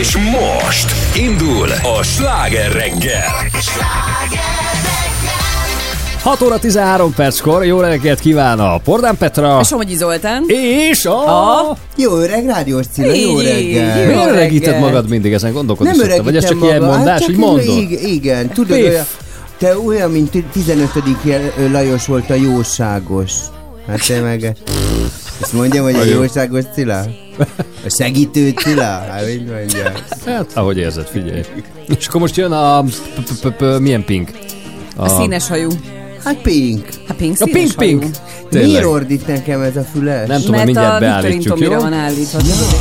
És most indul a Sláger reggel. 6 óra 13 perckor, jó reggelt kíván a Pordán Petra. A Somogyi Zoltán. És a... Jó öreg rádiós Cilla, jó reggel. Miért öregíted magad mindig, ezen gondolkodni Nem szoktam? Vagy ez csak ilyen magam. mondás, Hát, így mondod? Igen, tudod, olyan, te olyan, mint 15. Lajos volt a jóságos. Hát te meg... Ezt mondjam, hogy a jóságos Cilla? A segítő Cilla? Hát mit mondjam? Hát, ahogy érzed, figyelj. És akkor most jön a... milyen pink? A színes hajú. Hát Pink. A Pink A színes Pink. hajú. Tényleg. Miért ordít nekem ez a füles? Nem tudom, Mert mindjárt a Viktorin beállítjuk, Tomira jó? van állítva.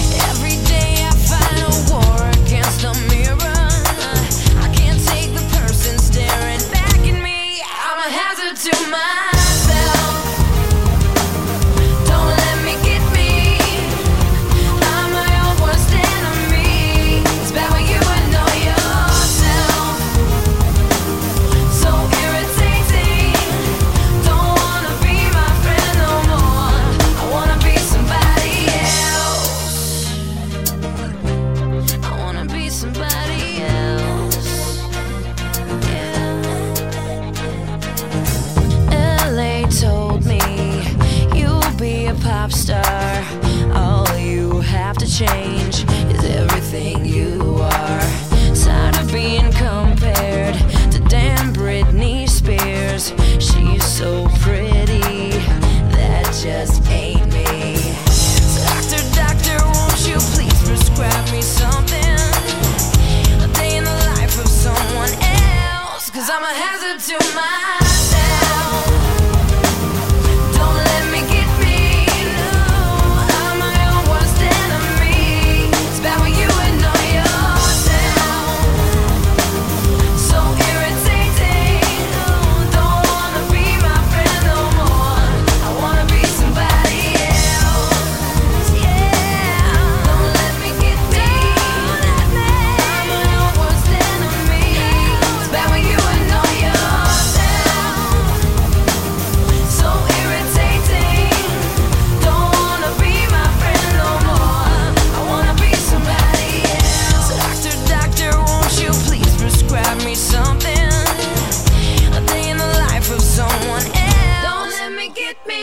Change is everything you are. Tired of being compared to damn Britney Spears. She's so pretty, that just ain't me. So doctor, won't you please prescribe me something? A day in the life of someone else, 'cause I'm a hazard to myself. Don't let me get me. I'm my own worst enemy. It's bad when you ignore yourself. So irritating. Don't wanna be my friend no more. I wanna be somebody else. Yeah. Don't let me get me. I'm my own worst enemy. It's bad when you ignore yourself. So irritating. Don't wanna be my friend no more. I wanna be somebody else. So doctor, won't you please prescribe me something? A day in the life of someone else. Don't let me get me.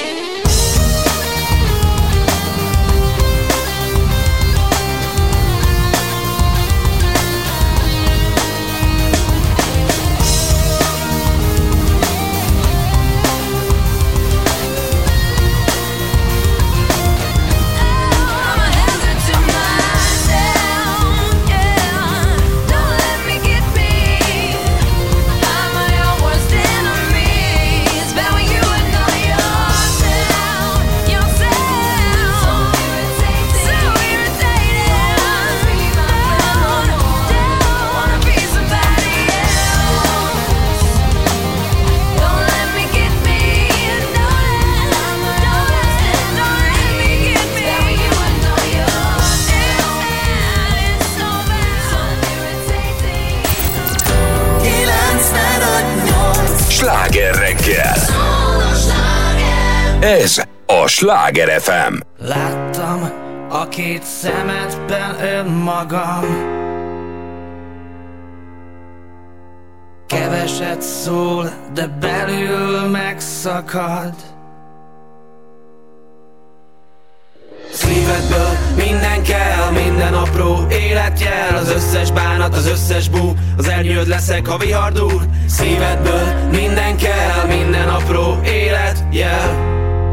I'm a hazard to myself, yeah. Don't let me get me. I'm my own worst enemy. It's bad when you ignore yourself. So irritating. Don't wanna be somebody else. Don't let me get me. Don't let me get me. You ignore yourself. It's so bad. So irritating. Sláger reggel. Ez a Sláger FM. Láttam a két szemedben önmagam. Keveset szól, de belül megszakad. Szívedből minden kell, minden apró életjel. Az összes bánat, az összes bú, az ernyőd leszek, ha vihar dúl. Szívedből minden kell, minden apró életjel.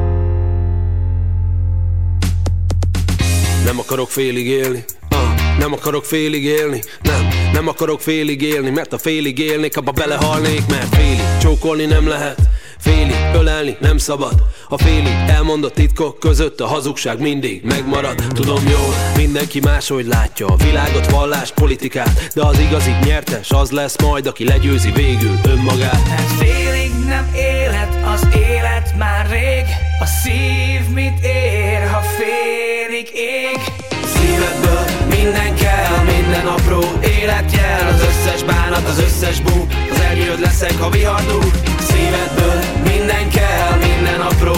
Nem akarok félig élni, nem akarok félig élni, nem akarok félig élni, mert ha félig élnék, abba belehalnék, mert félig csókolni nem lehet, félig ölelni nem szabad. A félig elmondott titkok között a hazugság mindig megmarad. Tudom jól, mindenki máshogy látja a világot, vallást, politikát, de az igazi nyertes az lesz majd, aki legyőzi végül önmagát. Hát félig nem élet, az élet már rég. A szív mit ér, ha félig ég? Szívedből minden kell, minden apró életjel. Az összes bánat, az összes bú, az ernyőd leszek, ha vihar dúl. Szívedből minden kell, minden apró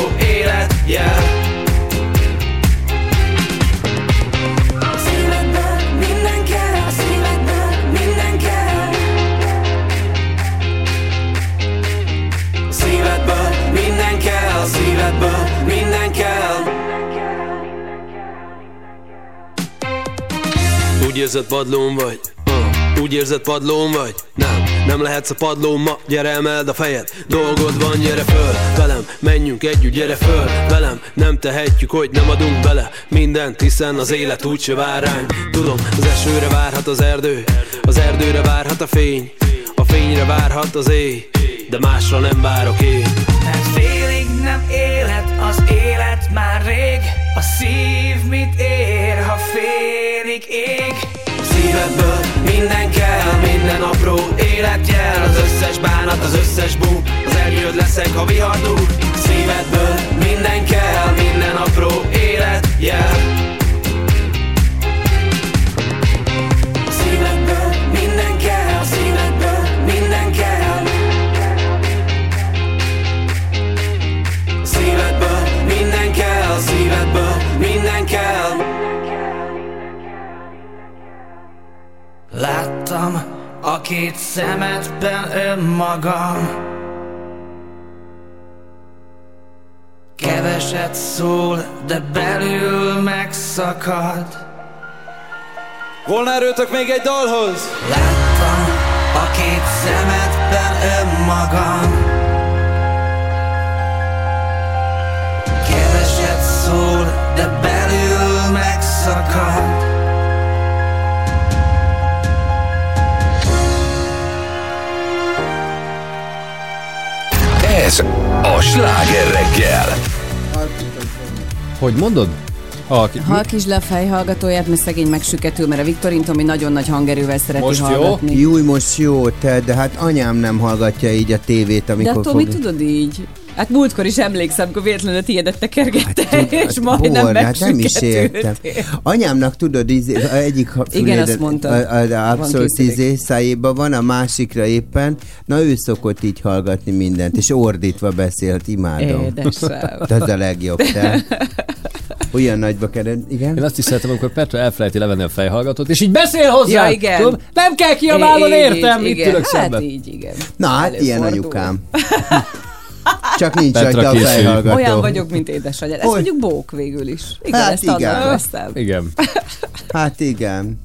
életjel. Szívedből minden Úgy érzed padlón vagy? Úgy érzed padlón vagy? Nem lehetsz a padlón ma, gyere emeld a fejed. Dolgod van, gyere föl velem, menjünk együtt, gyere föl velem. Nem tehetjük, hogy nem adunk bele mindent, hiszen az élet úgyse vár ránk. Tudom, az esőre várhat az erdő, az erdőre várhat a fény, a fényre várhat az éj, de másra nem várok én. Mert félig nem élet az élet már rég. A szív mit ér, ha félig ég? Szívedből minden kell, minden apró életjel. Az összes bánat, az összes bú, az ernyőd leszek, ha vihardul. Szívedből minden kell, minden apró életjel. Szívedből minden kell, szívedből minden kell. Szívedből minden kell, szívedből minden kell. Láttam a két szemedben önmagam. Keveset szól, de belül megszakad. Volna erőtök még egy dalhoz? Láttam a két szemedben önmagam. Keveset szól, de belül megszakad. Ez a Sláger reggel. Hogy mondod? Halkítsd le a fejhallgatóját, mert szegény megsüketül, mert a Viktorin Tomi nagyon nagy hangerővel szereti Most jó? hallgatni. Júj, most jó, de hát anyám nem hallgatja így a tévét, amikor De Tomi, tudod így? Hát múltkor is emlékszem, amikor véletlenül a tiédet tekergette, és majdnem hát nem is értem. Anyámnak tudod, egyik igen, azt mondta. abszolút szájéban van, a másikra éppen, na ő szokott így hallgatni mindent, és ordítva beszélt, imádom. Édesem. De az a legjobb, te. Olyan nagyba kered, igen? Én azt is szeretem, amikor Petra elfelejti levenni a fejhallgatót, és így beszél hozzá. Ja, igen. Tudom, nem kell kiabálnod, értem, mit igen. ülök szemben. Hát így, igen. Na, hát ilyen anyukám. Csak nincs Petra rajta a készül. fejhallgató. Olyan vagyok, mint édesanyád. Ezt mondjuk bók végül is. Igen, Hát ezt igen. annak veszem. Igen. Hát igen.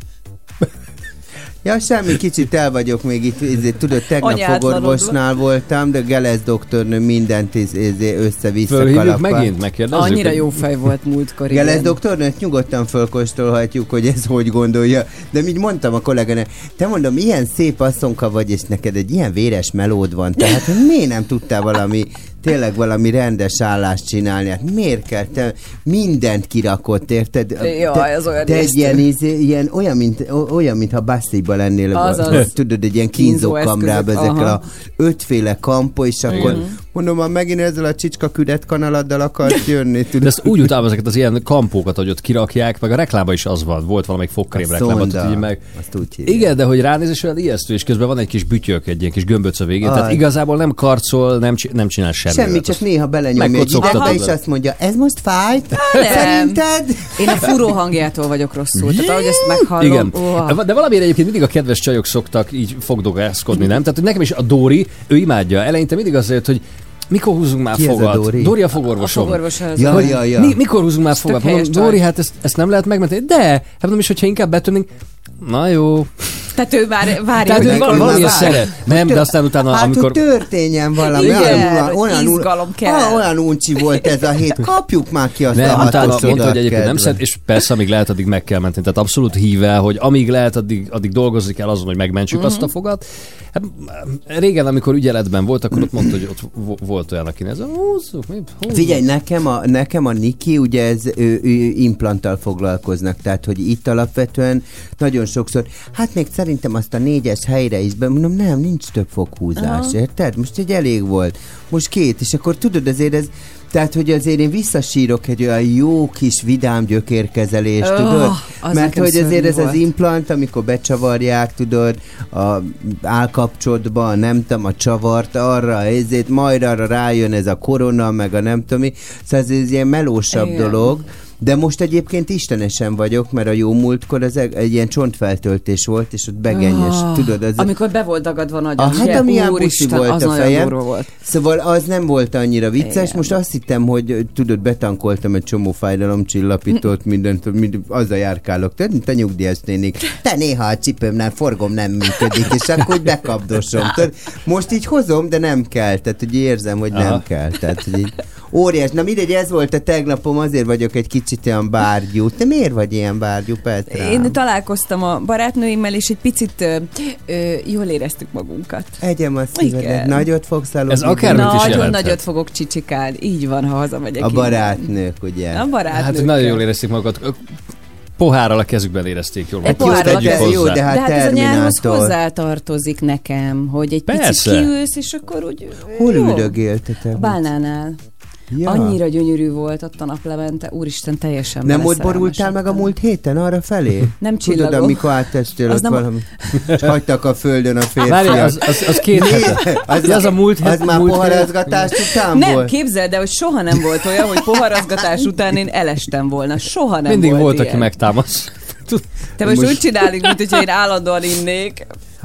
Ja, semmi, kicsit el vagyok még itt, tudod, tegnap fogorvosnál voltam, de Gelesz doktornő mindent össze-vissza Fölhívjuk kalapál. megint, megkérdezzük. Annyira hogy- jó fej volt múltkor. Gelesz igen. doktornőt nyugodtan fölkóstolhatjuk, hogy ez hogy gondolja. De így mondtam a kollégának, te mondom, ilyen szép asszonka vagy, és neked egy ilyen véres melód van, tehát hogy miért nem tudtál tényleg valami rendes állást csinálni? Hát miért kell? Te mindent kirakott, érted? Jaj, ez olyan te egy ijesztő. ilyen olyan, mintha Bassziba lennél. Azaz. Tudod, egy ilyen Kínzó kínzókamrába eszközök, ezekkel aha. a 5 féle kampó, és akkor mondom, már megint ezzel a csicska küdet kanaladdal akarsz jönni. De ezt úgy utálom ezeket az ilyen kampókat, hogy ott kirakják, meg a reklámban is az van. Volt valamelyik fogkrém reklámban, tudod, így meg. Azt úgy hívják. Igen, de hogy ránézés olyan ijesztő, és közben van egy kis bütyök, egy ilyen kis gömböc a végén. Tehát Aj. igazából nem karcol, nem csinál semmi. Semmi, csak néha belenyomja egy Megkocogtatod idegbe, és vele. azt mondja, ez most fájt? Nem. Szerinted? Én a furó hangjától vagyok rosszul. Tehát ahogy ezt meghallom. Igen. Oh. De valamiért egyébként mindig a kedves csajok szoktak így fogdogászkodni, nem? Tehát hogy nekem is a Dóri, ő imádja. Eleinte mindig azt jött, hogy mikor húzunk már Ki ez a fogat? Dóri? Dóri a A fogorvosom. fogorvos az. Ja. Mikor húzunk már És fogat? tök helyes Mondom, Dóri, hát ezt nem lehet megmenteni. De, hát mondom is, hogyha inkább betörnénk, na jó. Tehát ő már várja, Tehát hogy ő valami valami vár. szeret. Nem, de aztán utána, Hát, amikor... hogy történjen valami. Igen, izgalom kell. Olyan uncsi volt ez a hét. Kapjuk már ki azt a Nem, utána hatos mondta, hogy egyébként nem kedvet. szeret, és persze, amíg lehet, addig meg kell menteni. Tehát abszolút híve, hogy amíg lehet, addig dolgozni kell azon, hogy megmentsük azt a fogat. Hát, régen, amikor ügyeletben volt, akkor ott mondta, hogy ott volt olyan, aki nézve, húzzuk. Figyelj, nekem a Niki, ugye ő implanttal foglalkoznak, tehát hogy itt alapvetően nagyon sokszor, hát még szerintem azt a 4-es helyre is mondom, nem, nincs több foghúzás, érted? Most egy elég volt. Most 2, és akkor tudod, azért ez, tehát, hogy azért én visszasírok egy olyan jó kis vidám gyökérkezelést, tudod? az Mert nekem hogy azért szörnyű ez az volt. implant, amikor becsavarják, tudod, a állkapcsolatba, nem tudom, a csavart arra, majd arra rájön ez a korona, meg a nem tudom mi, szóval ez ilyen melósabb Igen. dolog, De most egyébként istenesen vagyok, mert a jó múltkor az egy ilyen csontfeltöltés volt, és ott begenyes, tudod? Az amikor be volt dagadva nagyon, hát amilyen puszi volt az a fejem. volt. Szóval az nem volt annyira vicces. Igen. Most azt hittem, hogy tudod, betankoltam egy csomó fájdalomcsillapítót, mindent, azzal járkálok. Tudod, a nyugdíjas nénik. Te néha a cipőmnál forgom nem működik, és akkor úgy bekapdosom. Tudod, most így hozom, de nem kell. Tehát, hogy érzem, hogy nem kell. Tehát, hogy így óriás. Na mindegy, ez volt a tegnapom, azért vagyok egy kicsit olyan bárgyú. Te miért vagy ilyen bárgyú, Petra? Én találkoztam a barátnőimmel, és egy picit jól éreztük magunkat. Egyem a szívedet. Nagyot fogsz aludni. Ez akármit is Nagyon jelenthet. nagyot fogok csicsikálni. Így van, ha hazamegyek. A barátnők, ugye? A barátnők. Hát nagyon jól érezték magukat. Pohárral a kezükben érezték jól. Egy pohárral Tegyük hozzá. jó, de hát ez a nyárhoz Terminátor. hozzátartozik nekem, hogy egy Persze. picit kiülsz, és akkor úgy... Hol jó. üldögéltetek? A Bálnánál. Ja. Annyira gyönyörű volt ott a naplemente, úristen, teljesen Nem ott borultál beleszerelmesedtem. meg a múlt héten arra felé? Nem Tudod, csillagok. amikor áttestél Az ott nem- valami, és hagytak a földön a Várj, férfiak. az 2 hete. Az a múlt Az már múlt poharazgatás után Nem, volt? képzeld el, hogy soha nem volt olyan, hogy poharazgatás után én elestem volna. Soha nem Mindig volt, ilyen. aki megtámasz. Te most úgy csináljuk, mint hogyha én állandóan innék.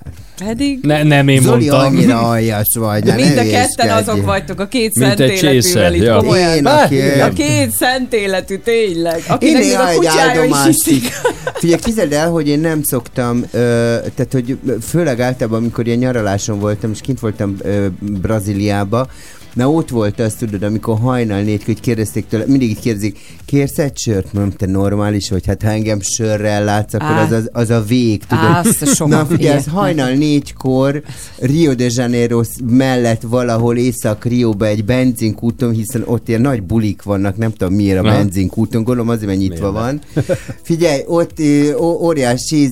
Pedig Nem én Zoli, mondtam. annyira aljas vagy. de ne mind a hülyéskedj. ketten azok vagytok, a két Mint egy szentéletűvel csésze, itt ja. komolyan. Én, aki... A két szentéletű, tényleg. Én Akinek még néha a egy kutyája is áldomást iszik. Figyelj, képzeld el, hogy én nem szoktam, tehát hogy főleg általában, amikor ilyen nyaraláson voltam, és kint voltam Brazíliába, na ott volt az, tudod, amikor hajnal 4-kor így kérdezték tőle, mindig így kérdezik, kérsz egy sört? Mondom, te normális vagy? Hát ha engem sörrel látsz, akkor az a vég, tudod. Azt soha. Na figyelj, ez ilyet hajnal 4-kor Rio de Janeiro mellett valahol Észak-Rióba egy benzinkúton, hiszen ott ilyen nagy bulik vannak, nem tudom miért a Na. benzinkúton, gondolom azért, mert nyitva van. Figyelj, ott óriási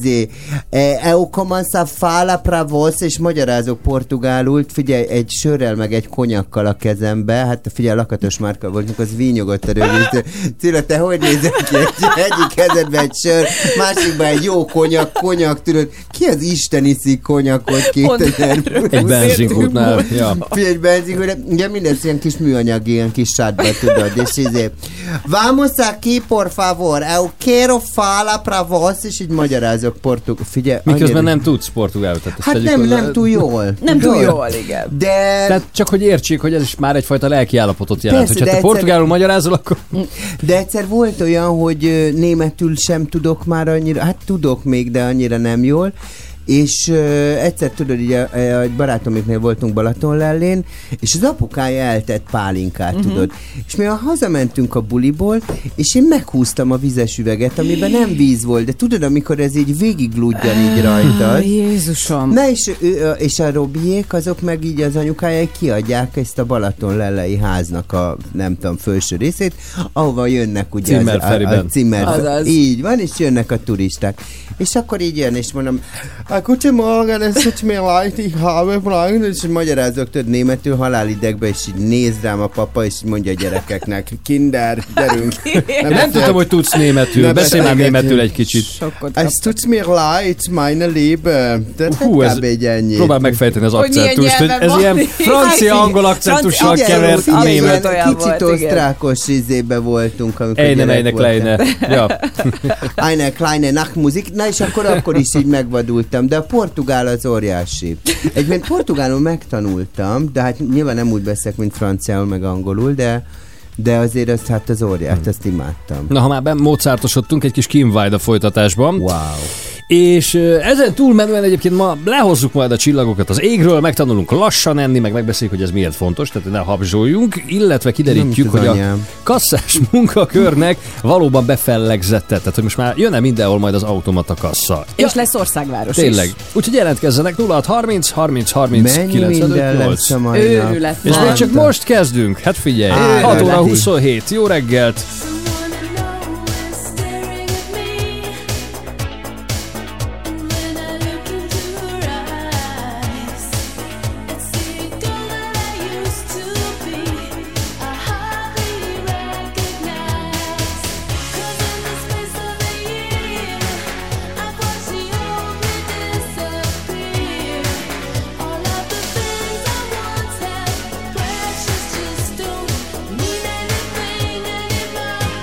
eu comança fala pra você, és magyarázok portugálul, figyelj, egy sörrel meg egy konyakkal a kezembe, hát figyelj, lakatos márka voltunk, az vínyogott a rövid. Cilla, te hogy nézel ki? Egyik kezedben egy sör, másikban egy jó konyak, tudod, ki az Isten iszik konyakot 2000? Egy benzinkútnál. Ja. Figyelj, egy benzinkútnál, ugye minden ilyen kis műanyag, ilyen kis sátba, tudod, és vamos aquí, por favor, eu quero falar pra você, és így magyarázok figyelj. Miközben annyira... nem tudsz portugálul. Tehát ezt Hát tegyük hozzá. nem túl jól. Nem túl jól, igen. De... Tehát csak hogy értsék, hogy ez is már egyfajta lelki állapotot jelent. Persze, Hogyha te de egyszer- portugálul magyarázol, akkor... De egyszer volt olyan, hogy németül sem tudok már annyira, hát tudok még, de annyira nem jól, és egyszer tudod, így egy barátomiknél voltunk Balatonlellén, és az apukája eltett pálinkát, tudod. És mi hazamentünk a buliból, és én meghúztam a vizes üveget, amiben nem víz volt, de tudod, amikor ez így végigludjan így rajtad. Jézusom. Na és a Robiék, azok meg így az anyukáják kiadják ezt a Balatonlellei háznak a, nem tudom, felső részét, ahova jönnek ugye Zimmerferiben. Azaz. Így van, és jönnek a turisták. És akkor így jön, és mondom, Guten Morgen, es tut mir leid, ich habe Fragen, és magyarázok több németül halálidegbe, és így néz rám a papa, és mondja a gyerekeknek, Kinder, gyerünk. Nem tudtam, hogy tudsz németül. Ne Beszélj már beszélgetjünk. németül egy kicsit. Sokkot Es tut mir leid, meine Liebe. Tehát ez kb. Egy ennyi. próbál megfejteni az Hogy milyen akcentust, hogy nyelven ez ilyen van. francia-angol akcentussal Francia- kevert figyelj, német. német. olyan Kicsit volt, igen. osztrákos izébe voltunk, amikor Eine, gyerek eine voltam. kleine. Ja. Eine kleine Nachtmusik. Na és akkor is így megvadultam, de a portugál az óriási. Egyébként portugálul megtanultam, de hát nyilván nem úgy beszélek, mint franciául, meg angolul, de azért azt, hát az óriát, azt imádtam. Na, ha már Mozartosodtunk egy kis Kim Wilde a folytatásban. Wow. És ezen túlmenően egyébként ma lehozzuk majd a csillagokat az égről, megtanulunk lassan enni, meg megbeszéljük, hogy ez miért fontos, tehát ne habzsoljunk, illetve kiderítjük, hogy a kasszás munkakörnek valóban befellegzette, tehát hogy most már jön-e mindenhol majd az automata kassa. És lesz országváros Tényleg. is. Úgyhogy jelentkezzenek 0630 30 30 Mennyi 95 minden 8. lesz a mai nap. Őrület. És még csak most kezdünk. Hát figyelj, 6 óra 27. Jó reggelt! Precious just don't mean anything anymore.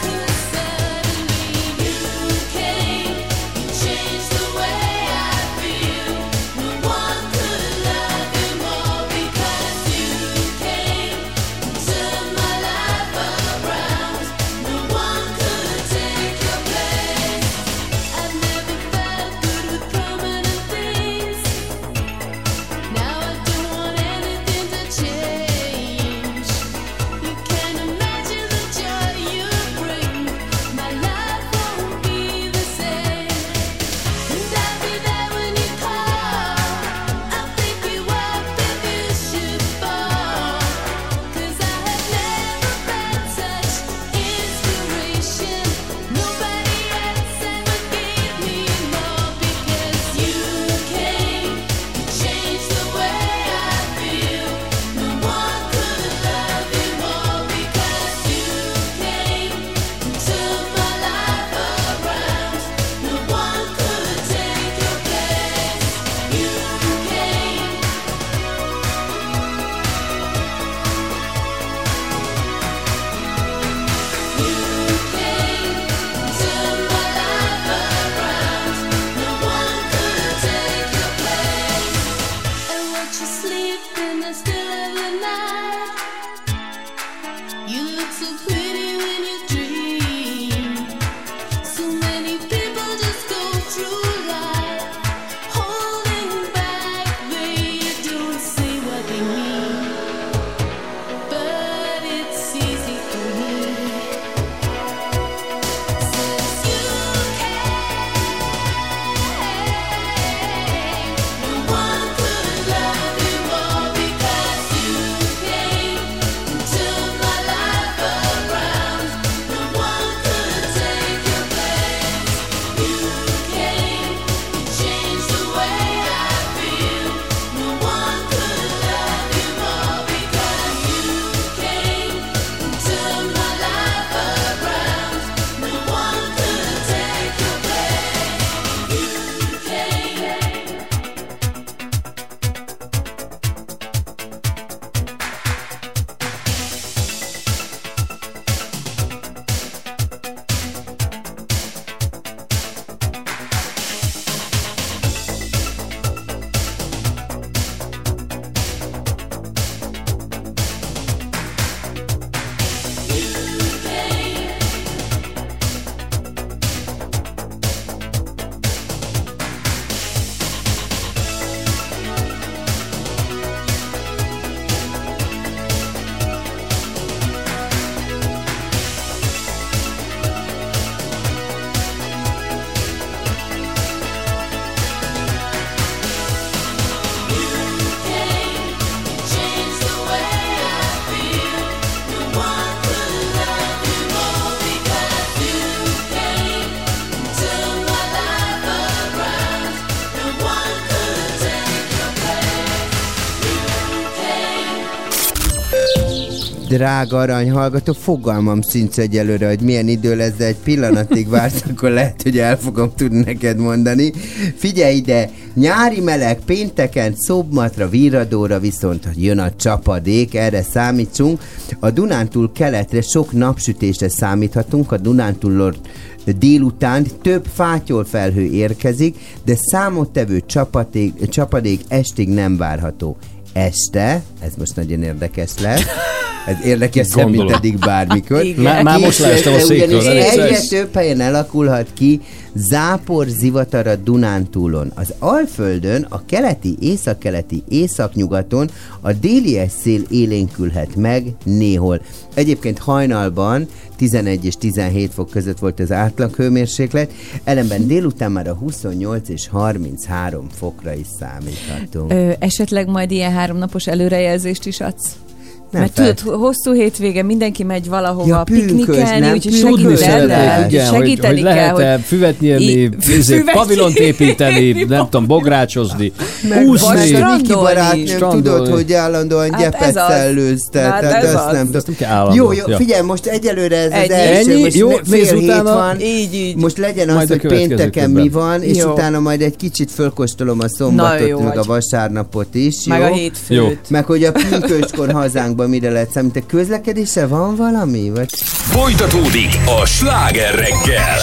drága aranyhallgató, fogalmam sincs egyelőre, hogy milyen idő lesz, de egy pillanatig vársz, akkor lehet, hogy el fogom tudni neked mondani. Figyelj ide, nyári meleg pénteken, Szobmatra, Virradóra viszont jön a csapadék, erre számítsunk. A Dunántúl keletre sok napsütésre számíthatunk, a Dunántúlról délután több fátyolfelhő érkezik, de számottevő csapadék estig nem várható. Este, ez most nagyon érdekes lesz, ez érdekesebb, mint eddig bármikor. Már most leestem a székről. Egyre több helyen alakulhat ki zápor, zivatar a Dunántúlon. Az Alföldön, a keleti, északkeleti, északnyugaton a délies szél élénkülhet meg néhol. Egyébként hajnalban 11 és 17 fok között volt az átlag hőmérséklet, ellenben délután már a 28 és 33 fokra is számíthatunk. Esetleg majd ilyen 3 napos előrejelzést is adsz? Nem mert tudod, hosszú hétvége, mindenki megy valahova Ja, piknikelni, úgyhogy Tudni segíteni hogy kell, lehet-e füvet nyírni, pavilont építeni, nem tudom, bográcsozni, úszni. Miki barátnőm, tudod, hogy állandóan gyepet szellőzte. Hát ez az. Jó, figyelj, most egyelőre ez az első, most jó, fél hét van. Így. Most legyen az, hogy pénteken mi van, és utána majd egy kicsit fölkóstolom a szombatot, meg a vasárnapot is. Meg a hétfőt. Meg hogy a pünköskor hazánkban mire lehet számít. A közlekedésre van valami? Vagy? Folytatódik a Sláger reggel.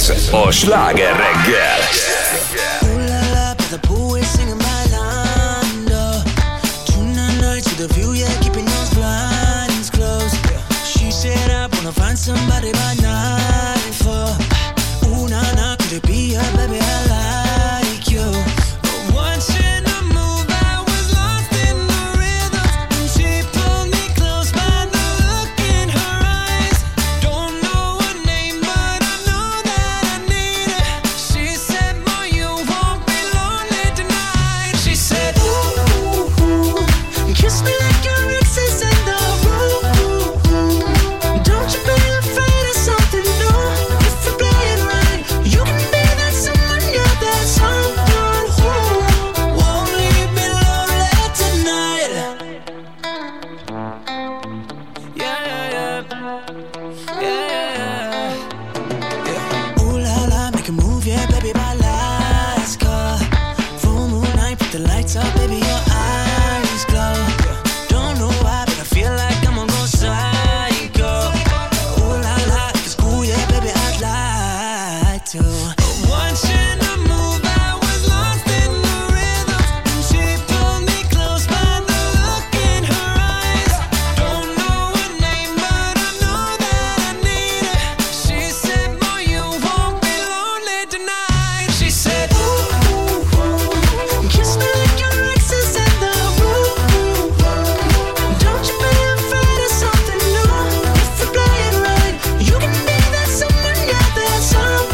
Ez a Sláger reggel. Somebody by night for una night could it be her, baby? I like you. But watching her move, I was lost in the rhythm. And she pulled me close by the look in her eyes. Don't know her name, but I know that I need her. She said, boy, you won't be lonely tonight. She said, ooh, ooh, kiss me like your ex is in the room. Don't you be afraid of something new. If we play it right, you can be that someone, yeah, that someone who won't leave me lonely tonight. Yeah, yeah, yeah, yeah, yeah. Ooh la la, make a move, yeah, baby, by lights, car. Full moonlight, put the lights up, baby, your eyes glow. Don't know why, but I feel like I'm gonna go psycho. To watching her move, I was lost in the rhythm. And she pulled me close by the look in her eyes. Don't know her name, but I know that I need her. She said, boy, you won't be lonely tonight. She said, ooh, ooh, ooh, kiss me like your ex is in the room. Don't you be afraid of something new. If we play it right, you can be that someone, yeah, that someone.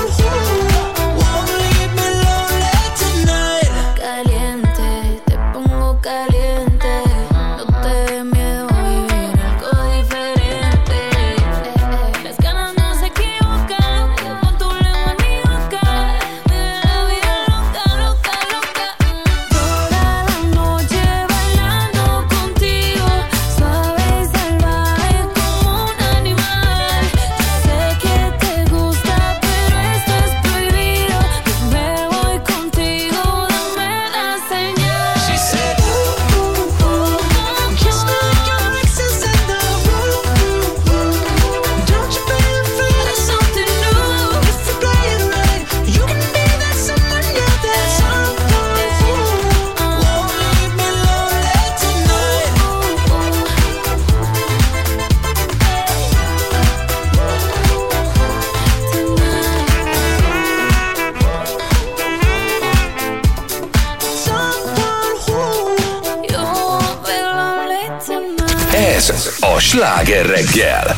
A Sláger reggel.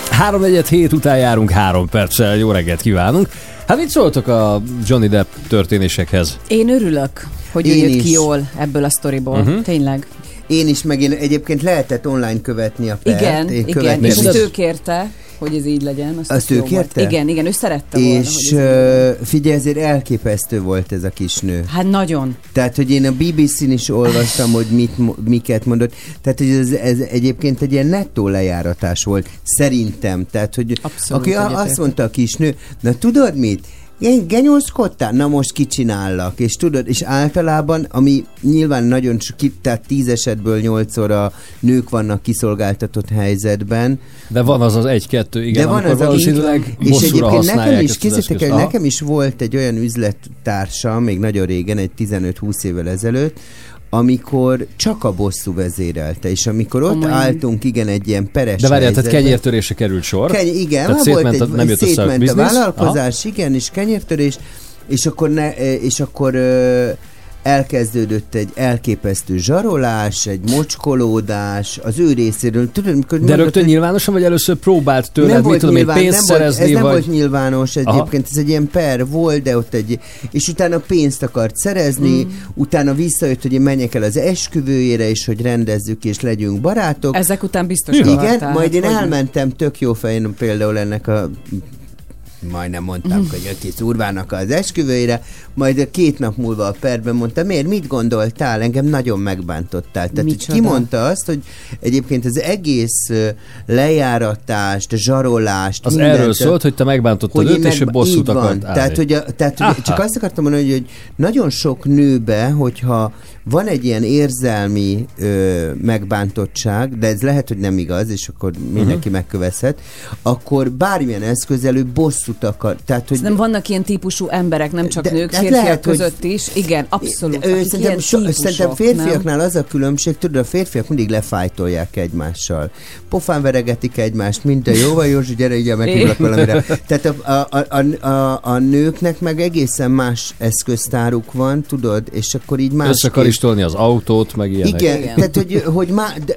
3-4 után járunk 3 perccel. Jó reggelt kívánunk. Hát mit szóltok a Johnny Depp történésekhez? Én örülök, hogy ő jött ki jól ebből a sztoriból. Tényleg. Én is, meg én egyébként lehetett online követni a pert. Igen, igen. És azt ő kérte, hogy ez így legyen. Azt ő kérte? Igen, ő szerette volna. És figyelj, ezért elképesztő volt ez a kis nő. Hát nagyon. Tehát, hogy én a BBC-n is olvastam, hogy miket mondott. Tehát, hogy ez egyébként egy ilyen nettó lejáratás volt. Szerintem. Tehát, hogy abszolút aki azt mondta a kis nő, na tudod mit? Én genyózkodtál? Na most kicsinállak. És tudod, és általában, ami nyilván nagyon tehát 10 esetből 8-szor a nők vannak kiszolgáltatott helyzetben. De van az 1-2, igen, de van az valószínűleg és egyébként nekem is, készítek, nekem is volt egy olyan üzlettársam, még nagyon régen, egy 15-20 évvel ezelőtt, amikor csak a bosszú vezérelte, és amikor ott álltunk, igen, egy ilyen peres de várjál, tehát kenyértörésre került sor? Igen, tehát volt egy szétment a vállalkozás, aha. Igen, és kenyértörés, és akkor elkezdődött egy elképesztő zsarolás, egy mocskolódás az ő részéről. Tudod, de rögtön nyilvánosan, vagy először próbált tőled, mit tudom én, pénzt szerezni? Ez nem volt nyilvános, egyébként ez egy ilyen per volt, de ott és utána pénzt akart szerezni, utána visszajött, hogy én menjek el az esküvőjére, és hogy rendezzük, és legyünk barátok. Ezek után biztos igen, majd én elmentem tök jó fején például ennek a majdnem mondtam, hogy aki szurvának az esküvőjére, majd 2 nap múlva a perben mondta, miért, mit gondoltál? Engem nagyon megbántottál. Tehát kimondta azt, hogy egyébként az egész lejáratást, zsarolást, az erről szólt, hogy te megbántottad őt, és ő bosszút akart állni. Tehát csak azt akartam mondani, hogy nagyon sok nőbe, hogyha van egy ilyen érzelmi megbántottság, de ez lehet, hogy nem igaz, és akkor mindenki megkövezhet, akkor bármilyen eszközzel ő bosszút MeToo-t akar. Tehát, hogy Nem vannak ilyen típusú emberek, nem csak nők, hát férfiak lehet, hogy- között is. Igen, abszolút. Akik Szerintem, ilyen típusok, szerintem férfiaknál az a különbség, tudod, a férfiak mindig lefájtolják egymással. Pofán veregetik egymást, minden jó van, Józsi, gyere, így meghívlak valamire. Tehát a nőknek meg egészen más eszköztáruk van, tudod, és akkor így más. Összekaristolni az autót, meg ilyenek. Igen, tehát hogy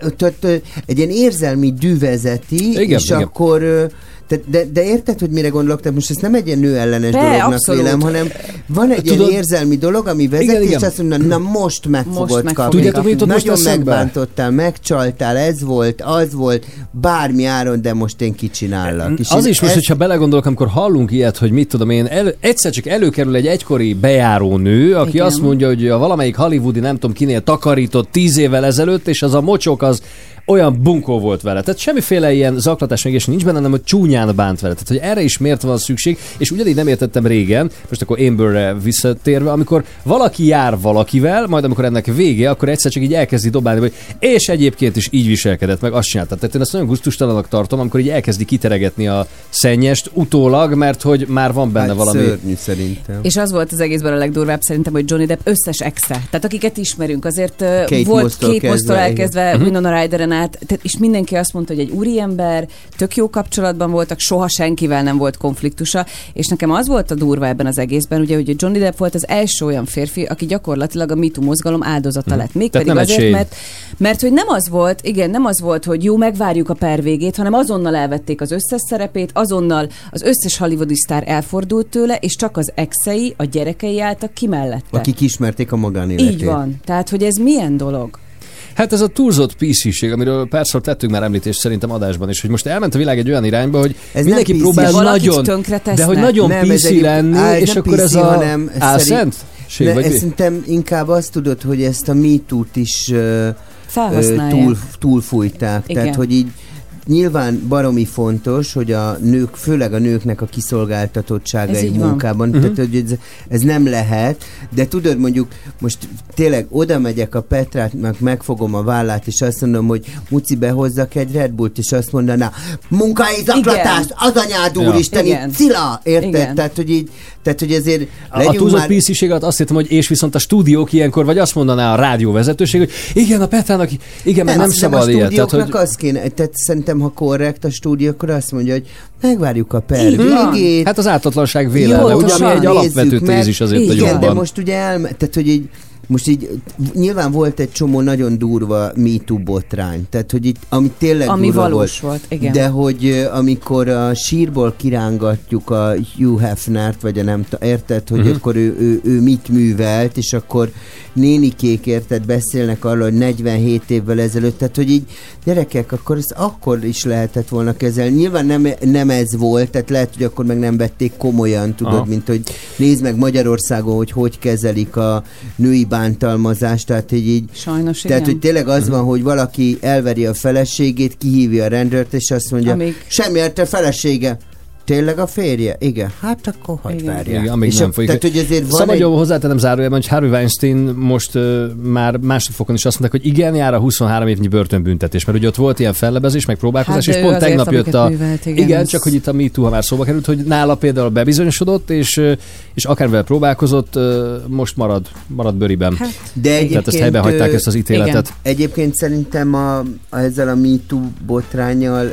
egy ilyen érzelmi düvezeti, Igen, és igen. akkor... De érted, hogy mire gondolok? Tehát most ezt nem egy ilyen nő ellenes dolognak abszolút. vélem, hanem van egy Tudod, ilyen érzelmi dolog, ami vezet, igen, és igen. azt mondja, na most meg fogod kapni. Tudjátok, mit ott most Nagyon eszembe? megbántottál, megcsaltál, ez volt, az volt, bármi áron, de most én kicsinállak. És Az én is most, hogyha belegondolok, amikor hallunk ilyet, hogy mit tudom én, egyszer csak előkerül egy egykori bejáró nő, aki Igen. azt mondja, hogy a valamelyik hollywoodi nem tudom kinél takarított 10 évvel ezelőtt, és az a mocsok az olyan bunkó volt vele. Tehát semmiféle ilyen zaklatás még és nincs benne, hanem hogy csúnyán bánt vele. Tehát, hogy erre is miért van szükség, és ugyanígy nem értettem régen, most akkor Amberre visszatérve, amikor valaki jár valakivel, majd amikor ennek vége, akkor egyszer csak így elkezdi dobálni, hogy és egyébként is így viselkedett, meg azt csinálta. Tehát én ezt nagyon gusztustalannak tartom, amikor így elkezdi kiteregetni a szennyest utólag, mert hogy már van benne valami. Szörnyű szerintem. És az volt az egészben a legdurvább szerintem, hogy Johnny Depp összes exe, tehát akiket ismerünk, azért Kate volt Moss-tól Kate Moss-tól kezdve, elkezdve, Winona Ryder-en át, és mindenki azt mondta, hogy egy úriember, tök jó kapcsolatban voltak, soha senkivel nem volt konfliktusa, és nekem az volt a durva ebben az egészben, ugye, hogy Johnny Depp volt az első olyan férfi, aki gyakorlatilag a MeToo mozgalom áldozata lett. Mégpedig nem egy azért, shame. mert hogy nem az volt, igen, nem az volt, hogy jó, megvárjuk a per végét, hanem azonnal elvették az összes szerepét, azonnal az összes hollywoodi sztár elfordult tőle, és csak az exei, a gyerekei álltak ki mellette. Akik ismerték a magánéletét. Így van. Tehát, hogy ez milyen dolog? Hát ez a túlzott PC-ség, amiről párszor tettünk már említést szerintem adásban is, hogy most elment a világ egy olyan irányba, hogy Ez mindenki nem PC. próbál Valakit nagyon, tönkretesznek. de hogy nagyon Nem, ez PC egy- lenni, ez és nem akkor PC, ez a hanem álszent? Ne, Vagy ezt mi? szerintem inkább azt tudod, hogy ezt a MeToo-t is Felhasználják. túlfújták. Igen. Tehát, hogy így nyilván baromi fontos, hogy a nők, főleg a nőknek a kiszolgáltatottsága Ez egy így van. munkában, tehát hogy ez nem lehet, de tudod, mondjuk most tényleg oda megyek a Petrátnak, megfogom a vállát, és azt mondom, hogy Muci, behozzak egy Red Bullt, és azt mondaná, munkai zaklatás, Igen. az anyád Ja. úristen, Igen. itt cila, érted? Igen. Tehát, hogy ezért A legyünk túlzott már... PC-ség alatt azt hittem, hogy és viszont a stúdiók ilyenkor, vagy azt mondaná a rádióvezetőség, hogy igen, a Petrának, igen, mert nem szerintem szabad a ilyet. Tehát, stúdióknak hogy... az kéne, tehát szerintem, ha korrekt a stúdió, akkor azt mondja, hogy megvárjuk a per végét. Hát az ártatlanság vélelme, ugye, Pontosan. ami egy alapvető Nézzük meg. tézis azért a Igen, Igen, de jobban. most ugye tehát, hogy így most így nyilván volt egy csomó nagyon durva MeToo botrány, tehát hogy itt, ami tényleg Ami durva valós volt, igen. De hogy amikor a sírból kirángatjuk a Hugh Hefnert, vagy a nem érted, hogy akkor ő mit művelt, és akkor nénikék, érted, beszélnek arról, hogy 47 évvel ezelőtt, tehát hogy így gyerekek, akkor ezt akkor is lehetett volna kezelni. Nyilván nem ez volt, tehát lehet, hogy akkor meg nem vették komolyan, tudod, Aha. mint hogy nézd meg Magyarországon, hogy kezelik a női bántalmazást, tehát hogy így Sajnos tehát, igen. hogy tényleg az van, hogy valaki elveri a feleségét, kihívja a rendőrt, és azt mondja, Amíg- semmi a felesége. Tényleg a férje? Igen. Hát akkor hagyd Igen. várják. Igen, amíg És nem folyik. Tehát, hogy azért van Szabadjon egy... hozzátenem zárójelben, hogy Harvey Weinstein most már másodfokon is azt mondták, hogy igen, jár a 23 évnyi börtönbüntetés, mert ugye ott volt ilyen fellebezés, meg próbálkozás, Hát, és de ő pont azért, tegnap jött amiket művelt, igen, ez- csak hogy itt a MeToo, ha már szóba került, hogy nála például bebizonyosodott, és akármivel próbálkozott, most marad bőriben. Hát, De Tehát ezt egyébként, helyben hagyták ezt az ítéletet. Egyébként szerintem ezzel a MeToo botránnyal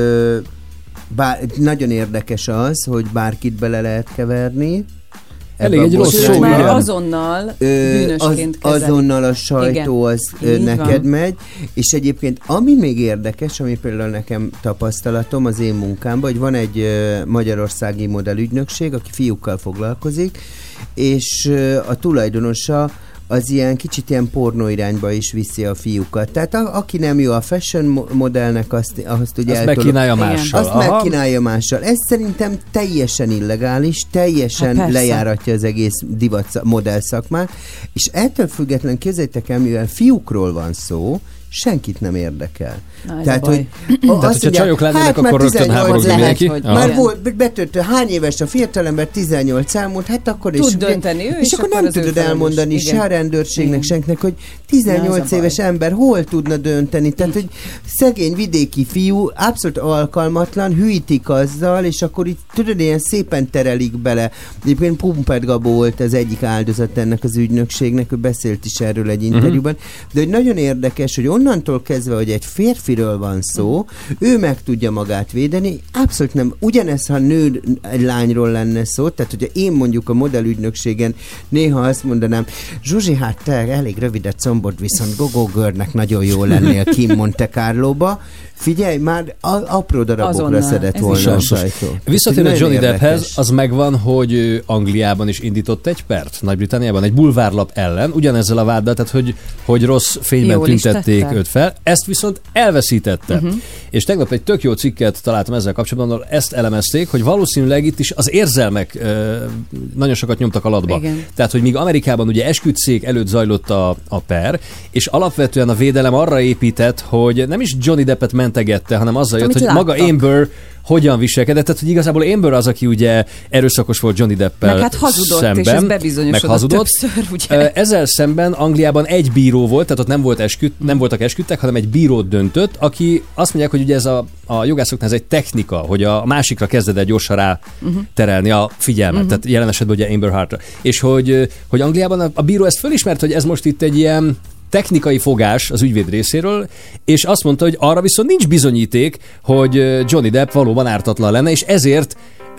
bár, nagyon érdekes az, hogy bárkit bele lehet keverni. Elég ebbe a egy rossz és szó, botrányba. már igen. azonnal bűnösként kezelik. azonnal a sajtó az Így neked van. megy, és egyébként ami még érdekes, ami például nekem tapasztalatom az én munkámban, hogy van egy magyarországi modellügynökség, aki fiúkkal foglalkozik, és a tulajdonosa az ilyen kicsit ilyen pornó irányba is viszi a fiúkat. Tehát aki nem jó a fashion modellnek, azt ugye Azt megkínálja Igen. mással. azt Aha. megkínálja mással. Ez szerintem teljesen illegális, teljesen Hát persze. lejáratja az egész divat modell szakmát, és ettől független képzeljétek el, mivel fiúkról van szó, senkit nem érdekel. Na, ez Tehát, a baj. Tehát, hogyha csajok lennének, már akkor rögtön 18 háborogni lehet, mindenki. hogy- Aha. Már Igen. volt, betört, hány éves a fiatalember, 18 elmúlt, hát akkor Tud is. dönteni ő, és és akkor akkor nem az ő tudod felelős. elmondani Igen. se a rendőrségnek, Igen. senknek, hogy Na, 18 az a éves baj. ember hol tudna dönteni. Tehát, hogy szegény vidéki fiú, abszolút alkalmatlan, hűítik azzal, és akkor így tudod, ilyen szépen terelik bele. Egyébként Pumpert Gabó volt az egyik áldozat ennek az ügynökségnek, ő beszélt is erről egy interjúban, de hogy nagyon érdekes, hogy onnantól kezdve, hogy egy férfiről van szó, ő meg tudja magát védeni, abszolút nem. Ugyanez, ha nő egy lányról lenne szó, tehát hogyha én mondjuk a modellügynökségen néha azt mondanám, Zsuzsi, hát te elég rövid a combod, viszont Gogo Girlnek nagyon jó lennél Kim Monte Carlo-ba. Figyelj, már apró darabokra Azonnal. szedett Ez volna a Sajnos. sajtó. Visszatérve Nagyon Johnny érdekes. Depphez, az megvan, hogy ő Angliában is indított egy pert, Nagy-Britanniában, egy bulvárlap ellen, ugyanezzel a váddal, tehát hogy rossz fényben Jól is tüntették tette. őt fel, ezt viszont elveszítette. És tegnap egy tök jó cikket találtam ezzel kapcsolatban, ahol ezt elemezték, hogy valószínűleg itt is az érzelmek nagyon sokat nyomtak alatba. Igen. Tehát, hogy míg Amerikában ugye esküdtszék előtt zajlott a per, és alapvetően a védelem arra épített, hogy nem is Johnny Deppet mentegette, hanem azzal jött, Amit hogy maga láttak. Amber hogyan viselkedett, tehát hogy igazából Amber az, aki ugye erőszakos volt Johnny Deppel Meg hát hazudott, szemben, és ez bebizonyosodott meg hazudott. többször, ugye? Ezzel szemben Angliában egy bíró volt, tehát ott nem voltak esküdtek, hanem egy bírót döntött, aki azt mondják, hogy ugye ez a jogászoknál ez egy technika, hogy a másikra kezded el gyorsan rá terelni a figyelmet, tehát jelen esetben ugye Amber Heardra. És hogy Angliában a bíró ezt fölismert, hogy ez most itt egy ilyen technikai fogás az ügyvéd részéről, és azt mondta, hogy arra viszont nincs bizonyíték, hogy Johnny Depp valóban ártatlan lenne, és ezért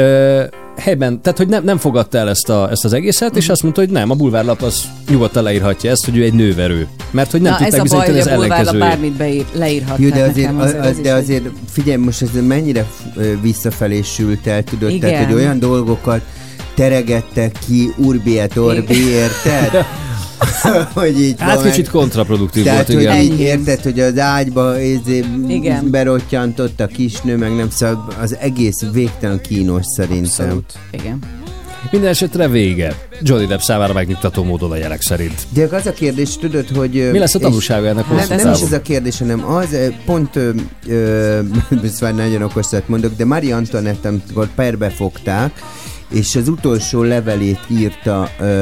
helyben, tehát hogy nem fogadta el ezt az egészet, és azt mondta, hogy nem, a bulvárlap az nyugodtan leírhatja ezt, hogy ő egy nőverő. Mert hogy nem Na, ez tudták a baj, bizonyítani hogy az a bulvárlap ellenkezőjét. bármit leírhat. Jó, de azért, ez de azért figyelj, most ez mennyire visszafelé sült el, tudod? Igen. Tehát, hogy olyan dolgokat teregettek ki Urbi et Orbi, érted? hogy így Hát van, kicsit kontraproduktív tehát, volt, igen. hogy így Ennyi. érted, hogy az ágyba Igen. berottyantott a kisnő, meg nem, szóval az egész végtelen kínos szerintem. Abszolút. Igen. Minden esetre vége. Johnny Depp számára megnyugtató módon a jelek szerint. De az a kérdés, tudod, hogy... Mi lesz a tanulsága ennek hosszú nem is távon? ez a kérdés, hanem az, pont, ezt már nagyon okosat mondok, de Marie Antoinette, amikor perbe fogták, és az utolsó levelét írta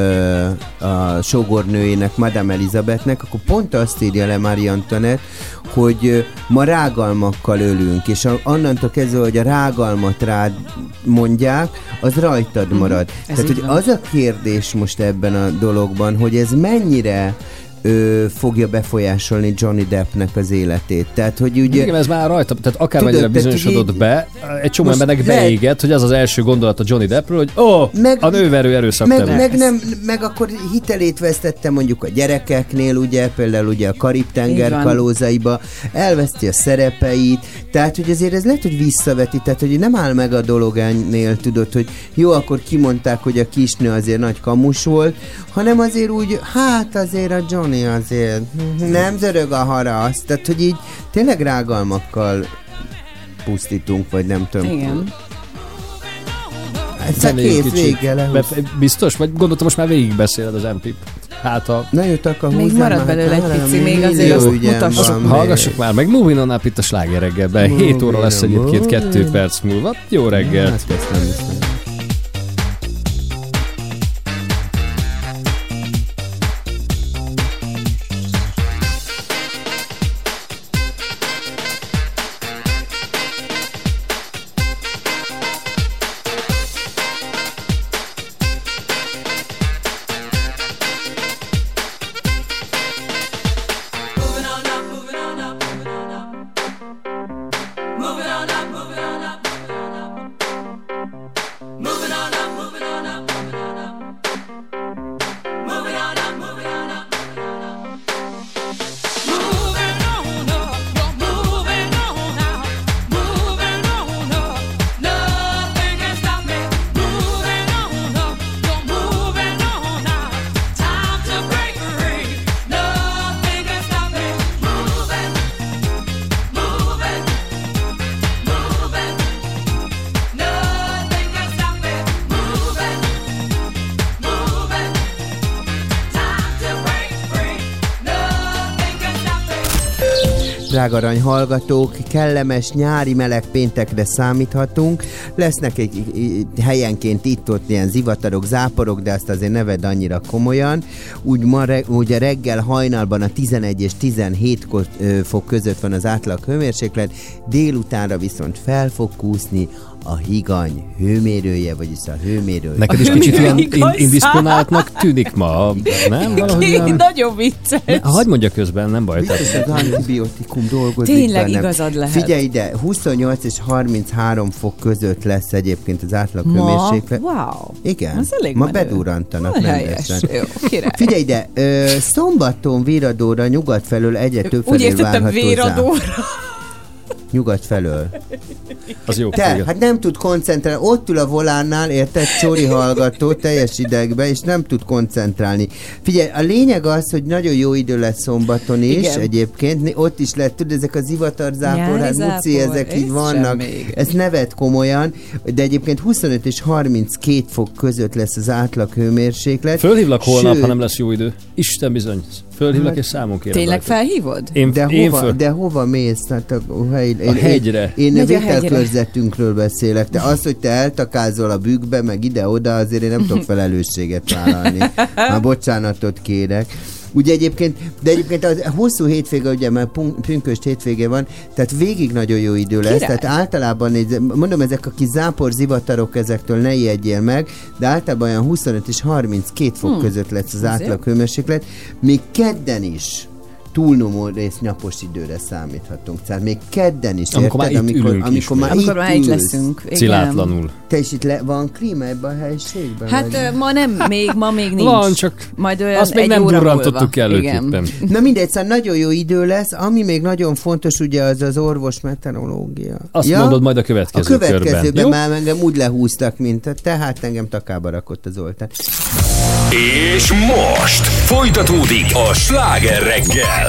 a sógornőjének, Madame Elizabethnek, akkor pont azt írja le Marie Antoinette, hogy ma rágalmakkal ölünk, és annantól kezdve, hogy a rágalmat rád mondják, az rajtad marad. Ez Tehát, így hogy van. az a kérdés most ebben a dologban, hogy ez mennyire fogja befolyásolni Johnny Deppnek az életét. Tehát, hogy ugye... Igen, ez már rajta, tehát akármennyire Tudod, tehát, bizonyosodott hogy be, egy csomó most embernek lehet- beégett, hogy az az első gondolat a Johnny Deppről, hogy a nőverő erőszaktevő. meg akkor hitelét vesztette mondjuk a gyerekeknél, ugye, például ugye a Karib-tenger Így van. kalózaiba, elveszti a szerepeit, tehát, hogy azért ez lehet, hogy visszaveti, tehát, hogy nem áll meg a dolog ennél, tudod, hogy jó, akkor kimondták, hogy a kisnő azért nagy kamus volt, hanem azért úgy, hát azért a Johnny azért nem zörög a harasz, tehát, hogy így tényleg rágalmakkal pusztítunk, vagy nem tudom. Igen. Ez a Zenéljünk kész, kicsit. vége lehúz. Biztos? Vagy gondoltam, most már végigbeszéled az MP-t. Hát a... Na jött, akkor Még húzzam marad már, belőle egy talán pici, még millió azért azt ügyem mutassuk. van még. Hallgassuk már meg, Moving On Up itt a Sláger reggelben. 7 óra lesz egyébként 2 perc múlva. Jó reggelt! Hát ezt nem hiszem. Moving on up, moving on up, moving on up. Moving on up, moving on up, moving on up. drága arany hallgatók, kellemes nyári meleg péntekre számíthatunk. Lesznek egy helyenként itt-ott ilyen zivatarok, záporok, de azt azért ne vedd annyira komolyan. Úgy a reggel hajnalban a 11 és 17 fok között van az átlag hőmérséklet, délutánra viszont fel fog kúszni a higany hőmérője, vagyis a hőmérő. Neked is kicsit ilyen indisponáltnak tűnik ma, nem? Valahogy ilyen... Nagyon vicces. Hadd mondja közben, nem baj. Biztos az antibiotikum dolgozik Tényleg bennem. igazad lehet. Figyelj ide, 28 és 33 fok között lesz egyébként az átlag hőmérséklet. Wow. Igen, Az elég ma menő. bedurrantanak Helyes. rendesen. Jó, király. Figyelj ide, szombaton Viradóra, nyugat felől egyre több Úgy felé értettem várható Véradóra. Nyugat felől. Az jó. Te, Igen. hát nem tud koncentrálni. Ott ül a volánnál, érted, Csori hallgató, teljes idegbe, és nem tud koncentrálni. Figyelj, a lényeg az, hogy nagyon jó idő lesz szombaton is, Igen. egyébként. Ott is lehet, tudod, ezek az zivatarzápor, hát Nyári muci, zápor, ezek így ez vannak. sem még. Ezt ne vedd komolyan, de egyébként 25 és 32 fok között lesz az átlag hőmérséklet. Fölhívlak holnap, Sőt, ha nem lesz jó idő. Isten bizony. Fölhívlak és számon kérem. Tényleg rajta. felhívod? De hova mész? Hát A hegyre. Én Megy a vételkörzetünkről beszélek. De az, hogy te eltakázol a bükkbe, meg ide-oda, azért én nem tudok felelősséget vállalni. Már bocsánatot kérek. Ugye egyébként a hosszú hétvége, ugye már pünkösd hétvége van, tehát végig nagyon jó idő lesz. Király. Tehát általában, mondom, ezek a kis zápor zivatarok, ezektől ne ijedjél meg, de általában olyan 25 és 32 fok között lesz az átlag hőmérséklet. Még kedden is túlnyomó rész napos időre számíthatunk. Tehát még kedden is, Amikor már érted? itt ülünk is még. Amikor már itt ülsz. leszünk. Igen. Cilátlanul. Te is itt van klíma ebben a helyiségben? Hát vagy? ma még nincs. Van, csak Majd olyan azt még egy nem óra durrantottuk múlva. előképpen. Na mindegy, szóval nagyon jó idő lesz. Ami még nagyon fontos, ugye az az orvos meteorológia. Azt mondod majd a következő körben. következőben Jó? már engem úgy lehúztak, mint tehát engem takába rakott az Zoltán. És most folytatódik a Sláger reggel.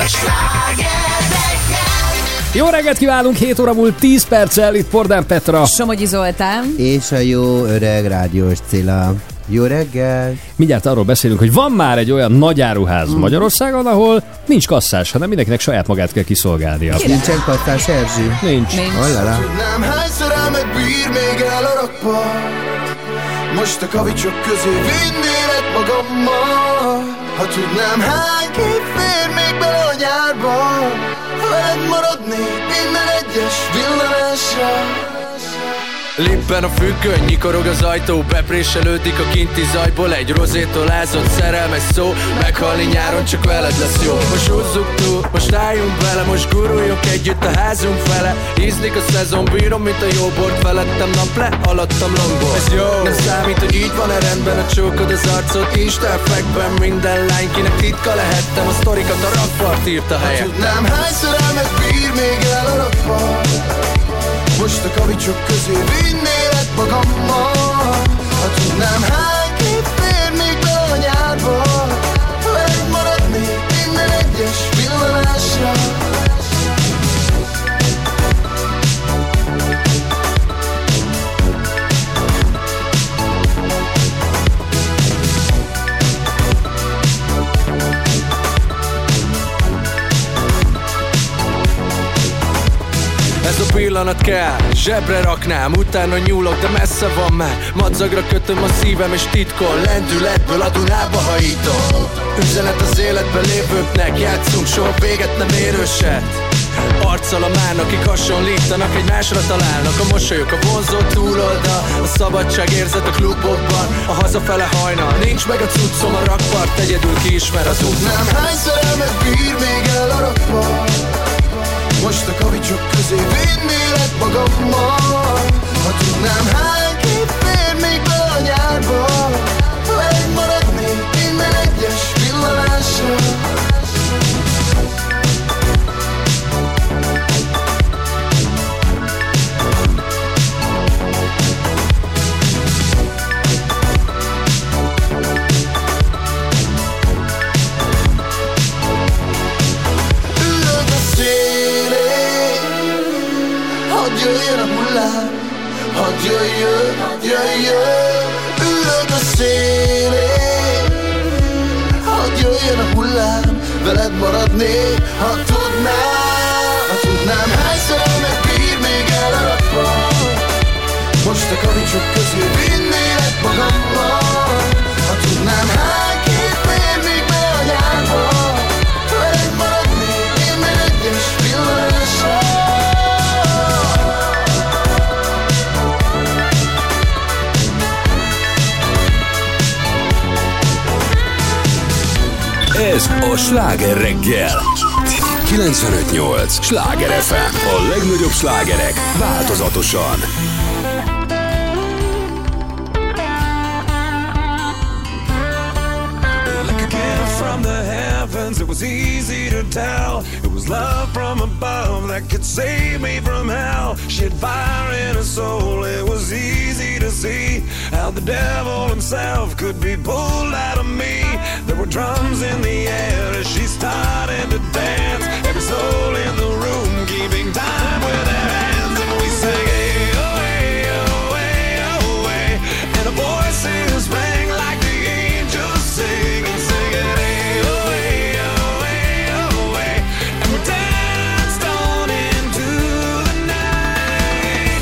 Jó reggelt kívánunk, 7 óra múlt 10 perccel, itt Pordán Petra. Somogyi Zoltán. És a jó öreg rádiós Cilla. Jó reggel! Mindjárt arról beszélünk, hogy van már egy olyan nagy áruház Magyarországon, ahol nincs kasszás, hanem mindenkinek saját magát kell kiszolgálnia. Nincsen kattás Erzsi? Nincs. Hallala. Nem hányszor elmegbír még el a rakpart. Most a kavicsok közé vinnélet magammal. Ha tudnám hány kép fér még bele a nyárba. Ha veled maradnék minden egyes villanásra. Lippen a függöny, nyikorog az ajtó, bepréselődik a kinti zajból. Egy rozétól ázott szerelmes szó, meghalni nyáron csak veled lesz jó. Most húzzuk túl, most álljunk bele, most guruljunk együtt a házunk fele. Ízlik a szezon, bírom, mint a jó bort, felettem nap le, alattam longból. Ez jó, nem számít, hogy így van-e rendben, a csókod az arcot, Insta-effektben minden lány, kinek titka lehettem, a sztorikat a rakpart írta helyettem. Nem hányszor elmegbír még el a rakpart. Most a kavicsok közé vinnélek magammal. Ha tudnám hány kép fér még be a nyárba. Veled maradnék minden egyes villanásra. Ez a pillanat kell, zsebre raknám, utána nyúlok, de messze van már. Madzagra kötöm a szívem és titkon, lendületből a Dunába hajítom. Üzenet az életben lévőknek, játszunk, soha véget nem érőset. Arccal a mán, akik hasonlítanak, egymásra találnak. A mosolyok, a vonzó túloldal, a szabadság érzet a klubokban, a hazafele hajnal. Nincs meg a cuccom, a rakpart, egyedül kiismer az út. Nem hányszor elmegbír még el a rakpart. Most a kavicsok közé vinnélek magammal. Ha tudnám hány kép fér még be a nyárba. Veled maradnék minden egyes villanásra. Ülök a szélén, hadd jöjjön a hullám, hadd jöjjön, jöjjön. Ülök a szélén, hadd jöjjön a hullám, veled maradnék, ha tudnám, ha tudnám, hányszor megbír még el a rakva. Most a kavicsok közül vinnélek magammal. Ha tudnám, hány két mérnék be a nyárba. Veled maradnék minden egyes pillanásra. Ez a Sláger reggel. 95.8 Sláger FM. A legnagyobb slágerek változatosan. Like a gift from the heavens, it was easy to tell. It was love from above that could save me from hell. She had fire in her soul, it was easy to see how the devil himself could be pulled out of me. There were drums in the air as she started to dance. Every soul in the room keeping time with their hands. And we sang, hey, oh, hey, oh, hey, oh, hey. And our voices rang like the angels sing. And singing, hey, oh, hey, oh, hey, oh, hey. And we danced on into the night.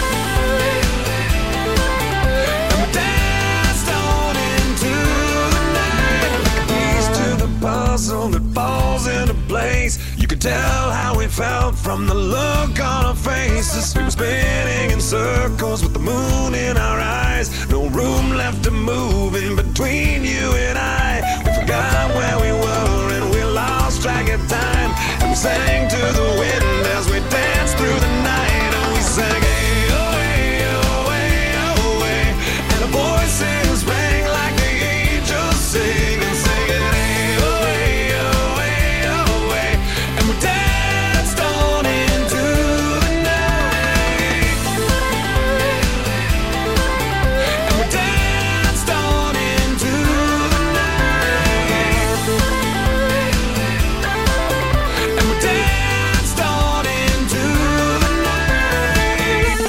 And we danced on into the night. Like a piece to the puzzle that falls into place. You could tell how we felt from the look on our faces. We were spinning in circles with the moon in our eyes. No room left to move in between you and I. We forgot where we were and we lost track of time. And we sang to the wind as we danced through the night. And we sang, hey, oh, hey, oh, hey, oh, hey. And our voices rang like the angels sing. And singing, hey, oh, hey, oh, hey, oh, hey. And we danced on into the night. And we danced on into the night. And we danced on into the night.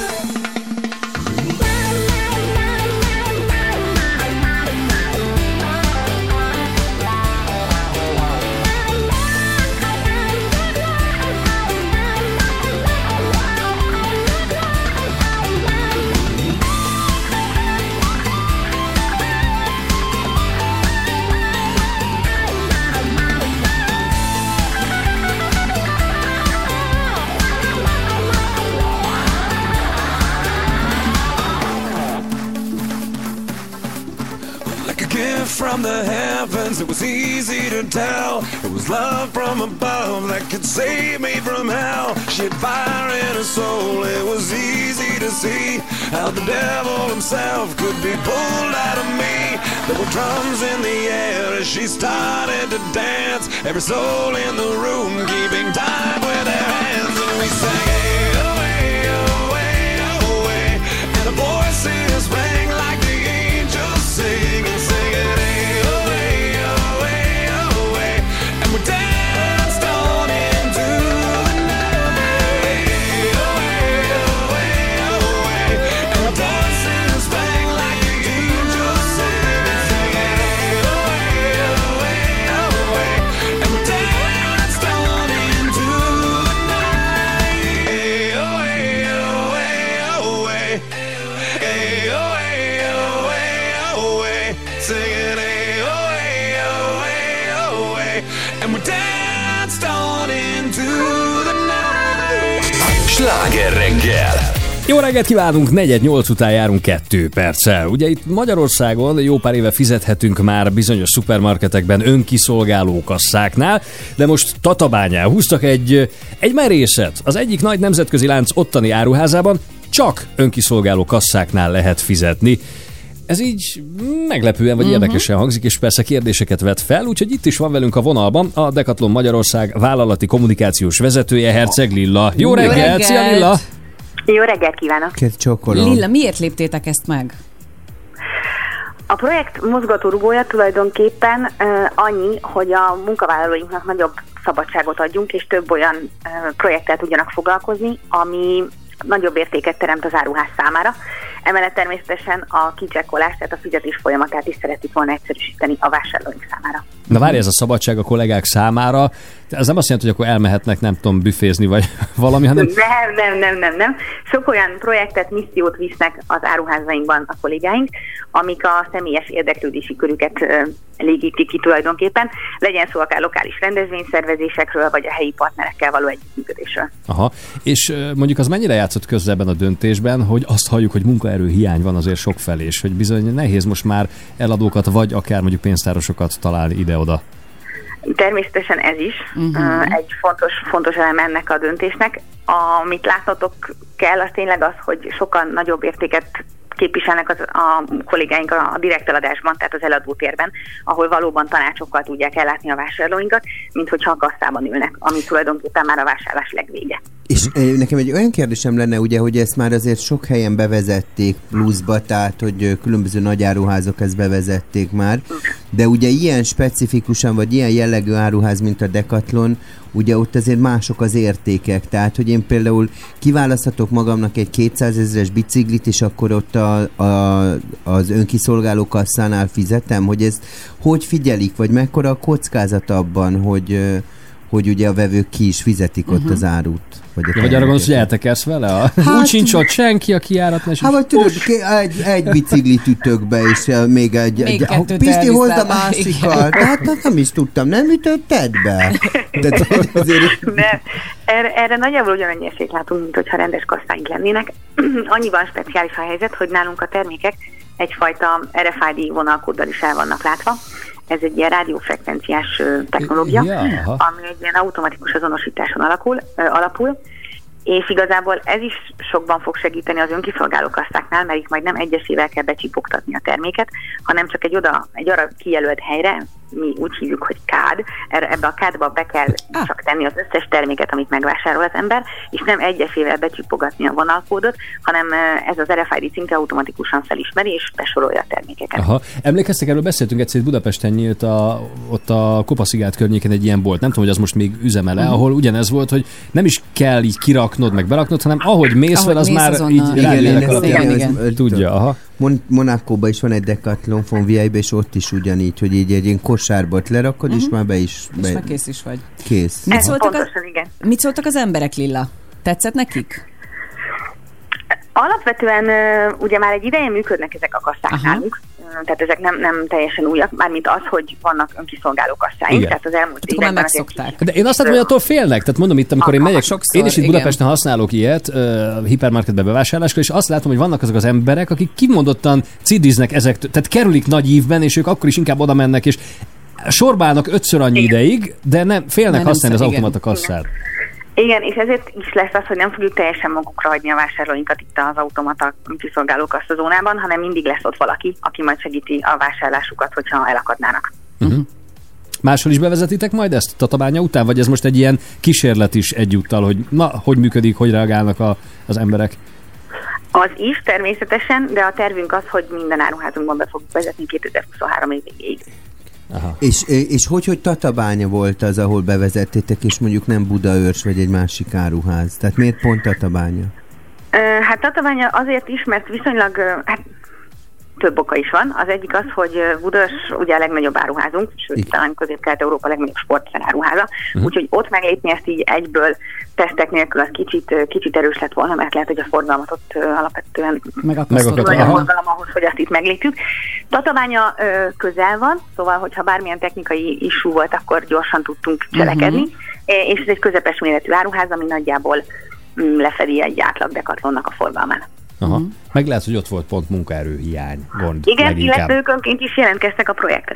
Like a gift from the heavens, it was easy to tell. It was love from above that could save me from hell. She had fire in her soul, it was easy to see how the devil himself could be pulled out of me. There were drums in the air as she started to dance. Every soul in the room keeping time with their hands. And we sang, hey, oh, hey, oh, hey, oh, hey. And the voices rang like the angels sing. And singing, hey, oh, hey, oh, hey, oh, hey. And we danced on into the night. Hey, oh, hey, oh, hey, oh, hey. And the voices rang like the angels sing. And singing, hey, oh, hey, oh, hey, oh, hey. And we danced on into the night. Hey, oh, hey, oh, hey, oh, hey. Hey, oh, hey, oh, hey, oh, hey. Singing, hey, oh, hey, oh, hey, oh, hey. And we danced on into the night. Sláger reggel. Jó reggelt kívánunk, 4:08 után járunk 2 perccel. Ugye itt Magyarországon jó pár éve fizethetünk már bizonyos szupermarketekben önkiszolgáló kasszáknál, de most Tatabányán húztak egy merészet. Az egyik nagy nemzetközi lánc ottani áruházában csak önkiszolgáló kasszáknál lehet fizetni. Ez így meglepően vagy érdekesen hangzik, és persze kérdéseket vet fel, úgyhogy itt is van velünk a vonalban a Decathlon Magyarország vállalati kommunikációs vezetője, Herceg Lilla. Jó reggelt! Szia Lilla! Jó reggelt kívánok! Két csókolom. Lilla, miért léptétek ezt meg? A projekt mozgatórugója tulajdonképpen annyi, hogy a munkavállalóinknak nagyobb szabadságot adjunk, és több olyan projekttel tudjanak foglalkozni, ami nagyobb értéket teremt az áruház számára. Emellett természetesen a kicsekkolás, tehát a fizetés folyamatát is szeretik volna egyszerűsíteni a vásárlóink számára. Na várj, ez a szabadság a kollégák számára, ez nem azt jelenti, hogy akkor elmehetnek, nem tudom, büfézni, vagy valami, hanem... Nem. Sok olyan projektet, missziót visznek az áruházainkban a kollégáink, amik a személyes érdeklődési körüket elégítik ki tulajdonképpen, legyen szó akár lokális rendezvényszervezésekről, vagy a helyi partnerekkel való együttműködésről. Aha, és mondjuk az mennyire játszott közre ebben a döntésben, hogy azt halljuk, hogy munkaerő hiány van azért sokfelé, és hogy bizony nehéz most már eladókat, vagy akár mondjuk pénztárosokat találni ide-oda. Természetesen ez is egy fontos elem ennek a döntésnek. Amit látnotok kell, az tényleg az, hogy sokkal nagyobb értéket képviselnek a kollégáink a direkt eladásban, tehát az eladótérben, ahol valóban tanácsokkal tudják ellátni a vásárlóinkat, mint hogyha a kasszában ülnek, ami tulajdonképpen már a vásárlás legvége. És nekem egy olyan kérdésem lenne, ugye, hogy ezt már azért sok helyen bevezették pluszba, tehát hogy különböző nagy áruházak ezt bevezették már, de ugye ilyen specifikusan, vagy ilyen jellegű áruház, mint a Decathlon, ugye ott azért mások az értékek, tehát hogy én például kiválaszthatok magamnak egy 200 000-es biciklit, és akkor ott az önkiszolgáló kasszánál fizetem, hogy ezt hogy figyelik, vagy mekkora a kockázat abban, hogy ugye a vevők ki is fizetik ott az árut. Vagy arra gondolsz, hogy eltekersz vele? Úgy sincs ott senki, aki járatna. Hát vagy tudod, egy biciklit ütök be, és még egy Pisti, hozd a másikat. Hát nem is tudtam, nem ütötted be? Erre nagyjából ugyanannyi esélyt látunk, mint hogyha rendes kasszáink lennének. Annyiban speciális a helyzet, hogy nálunk a termékek egyfajta RFID vonalkóddal is el vannak látva. Ez egy ilyen rádiófrekvenciás technológia, ami egy ilyen automatikus azonosításon alapul, és igazából ez is sokban fog segíteni az önkiszolgáló kasszáknál, mert itt majd nem egyesével kell becsipogtatni a terméket, hanem csak egy arra kijelölt helyre, mi úgy hívjuk, hogy kád, ebbe a kádba be kell csak tenni az összes terméket, amit megvásárol az ember, és nem egyesével becsipogatni a vonalkódot, hanem ez az RFID címke automatikusan felismeri, és besorolja a termékeket. Aha. Emlékeztek, erről beszéltünk egyszer, hogy Budapesten nyílt ott a Kopaszigát környéken egy ilyen bolt, nem tudom, hogy az most még üzemele, ahol ugyanez volt, hogy nem is kell így kiraknod, meg beraknod, hanem ahogy mész fel, az már így rálélek alapján tudja. Aha. Monacóban is van egy Decathlon von VIP-ben, és ott is ugyanígy, hogy így egy ilyen kosárba lerakod, és már be is... És már kész is vagy. Kész. Mit szóltak az emberek, Lilla? Tetszett nekik? Alapvetően ugye már egy ideje működnek ezek a kasszák nálunk, tehát ezek nem teljesen újak, mármint az, hogy vannak önkiszolgáló kasszáink, tehát az elmúlt években megszokták. De én azt látom, hogy attól félnek, tehát mondom itt, amikor én megyek, én is itt Budapesten használok ilyet, hipermarketbe bevásárláskor, és azt látom, hogy vannak azok az emberek, akik kimondottan cidiznek ezektől, tehát kerülik nagy ívben, és ők akkor is inkább oda mennek, és sorbálnak 5-ször annyi ideig, de nem félnek használni az automata kasszát. Igen, és ezért is lesz az, hogy nem fogjuk teljesen magukra hagyni a vásárlóinkat itt az automata kiszolgáló kasszazónában, hanem mindig lesz ott valaki, aki majd segíti a vásárlásukat, hogyha elakadnának. Máshol is bevezetitek majd ezt Tatabánya után, vagy ez most egy ilyen kísérlet is egyúttal, hogy hogy működik, hogy reagálnak az emberek? Az is természetesen, de a tervünk az, hogy minden áruházunkban be fogjuk vezetni 2023 évig. Aha. És hogy Tatabánya volt az, ahol bevezettétek, és mondjuk nem Budaörs vagy egy másik áruház? Tehát miért pont Tatabánya? Hát Tatabánya azért is, mert viszonylag több oka is van. Az egyik az, hogy Budaörs ugye a legnagyobb áruházunk, sőt, talán Közép-Kelet-Európa legnagyobb sportszeráruháza, úgyhogy ott meglépni ezt így egyből tesztek nélkül az kicsit erős lett volna, mert lehet, hogy a forgalmat ott alapvetően megakasztott a forgalom ahhoz, hogy azt itt meglépjük. Tatabánya közel van, szóval, hogyha bármilyen technikai issue volt, akkor gyorsan tudtunk cselekedni, és ez egy közepes méretű áruház, ami nagyjából lefedi egy átlag Decathlonnak a forgalmát. Aha. Meg lehet, hogy ott volt pont munkaerőhiány gond. Igen, illetve ők önként is jelentkeztek a projektre.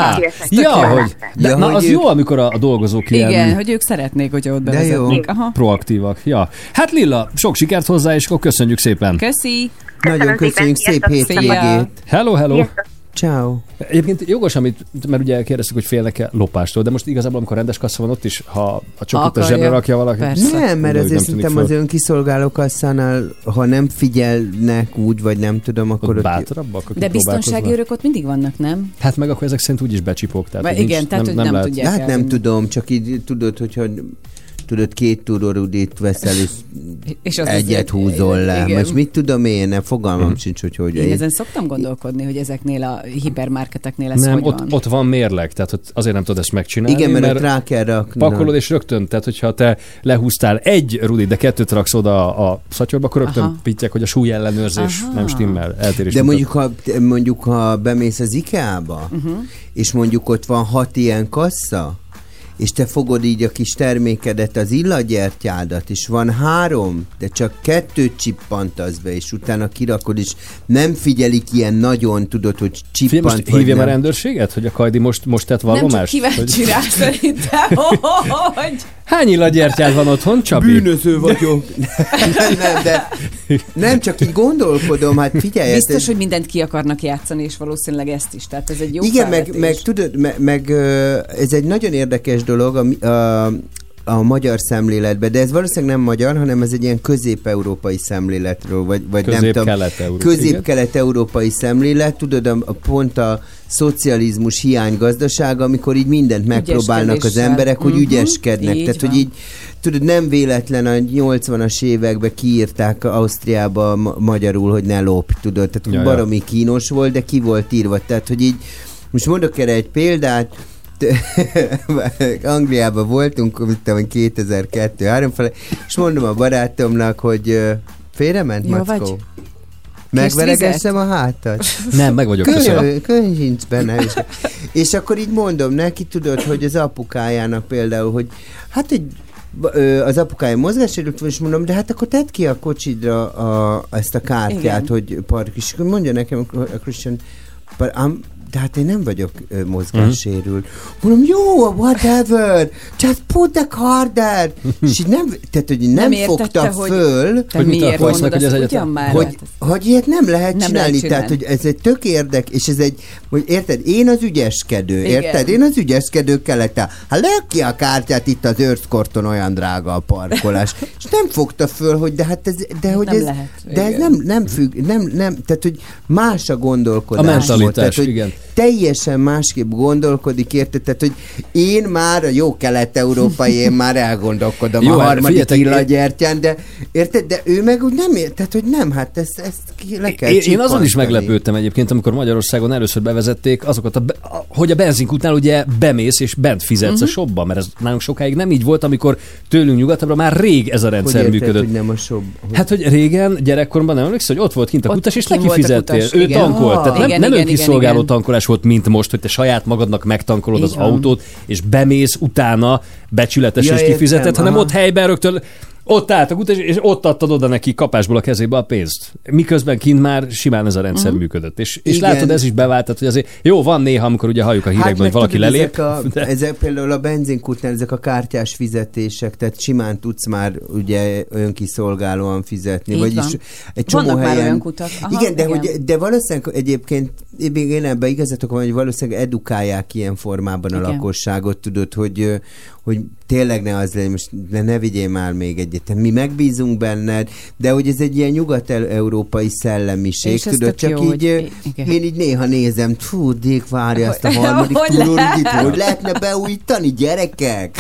Az jó, amikor a dolgozók ilyen... Igen, hogy ők szeretnék, hogyha ott bevezetnék. Proaktívak. Ja. Hát Lilla, sok sikert hozzá, és akkor köszönjük szépen. Köszi. Nagyon köszönjük, szép hétvégét. Hello. Ciao. Egyébként jogos, mert ugye kérdeztük, hogy félnek-e lopástól, de most igazából, amikor rendes kassa van, ott is, ha a csokot a zsebre rakja valaki. Persze. Nem, mert azért szerintem az önkiszolgáló kasszánál, ha nem figyelnek úgy, vagy nem tudom, akkor ott bátrabbak, de biztonsági őrök ott mindig vannak, nem? Hát meg akkor ezek szerint úgyis becsipog. Igen, tehát hogy nem tudják. Hát nem tudom, csak így tudod, hogyha tudod, 2 túró rudit veszel, és az egyet húzol le. igen. Most mit tudom én, nem fogalmam sincs, hogy Én ezen szoktam gondolkodni, hogy ezeknél a hipermarketeknél ez Nem, hogy van. ott van mérleg, tehát ott azért nem tudod ezt megcsinálni. Igen, mert ott rá kell rakni. Pakolod és rögtön, tehát hogyha te lehúztál egy rudit, de 2 raksz oda a szatyorba, akkor rögtön pittyek, hogy a súlyellenőrzés nem stimmel, eltérés. De mondjuk, ha bemész az IKEA-ba, és mondjuk ott van 6 ilyen kassa, és te fogod így a kis termékedet, az illatgyertyádat, és van 3, de csak 2 csippantasz be, és utána kirakod, és nem figyelik ilyen nagyon, tudod, hogy csippant most vagy hívjam a nem. rendőrséget, hogy a Kajdi most tett vallomást? Nem csak kíváncsi rá szerintem, hogy... Hány illatgyertyád van otthon, Csabi? Bűnöző vagyok. nem, de nem csak így gondolkodom, hát figyelj. Biztos, hogy mindent ki akarnak játszani, és valószínűleg ezt is. Tehát ez egy jó igen, felvetés. meg tudod, ez egy nagyon érdekes dolog a magyar szemléletben, de ez valószínűleg nem magyar, hanem ez egy ilyen közép-európai szemléletről, vagy nem tudom, közép-kelet-európai szemlélet, tudod, pont a szocializmus hiánygazdasága, amikor így mindent megpróbálnak az emberek, hogy ügyeskednek. Így tehát, van. hogy így, tudod, nem véletlen a 80-as években kiírták Ausztriába magyarul, hogy ne lopj, tudod, tehát baromi kínos volt, de ki volt írva. Tehát, hogy így, most mondok erre egy példát, Angliában voltunk, 2002-3 fele, és mondom a barátomnak, hogy félrement, Mackó? Megveregessem a hátat? Nem, meg vagyok, köszönöm. Könyv nincs benne. És akkor így mondom neki, tudod, hogy az apukájának például, hogy hát az apukája mozgássérült van, és mondom, de hát akkor tedd ki a kocsidra ezt a kártyát, igen, hogy park, és mondja nekem a Christian, de hát én nem vagyok mozgássérült. Mondom, jó, whatever, just put the card there. És így tehát, hogy nem fogta föl, hogy miért mondod azt ugyan már? Hogy ilyet nem lehet csinálni. Tehát, hogy ez egy tök érdek, és ez egy, hogy érted, én az ügyeskedő, érted? Én az ügyeskedő kelete. Hát lök ki a kártyát, itt az Őrszkorton olyan drága a parkolás. És nem fogta föl, hogy de hát ez, de hogy ez, lehet, de ez nem függ, nem, tehát, hogy más a gondolkodás. A mentalitás, tehát, hogy igen. Teljesen másképp gondolkodik, érted? Tehát, hogy én már a jó kelet-európai, én már elgondolkodom jó, a harmadik illatgyertyán, de érted? De ő meg úgy nem tehát, hogy nem, hát ezt le kell Én azon is meglepődtem egyébként, amikor Magyarországon először bevezették azokat, hogy a benzinkútnál ugye bemész és bent fizetsz a shopba, mert ez nálunk sokáig nem így volt, amikor tőlünk nyugatabbra már rég ez a rendszer hogy működött. Hogy nem a shop? Hát, hogy régen, gyerekkoromban nem emlékszel, hogy ott volt kint a kutas, és neki fizettél. Ő tankolt. Tehát nem önkiszolgáló tankolás volt, mint most, hogy te saját magadnak megtankolod az autót, és bemész utána becsületes és kifizeted, hanem ott helyben rögtön ott állt a kutas, és ott adtad oda neki kapásból a kezébe a pénzt. Miközben kint már simán ez a rendszer működött. És látod, ez is beváltott, hogy azért jó, van néha, amikor ugye halljuk a hírekben, hogy valaki lelép. Ezek például a benzinkútnál, ezek a kártyás fizetések, tehát simán tudsz már ugye önkiszolgálóan fizetni. Így vagyis van. egy csomó vannak helyen. Már olyan kutak. Aha, igen, de valószínűleg egyébként én ebben igazatok van, hogy valószínűleg edukálják ilyen formában a lakosságot, tudod, hogy tényleg ne az legyen, most ne vigyél már még egyet. Mi megbízunk benned, de hogy ez egy ilyen nyugat-európai szellemiség, és tudod, csak jó, így én így néha nézem, Dék, várja ezt a harmadik túlórudit, hogy lehetne beújítani, gyerekek?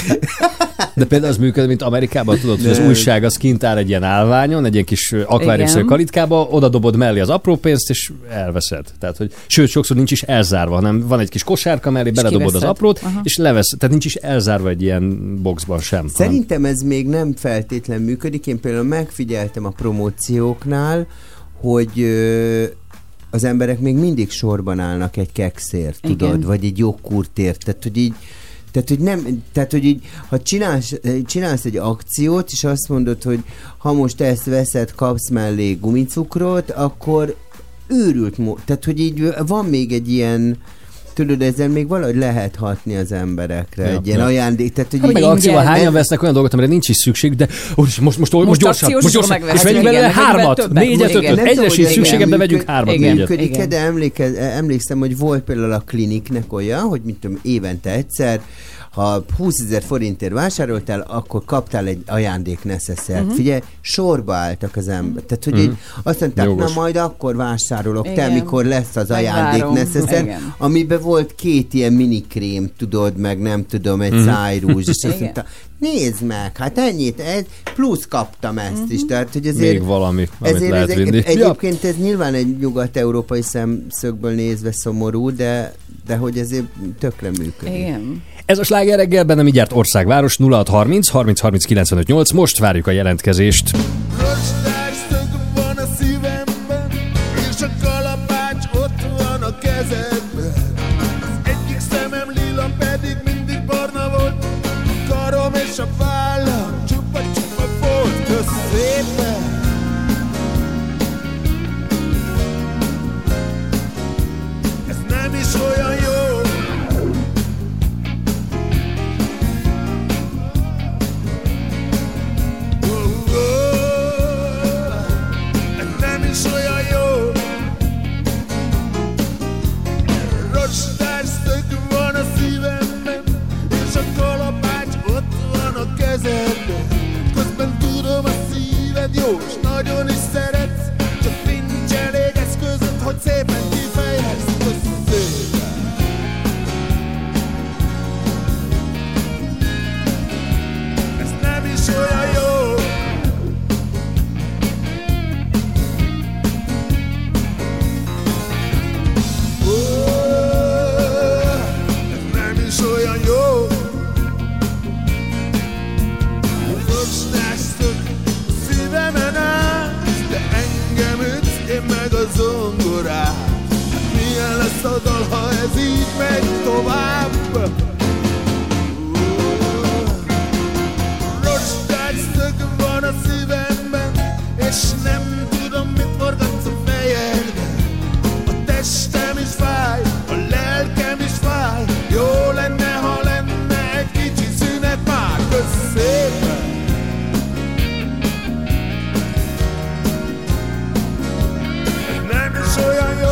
De például az működik, mint Amerikában, tudod, hogy az újság az kint áll egy ilyen állványon, egy ilyen kis akváriumszerű kalitkába, oda dobod mellé az apró pénzt, és elveszed. Tehát, hogy sőt, sokszor nincs is elzárva, hanem van egy kis kosárka mellé, beledobod az aprót, és levesz. Tehát nincs is elzárva egy ilyen boxban sem. Szerintem ez még nem feltétlen működik. Én például megfigyeltem a promócióknál, hogy az emberek még mindig sorban állnak egy kekszért, tudod, vagy egy jogkurtért. Tehát, hogy így, ha csinálsz egy akciót, és azt mondod, hogy ha most ezt veszed, kapsz mellé gumicukrot, akkor őrült tehát, hogy így van még egy ilyen, tudod, ezzel még valahogy lehet hatni az emberekre. Egy ilyen ajándék. Tehát, hogy meg akcióban hányan vesznek olyan dolgot, amire nincs is szükség, de most gyorsan, és vegyünk belőle 3-at, 4-et, 5-öt, egyre sincs szükségem, de vegyünk 3-at, 4-et. De emlékszem, hogy volt például a kliniknek olyan, hogy mit tudom, évente egyszer, ha 20 000 forintért vásároltál, akkor kaptál egy ajándékneszeszert. Figyelj, sorba álltak az ember. Tehát, hogy így azt mondták, Jogos. na majd akkor vásárolok, te, Igen. mikor lesz az Megvárom. ajándékneszeszer, Igen. amiben volt 2 ilyen minikrém, tudod, meg nem tudom, egy szájrúzs, és azt Igen. mondta, nézd meg, hát ennyit, plusz kaptam ezt is. Tehát, hogy ezért, Még valami, amit lehet vinni. egyébként ez nyilván egy nyugat-európai szemszögből nézve szomorú, de hogy ezért tökre működik. Igen. Ez a Sláger reggel, benne mindjárt országváros 0630 30 30 95 8. Most várjuk a jelentkezést. Rostás szög van a szívemben, és a kalapács ott van a kezedben. Az egyik szemem lila, pedig mindig barna volt. Karom és a vállam csupa-csupa volt. Kösz szépen! Ez nem is olyan jó. Nem is olyan jó. Rostás szög van a szívemben, és a kalapács ott van a kezedben. Közben tudom, a szíved jó, és nagyon is szeretsz, csak nincs elég eszközöd, hogy szépen kifejezd. Szépen. Ez nem is olyan jó. Nem is olyan jó. Rostás szög szívemen állsz, de engem ütsz, én meg a zongorát. Milyen lesz a dal, ha ez így megy tovább? Rostás szög van a szívemben, és nem tudom, mit forgatsz a fejedben. A testem is fáj, a lelkem is fáj. Jó lenne, ha lenne egy kicsi szünet már. Kösz szépen! Ez nem is olyan jó.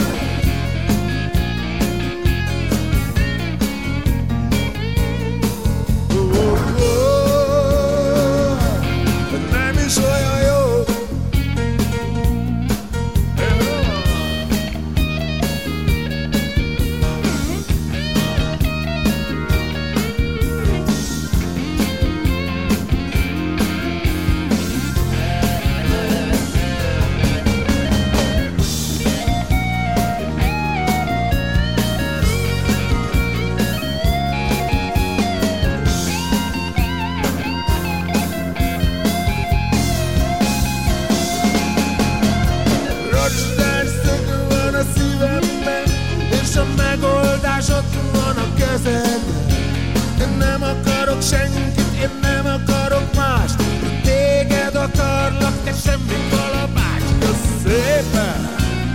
Ez nem is olyan jó. Rostás szög van a szívemben, és a megoldás ott van a kezedben. Én nem akarok senkit, én nem akarok mást. Én téged akarlak, te semmi kalapács. Kösz szépen!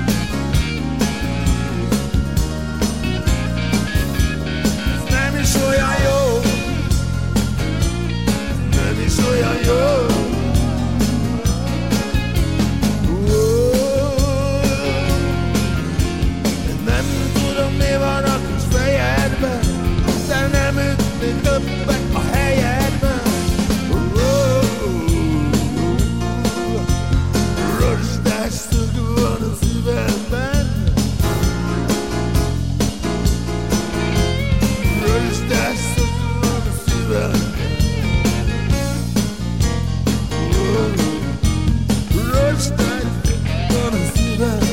Ez nem is olyan jó. Nem is olyan jó. Nem tudom, mi van a kis fejedben, de nem ütni többet a helyedben. Rostás szög van a szívemben. Rostás szög van a szívemben. Rostás szög van a szívemben.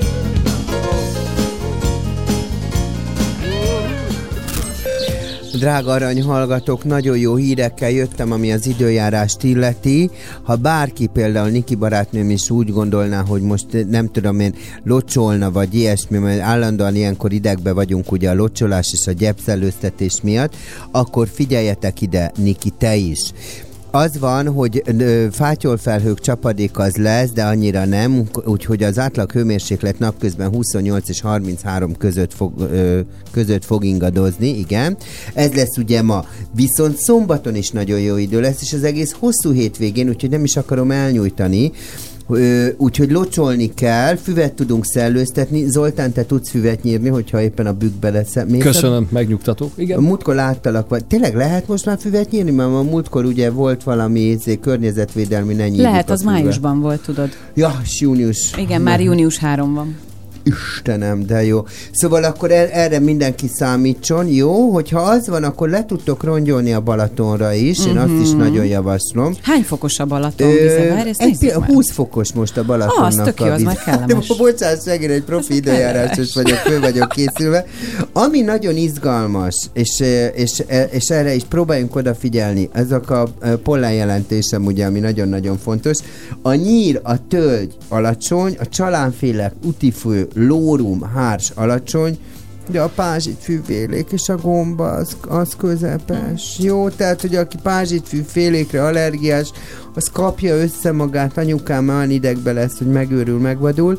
Drága aranyhallgatók, nagyon jó hírekkel jöttem, ami az időjárást illeti. Ha bárki, például Niki barátnőm is úgy gondolná, hogy most nem tudom én, locsolna, vagy ilyesmi, mert állandóan ilyenkor idegbe vagyunk ugye a locsolás és a gyepszellőztetés miatt, akkor figyeljetek ide, Niki, te is. Az van, hogy fátyolfelhők, csapadék az lesz, de annyira nem, úgyhogy az átlag hőmérséklet napközben 28 és 33 között fog ingadozni, igen. Ez lesz ugye ma. Viszont szombaton is nagyon jó idő lesz, és az egész hosszú hétvégén, úgyhogy nem is akarom elnyújtani. Úgyhogy locsolni kell, füvet tudunk szellőztetni. Zoltán, te tudsz füvet nyírni, hogyha éppen a bükkbe lesz. Köszönöm, megnyugtató. Igen. Múltkor láttalak, vagy tényleg lehet most már füvet nyírni? Mert a múltkor ugye volt valami környezetvédelmi, ne nyírjuk. Lehet, az májusban volt, tudod. Ja, június. Igen, már június 3 van. Istenem, de jó. Szóval akkor erre mindenki számítson, jó? Hogyha az van, akkor le tudtok rongyolni a Balatonra is, én azt is nagyon javaslom. Hány fokos a Balaton vize? Várj, ezt nézzük meg. 20 fokos most a Balatonnak. Az tök jó, az már kellemes. Bocsánat, segít, egy profi időjárásos vagyok, föl vagyok készülve. Ami nagyon izgalmas, és erre is próbáljunk odafigyelni, ezek a pollenjelentésem, ugye, ami nagyon-nagyon fontos. A nyír, a tölgy alacsony, a csalánfélek, utifő, lórum, hárs alacsony, de a pázsitfűfélék és a gomba az közepes. Jó, tehát, hogy aki pázsitfűfélékre allergiás, az kapja össze magát, anyukám olyan idegbe lesz, hogy megőrül, megvadul.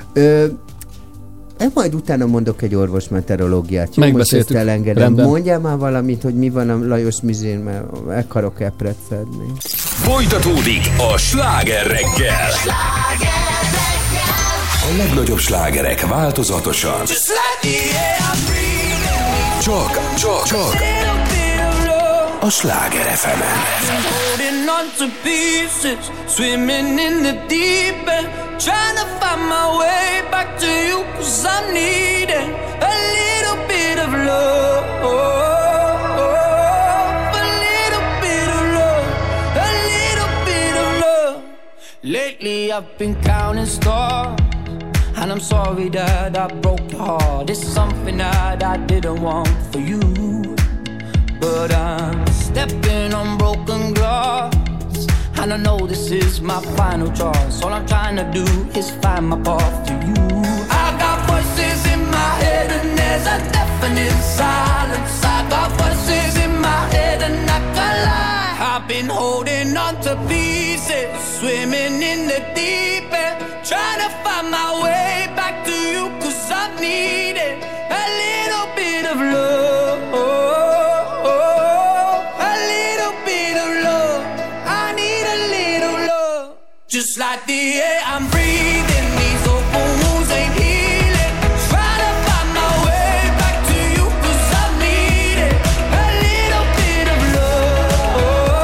Majd utána mondok egy orvosmeteorológiát. Megbeszéltük. Mondjál már valamit, hogy mi van a Lajos Mizsén, mert akarok epret szedni. Folytatódik a Sláger reggel. A legnagyobb slágerek változatosan. Csak a Sláger FM-en. Holding on to pieces, swimming in the deep end, trying to find my way back to you, 'cause I'm needing a little bit of love, a little bit of love, a little bit of love. Lately I've been counting stars, and I'm sorry that I broke your heart. It's something that I didn't want for you, but I'm stepping on broken glass, and I know this is my final choice. All I'm trying to do is find my path to you. I got voices in my head and there's a deafening silence. I got voices in my head and I can't lie. I've been holding on to pieces, swimming in the deep end, trying to find my way back to you, 'cause I needed a little bit of love, a little bit of love. I need a little love, just like the air I'm breathing. These open wounds ain't healing. Trying to find my way back to you, 'cause I needed a little bit of love,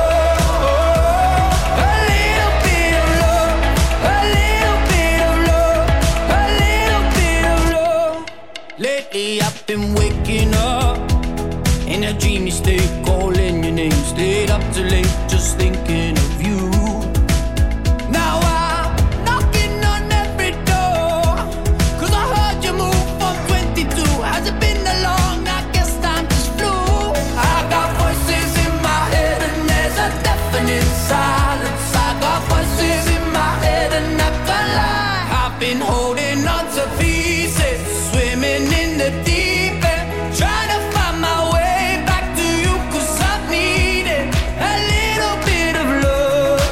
a little bit of love, a little bit of love, a little bit of love. Lately I've been waking up in a dreamy state, calling your name, stayed up too late, just thinking of you. Now I'm knocking on every door, 'cause I heard you move from 22. Has it been that long? I guess time just flew. I got voices in my head and there's a deafening silence. I got voices in my head and I can't lie. I've been holding on to pieces, swimming in the deep end, trying to find my way back to you, 'cause I needed a little bit of love,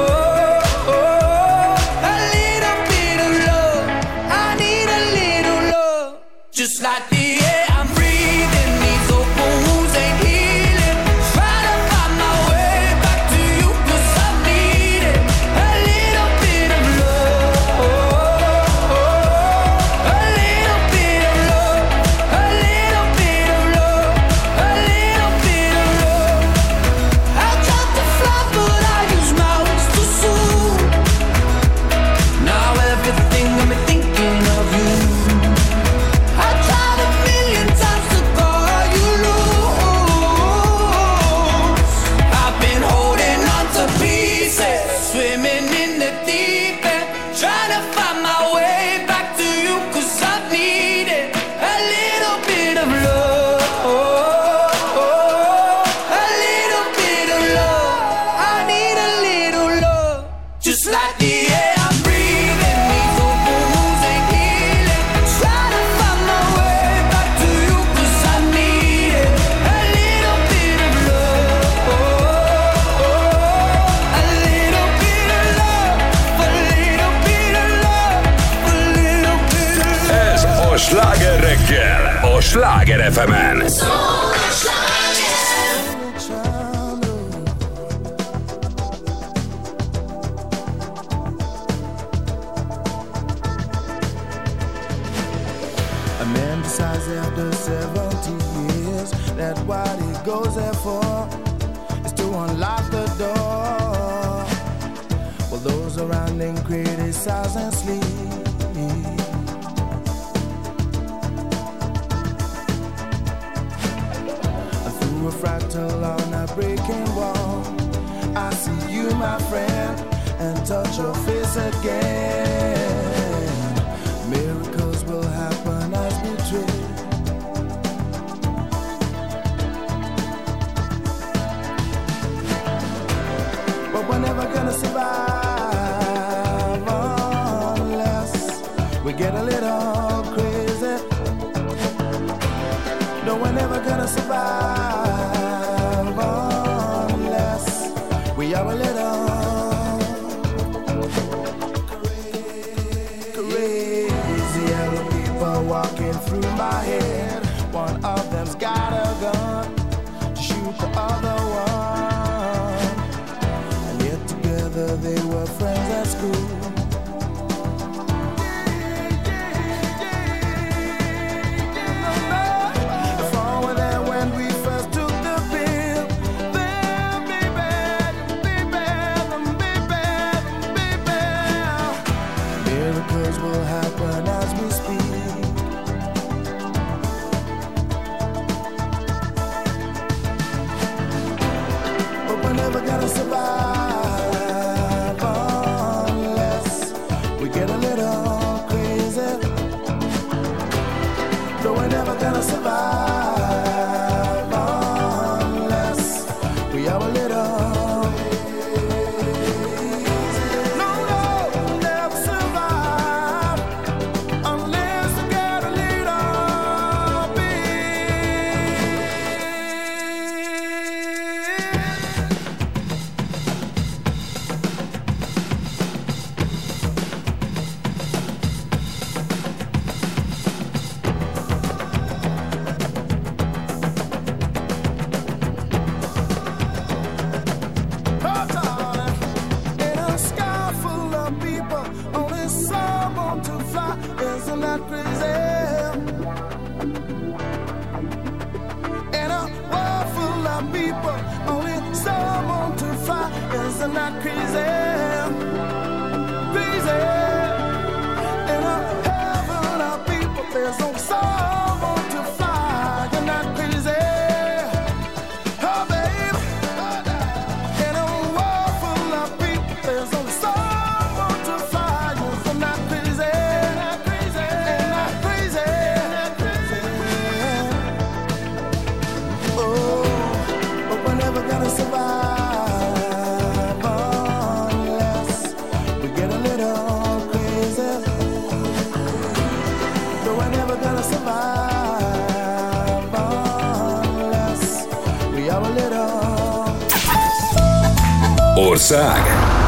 a little bit of love. I need a little love, just like the air I'm breathing. These open wounds ain't healing. Trying to find my way back to you, 'cause I needed a little bit of love, a little bit of love, a little bit of love, a little bit of love. I tried to fly but I use my wings too soon. Now everything got me thinking of you. I tried a million times to call you loose. I've been holding on to pieces, swimming in the deep end, trying to find my way back to you, 'cause I needed a little bit of love, a little bit of love. I need a little love, just like the air I'm breathing. These open wounds ain't healing. Trying to find my way back to you, 'cause I needed a little bit of love, a little bit of love, a little bit of love, a little bit of love. Ez a Sláger reggel, a Sláger FM-en. goes there for is to unlock the door. Well, those around them criticize and sleep. Through a fractal on a breaking wall, I see you, my friend, and touch your face again. Miracles will happen as we trade. But we're never gonna survive unless we get a little crazy. No, we're never gonna survive unless we are a little crazy. Yellow people walking through my head. One of them's got a gun to shoot the other one. And yet together they were friends at school. Ország.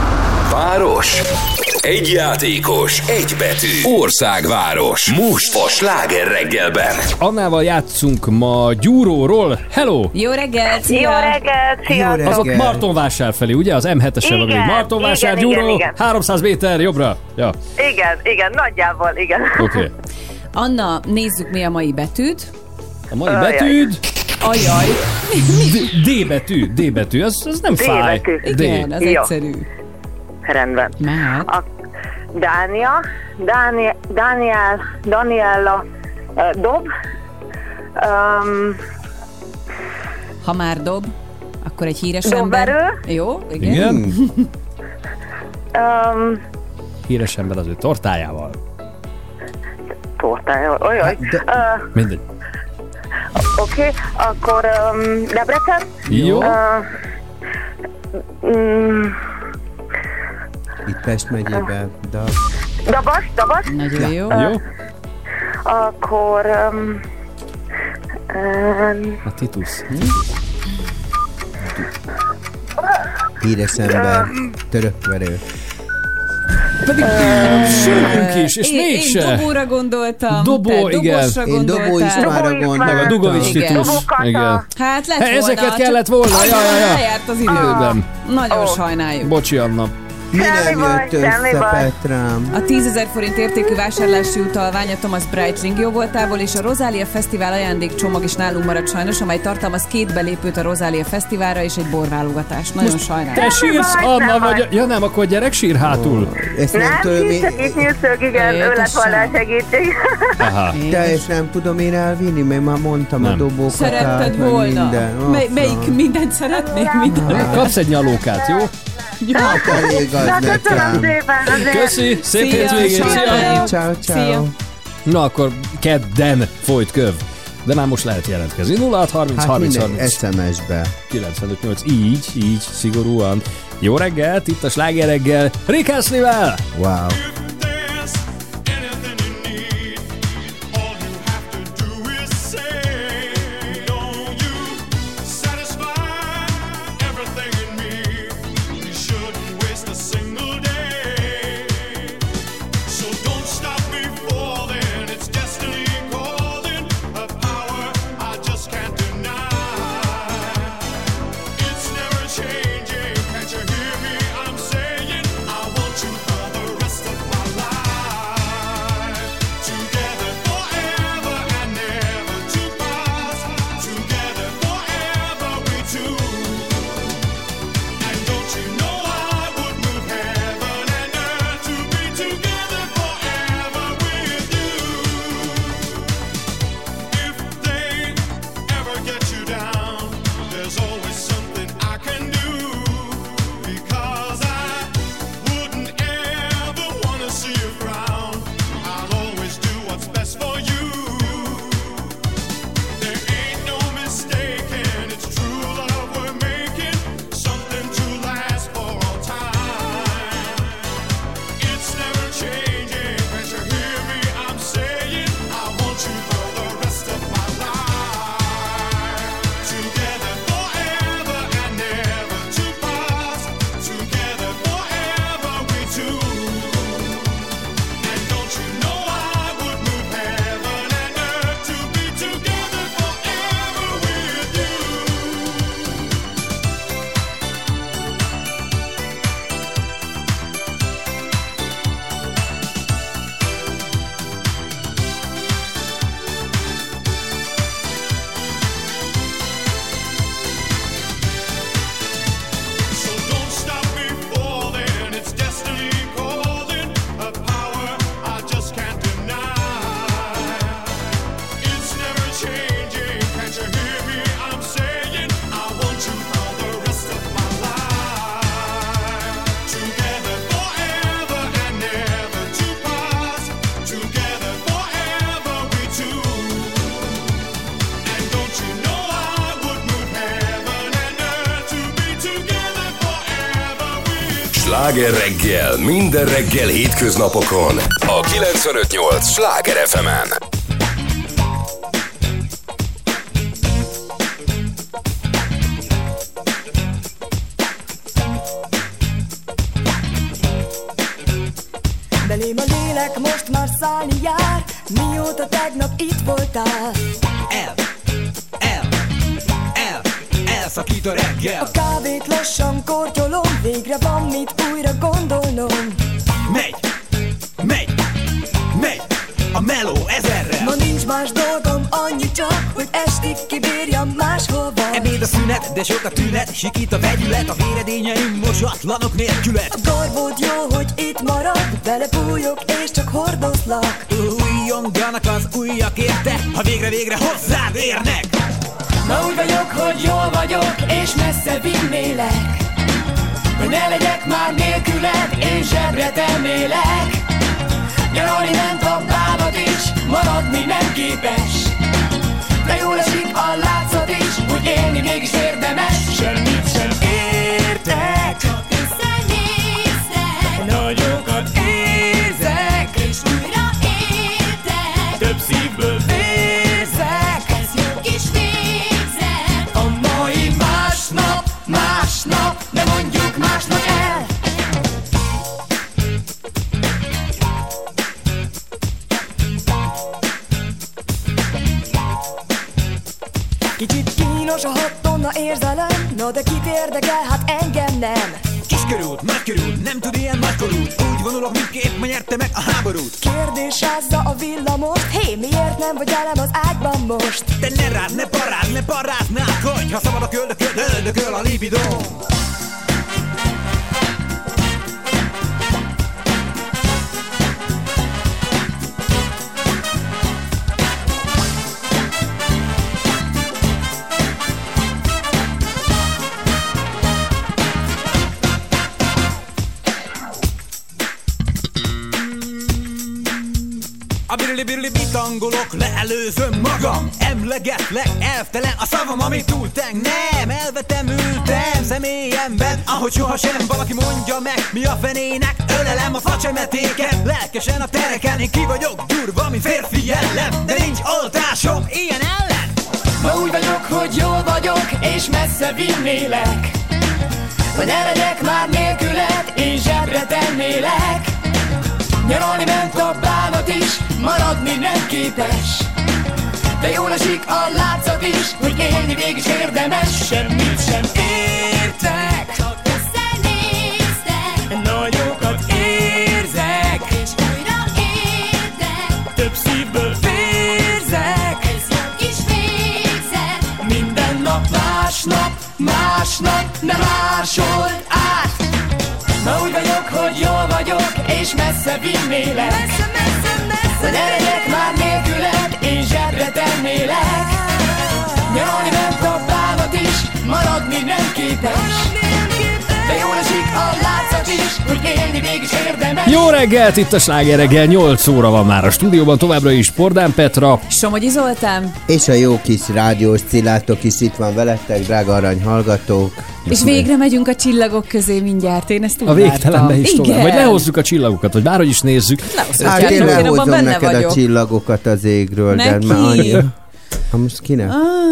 Város. Egy játékos, egy betű. Országváros. Most a Sláger reggelben. Annával játszunk ma Gyúróról. Hello! Jó reggelt! Szia! Jó reggelt, sziasztok! Az ott Martonvásár felé, ugye? Az M7-esen van. Martonvásár, Gyúró, 300 méter jobbra. Ja. Igen, nagyjából, igen. Oké. Okay. Anna, nézzük mi a mai betűd. A mai betűd... Ajaj! D betű, az nem fáj. Igen, az egyszerű. Rendben. Mehet. Daniela, dob. Ha már dob, akkor egy híres Dobberő. ember. Jó, igen. Híres ember az ő tortájával. Olyaj. Mindegy. Oké, akkor Debrecen. Jó. Itt Pest megyében. Dabas. Nagyon jó. Jó. Akkor A Titus. Híres ember. Törökverő. Pedig sörünk is, és mégse. Én Dobóra gondoltam. Dobó, igen. Én Dobó Istvánra gondoltam. Meg a Dugovics Titus. Igen. Hát lett volna. Ezeket kellett volna. Ja. Lejárt az időben. Nagyon sajnáljuk. Bocsi, Anna. Mi nem Semmi baj, jött semmi össze, baj. Petrám? A 10 000 forint értékű vásárlási utalvány a Thomas Bright Ringjó voltából, és a Rosália Fesztivál ajándékcsomag is nálunk maradt sajnos, amely tartalmaz 2 belépőt a Rosália Fesztiválra és egy borválogatást. Nagyon sajnálom. Te sírsz, baj, Anna, nem vagy... baj. Ja nem, akkor gyerek sír hátul. Ezt nem Nem, tudom kis csak itt nyújtszok, igen, ő lett volna a segítség. Aha. De és nem tudom én elvinni, mert már mondtam a Nem. dobókat. Szeretted meg volna. Minden. Melyik mindent szeretnék? Minden. Kapsz egy nyalókát, jó? Hát elég az Na, köszönöm nekem. szépen azért. Köszi, szép Szia, hétvégét, szia. szia! Ciao, ciao. Szia. Na akkor kedden folyt köv. De már most lehet jelentkezni. 0630 Hát 30 minden 30 SMS-be. 958. Így, szigorúan. Jó reggelt, itt a Sláger reggel. Rick Astley-vel! Wow. Sláger reggel, minden reggel hétköznapokon a 95.8 Sláger FM-en. Belém a lélek most már szállni jár, mióta tegnap itt voltál. Elszakít a reggel. A kávét lassan kortyolom, végre van mit újra gondolnom. Megy a meló ezerrel. Ma nincs más dolgom, annyi csak, hogy estig kibírjam máshova. Ebéd a szünet, de sok a tünet, sikít a vegyület, a véredényeim mosatlanok nélkület. A garbód jó, hogy itt marad, belepújok és csak hordozlak. Újjonganak az újjak érte, ha végre hozzád érnek. Ma úgy vagyok, hogy jól vagyok, és messze vinnélek, hogy ne legyek már nélküled, én zsebre temélek. Nyaralni ment a bábat is, maradni nem képes, de jól esik a látszat is, hogy élni mégis érdemes. Semmit sem értek, csak összenéztek, nagyokat érzek, és újra értek, több szívből vérzek, ez jó kis végzet. A mai másnap, de mondjuk másnap el. Kicsit kínos a 6 tonna érzelem, na de kit érdekel, hát engem nem. Kis Nagykörút, nem tud ilyen nagykorút. Úgy vonulok, mindképp ma nyerte meg a háborút. Kérdésázza a villamost. Hé, miért nem vagy velem az ágyban most? Te ne rád, ne paráznád, hogy ha szabad a öldököl a libidóm. A birli bitangolok, leelőzöm magam. Emlegetlek, elvtelen a szavam, amit túlteng. Nem, elvetem, ültem személyemben, ahogy sohasem. Valaki mondja meg, mi a fenének, ölelem a facsemetéket. Lelkesen a tereken, én ki vagyok durva, mint férfi jellem. De nincs oltásom ilyen ellen. Ma úgy vagyok, hogy jól vagyok, és messze vinnélek. Hogy ne legyek már nélküled, én zsebre tennélek. Nyaralni ment a bánat is, maradni nem képes. De jól esik a látszat is, hogy élni végig érdemes. Semmit sem értek, csak összenéztek. Nagyokat érzek, és újra érdek. Több szívből vérzek, ez jó kis végzet. Minden nap, másnap nem másolt át. Ma úgy vagyok, hogy jól vagyok, és messze vinnélek. De ne legyek már nélküled, én zsebre tennélek. Nyaralni ment a bánat is, maradni nem képes. De jól esik a látszat is, hogy élni végig érdemes. Jó reggelt, itt a Sláger reggel, 8 óra van már a stúdióban, továbbra is Pordán Petra. Somogyi Zoltán. És a jó kis rádiós Cilátok is itt van veletek, drága arany hallgatók. És végre megyünk a csillagok közé mindjárt, én ezt úgy A végtelenbe is vártam. tovább. Vagy lehozzuk a csillagokat, vagy bárhogy is nézzük. Hát én lehozom neked a csillagokat az égről, de már annyira. Ha most kinek?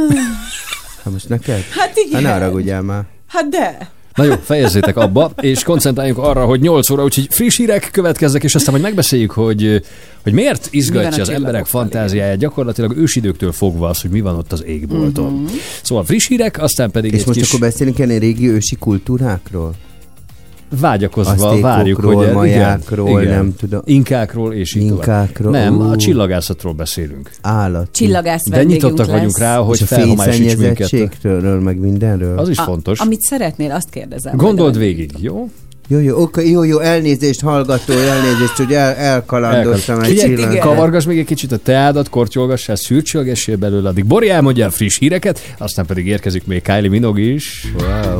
Ha most neked? Hát igen. Ha ne haragudjál már. Hát de. Na jó, fejezzétek abba, és koncentráljunk arra, hogy 8 óra, úgyhogy friss hírek következnek, és aztán majd megbeszéljük, hogy miért izgatja az emberek fantáziáját gyakorlatilag ősidőktől fogva az, hogy mi van ott az égbolton. Szóval friss hírek, aztán pedig és egy most kis... akkor beszélünk ennél régi ősi kultúrákról? Vágyakozva várjuk, hogy majákról, igen, nem tudom. Inkákról és így tovább. Nem, a csillagászatról beszélünk. Állat. Csillagász de nyitottak vagyunk rá, hogy felhomályosíts minket. Fényszennyezettségről, meg mindenről. Az is fontos. Amit szeretnél, azt kérdezem. Gondold végig, jó? Jó, elnézést hallgató, elnézést, hogy elkalandoztam egy csillag. Kavargass még egy kicsit a teádat, kortyolgassál, szürcsölgessél belőle, addig Bori elmondja a friss híreket, aztán pedig érkezik még Kylie Minogue is. Wow.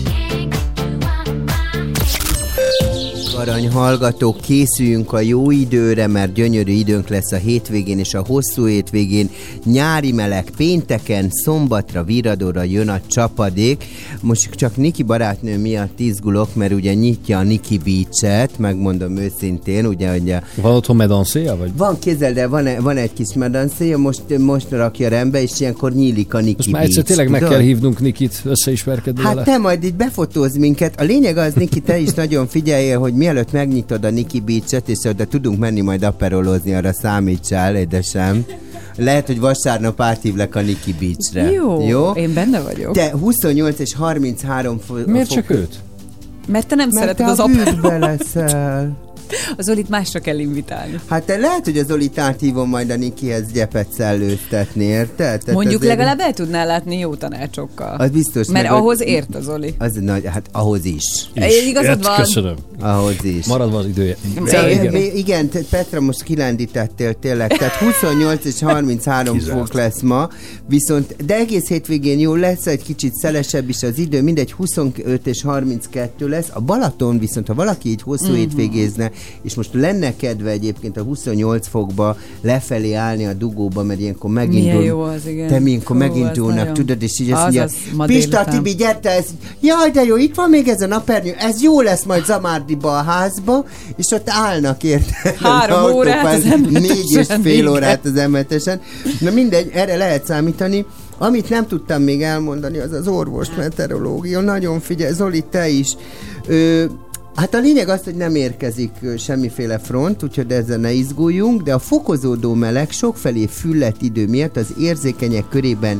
Arany hallgatók, készüljünk a jó időre, mert gyönyörű időnk lesz a hétvégén és a hosszú hétvégén. Nyári meleg pénteken, szombatra, viradóra jön a csapadék. Most csak Niki barátnő miatt izgulok, mert ugye nyitja a Niki Beach-et, megmondom őszintén, ugye, hogy van otthon medanszéja, vagy? Van, kézzel, de van egy kis medanszéja, most rakja rendbe, és ilyenkor nyílik a Niki Beach. Most már Beach. egyszer tényleg meg kell hívnunk Nikit, összeismerkedni vele. Hát te majd itt befotóz minket. A lényeg az, Niki, te is nagyon figyeljél, hogy mielőtt megnyitod a Niki Beach-et, és oda tudunk menni majd aperolozni, arra számítsál, édesem. Lehet, hogy vasárnap áthívlek a Niki Beach-re. Jó? Én benne vagyok. De 28 és 33 Miért csak őt? Mert te nem szereted az aperolót. Leszel. Az Zolit másra kell invitálni. Hát te lehet, hogy az Zolit áthívom majd a Nikihez gyepet szellőztetni, érted? Mondjuk legalább el tudnál látni jó tanácsokkal. Az biztos. Mert ahhoz ért az Zoli. Az nagy, hát ahhoz is. Igazad van. Köszönöm. Ahhoz is. Maradva az idője. Igen, Petra, most kilendítettél tényleg. Tehát 28 és 33 fok lesz ma, viszont de egész hétvégén jó lesz, egy kicsit szelesebb is az idő, mindegy 25 és 32 lesz. A Balaton viszont, ha valaki így hosszú hétvégézne, és most lenne kedve egyébként a 28 fokba lefelé állni a dugóba, mert ilyenkor megindul. Milyen jó az, igen. Te ilyenkor megindulnak, tudod, és így azt mondja, Pista, Tibi, gyerte, ez, jaj, de jó, itt van még ez a napernyő, ez jó lesz majd Zamárdiba a házba, és ott állnak, érted? 3 órát az M7-esen. 4,5 órát az M7-esen. Na mindegy, erre lehet számítani. Amit nem tudtam még elmondani, az az orvos meteorológia. Nagyon figyelj, Zoli, te is. Hát a lényeg az, hogy nem érkezik semmiféle front, úgyhogy ezzel ne izguljunk, de a fokozódó meleg sokfelé füllett idő miatt az érzékenyek körében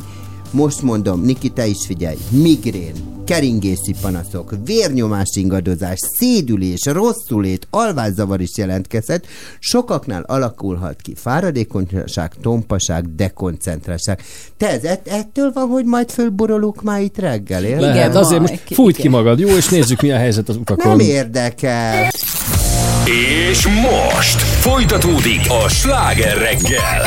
Most mondom, Niki, te is figyelj. Migrén, keringészi panaszok, vérnyomás ingadozás, szédülés, rosszulét, alvászavar is jelentkezhet. Sokaknál alakulhat ki fáradékonyság, tompaság, dekoncentráltság. Te ettől van, hogy majd fölborolunk már itt reggel, érted? Lehet, azért most fújt ki magad, jó, és nézzük, mi a helyzet az utakon. Nem érdekel. És most folytatódik a Sláger reggel.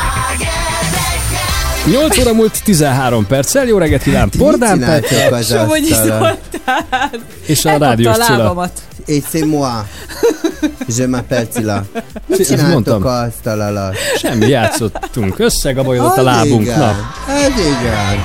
8 óra múlt 13 perccel, jó reggelt kíván, Pordán Petra. Somogyi Zoltán. És a rádiós Cilla. És c'est moi. Je m'appelle Cilla. Mit csináltok a asztal alatt? Semmi, játszottunk, összegabajodott a lábunk. Igen. Na. Ez igen.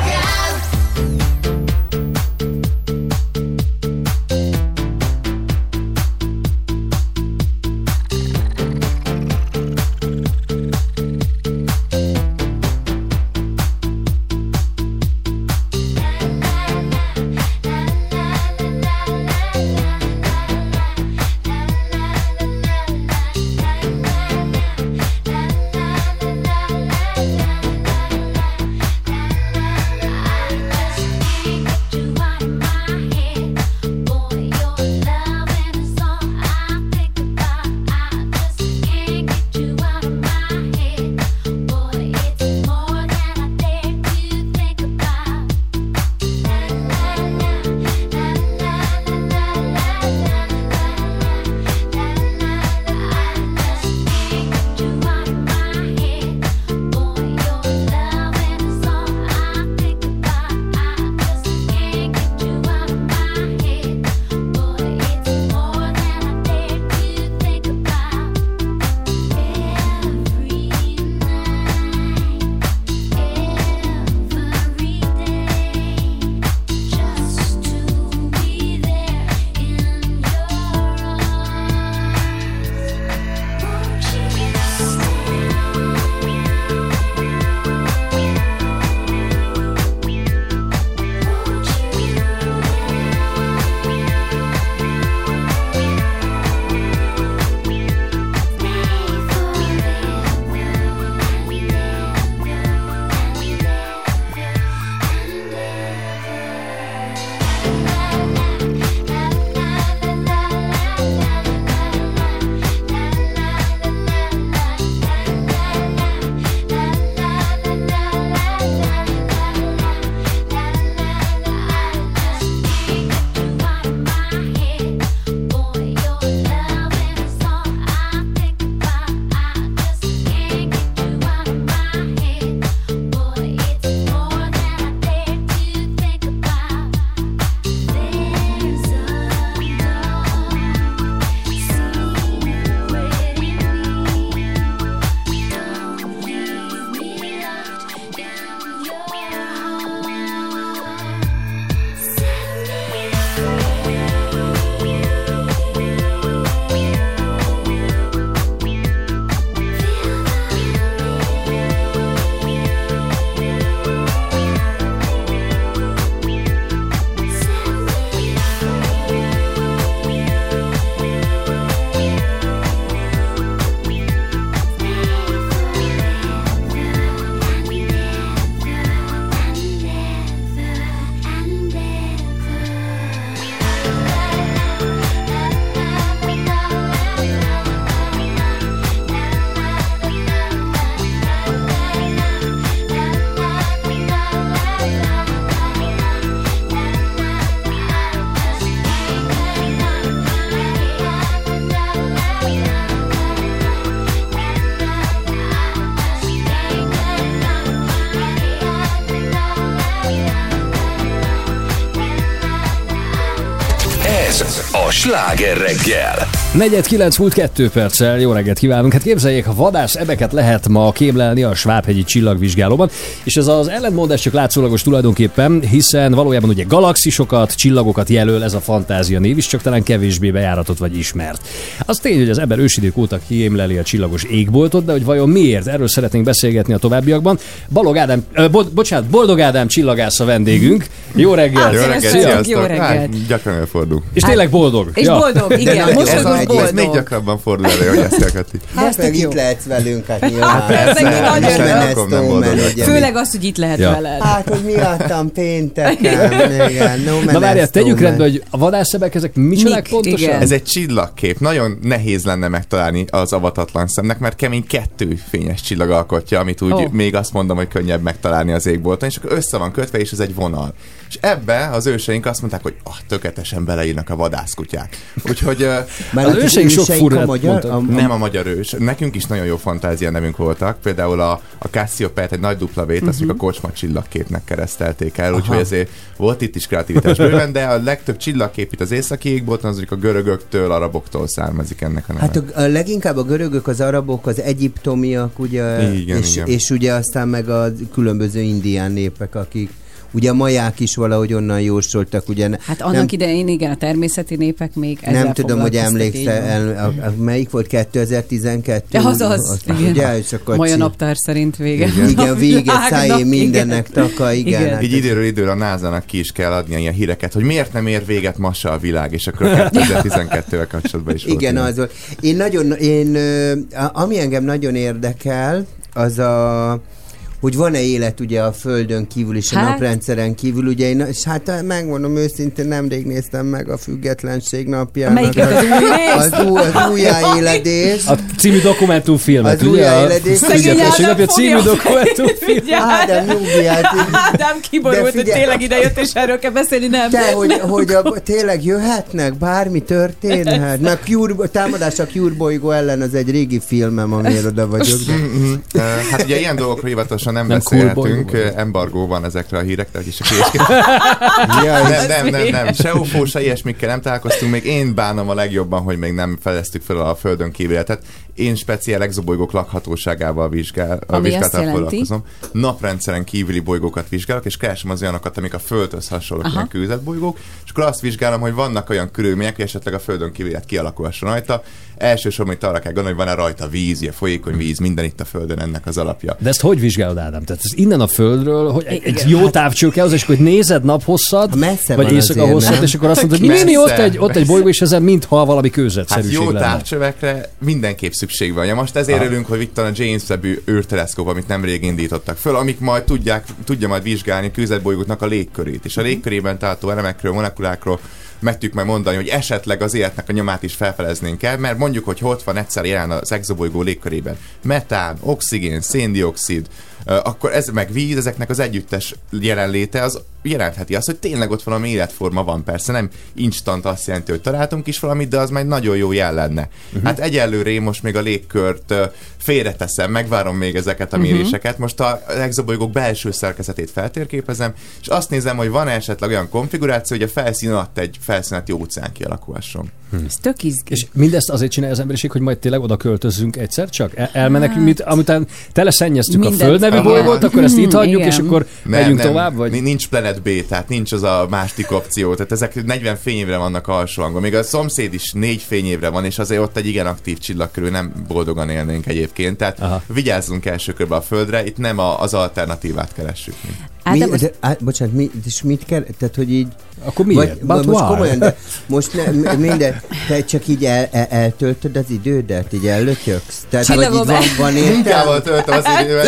A Sláger reggel. 4:09 múlt 2 perccel, jó reggelt kívánunk. Hát képzeljék, a vadász ebeket lehet ma kémlelni a Svábhegyi csillagvizsgálóban, és ez az ellentmondás csak látszólagos tulajdonképpen, hiszen valójában ugye galaxisokat, csillagokat jelöl ez a fantázia név is, csak talán kevésbé bejáratott vagy ismert. Az tény, hogy az ember ősidők óta kémleli a csillagos égboltot, de hogy vajon miért? Erről szeretnénk beszélgetni a továbbiakban. Boldog Ádám csillagász a vendégünk. Jó reggelt! Jó reggelt, jó reggelt. Gyakran elfordul. És tényleg boldog. És boldog, igen. Mosolygós egy Ez még gyakrabban fordul elő, hogy ezt kell Kati. Hát meg itt lehetsz velünk, hát nyilván. persze, Főleg az, hogy itt lehet Ja. veled. Hát, hogy miattam pénteken. Igen, Na várjál, tegyük rendbe, hogy a vadászebek ezek micsodák pontosan? Igen. Ez egy csillagkép. Nagyon nehéz lenne megtalálni az avatatlan szemnek, mert kemény 2 fényes csillag alkotja, amit úgy még azt mondom, hogy könnyebb megtalálni az égbolton, és akkor össze van kötve, és ez egy vonal. És ebbe az őseink azt mondták, hogy tökéletesen beleírnak a vadászkutyák. Úgyhogy az őseink sok furát nem a magyar ős. Nekünk is nagyon jó fantázia nevünk voltak. Például a Cassiopeia-t, egy nagy W-t, azt a kocsma csillagképnek keresztelték el, úgyhogy ezért volt itt is kreativitás bőven, de a legtöbb csillagkép itt az északi égbolton, az a görögöktől, araboktól származik ennek a neve. Hát a leginkább a görögök, az arabok, az egyiptomiak, ugye, igen. És ugye aztán meg a különböző indián népek, akik ugye a maják is valahogy onnan jósoltak, ugye. Hát annak idején igen, a természeti népek még ezzel nem tudom, hogy foglalkoztak, emlékszel, melyik volt 2012? Ja, az, igen. Ugye, és akkor Maja naptár szerint vége. Igen, vége, szájé mindennek taka, igen. Hát így időről időre a NASA-nak ki is kell adnia ilyen híreket, hogy miért nem ér véget massa a világ, és akkor 2012-vel kapcsolatban is volt. Igen, az volt. Ami engem nagyon érdekel, az hogy van-e élet ugye a Földön kívül és a naprendszeren kívül, ugye és hát megmondom őszintén, nemrég néztem meg a Függetlenség napjának. Melyiket az új rész? Az újjáéledés. A című dokumentumfilmet, az ugye? Újjáéledés. Függetlenség napja című dokumentumfilm. Ádám, nyugdíját. Ádám kiborult, hogy tényleg idejött, és erről kell beszélni, nem? Te, hogy tényleg jöhetnek, bármi történhet. Meg támadás a Cure bolygó ellen, az egy régi filmem, amire oda vagyok. Hát ugye ilyen dolgokról hivatosan nem beszélhetünk, embargó van ezekre a hírekre, hogy is a késként. Nem, se UFO, se ilyesmikkel nem találkoztunk, még én bánom a legjobban, hogy még nem fedeztük fel a Földön kívül életet. Én speciál exobolygók lakhatóságával vizsgálattal foglalkozom. Naprendszeren kívüli bolygókat vizsgálok, és keresem az olyanokat, amik a Földhöz hasonlók, ilyen kőzetbolygók, és akkor azt vizsgálom, hogy vannak olyan körülmények, hogy esetleg a Földön kívül élet kialakulhasson rajta. Elsősorban itt arra kell gondolni, hogy van-e rajta víz, ilyen folyékony víz, minden itt a Földön ennek az alapja. De ezt hogy vizsgálod, Ádám? Tehát ez innen a Földről, hogy egy jó távcső kell hozzá, és akkor nézed naphosszat, vagy éjszaka hosszat, és akkor azt mondod, hogy mi ott egy bolygó, és ezen mintha valami kőzetszerűség lenne. Hát jó lenne. távcsövekre mindenképp szükség van. Ja, most ezért örülünk, hogy itt a James Webb űrteleszkóp, amit nemrég indítottak föl, amik majd tudja majd vizsgálni a kőzetbolygóknak a légkörét, és a légkörében található elemekről, molekulákról meg tudjuk majd mondani, hogy esetleg az életnek a nyomát is felfedeznénk el, mert mondjuk, hogy ott van egyszer jelen az exobolygó légkörében metán, oxigén, széndioxid, akkor ez meg víz, ezeknek az együttes jelenléte az jelentheti azt, hogy tényleg ott valami életforma van. Persze nem instant azt jelenti, hogy találtunk is valamit, de az majd nagyon jó jel lenne. Hát egyelőre én most még a légkört félreteszem, megvárom még ezeket a méréseket. Most az exobolygók belső szerkezetét feltérképezem, és azt nézem, hogy van esetleg olyan konfiguráció, hogy a felszín alatt egy felszíneti óceán kialakulhasson. Ez tök izgi. És mindezt azért csinálja az emberiség, hogy majd tényleg oda költözzünk egyszer csak? Elmenekünk, amitán teleszennyeztük a Föld nevű bolygót, akkor ezt itt hagyjuk, és akkor megyünk tovább? Vagy? Nincs Planet B, tehát nincs az a másik opció. Tehát ezek 40 fényévre vannak alsóhangon. Még a szomszéd is 4 fényévre van, és azért ott egy igen aktív csillag körül nem boldogan élnénk egyébként. Tehát vigyázzunk első körbe a Földre, itt nem az alternatívát keressük. Bocsánat, mit kell? Tehát, hogy így... Akkor miért? Most komolyan, de most minden, te csak így eltöltöd az idődet, így ellötyöksz? Tehát, hogy így van munkával töltöm az időmet.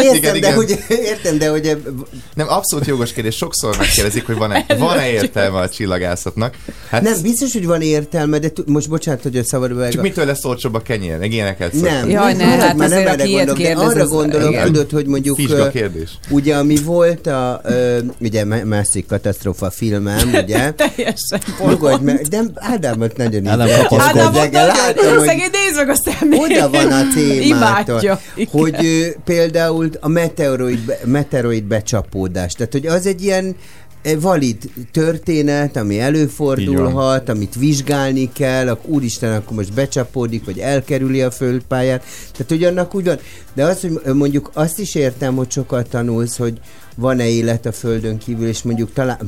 Értem, de hogy... Nem, abszolút jogos kérdés. Sokszor megkérdezik, hogy van-e értelme a csillagászatnak. Hát nem, biztos, hogy van értelme, de most bocsánat, hogy a szabadba... Csak mitől lesz olcsóbb a kenyér? Meg ilyeneket szoktam. Nem, jaj, ne, hát már nem erre gondolok, de arra gondolok, tudod, hogy mondjuk... Fizsga kérdés. Ugye, ami volt ugye másik katasztrófa filmem, ugye? Teljesen nyugodj meg, de Ádámot nagyon Ádámot nagyon, szegény, nézd meg a szemét. Oda van a témától, imádja, hogy például a meteoroid becsapódás, tehát hogy az egy ilyen valid történet, ami előfordulhat, amit vizsgálni kell, úristen, akkor most becsapódik, vagy elkerüli a földpályát. Tehát, hogy annak úgy van. De az, hogy mondjuk azt is értem, hogy sokat tanulsz, hogy van-e élet a Földön kívül, és mondjuk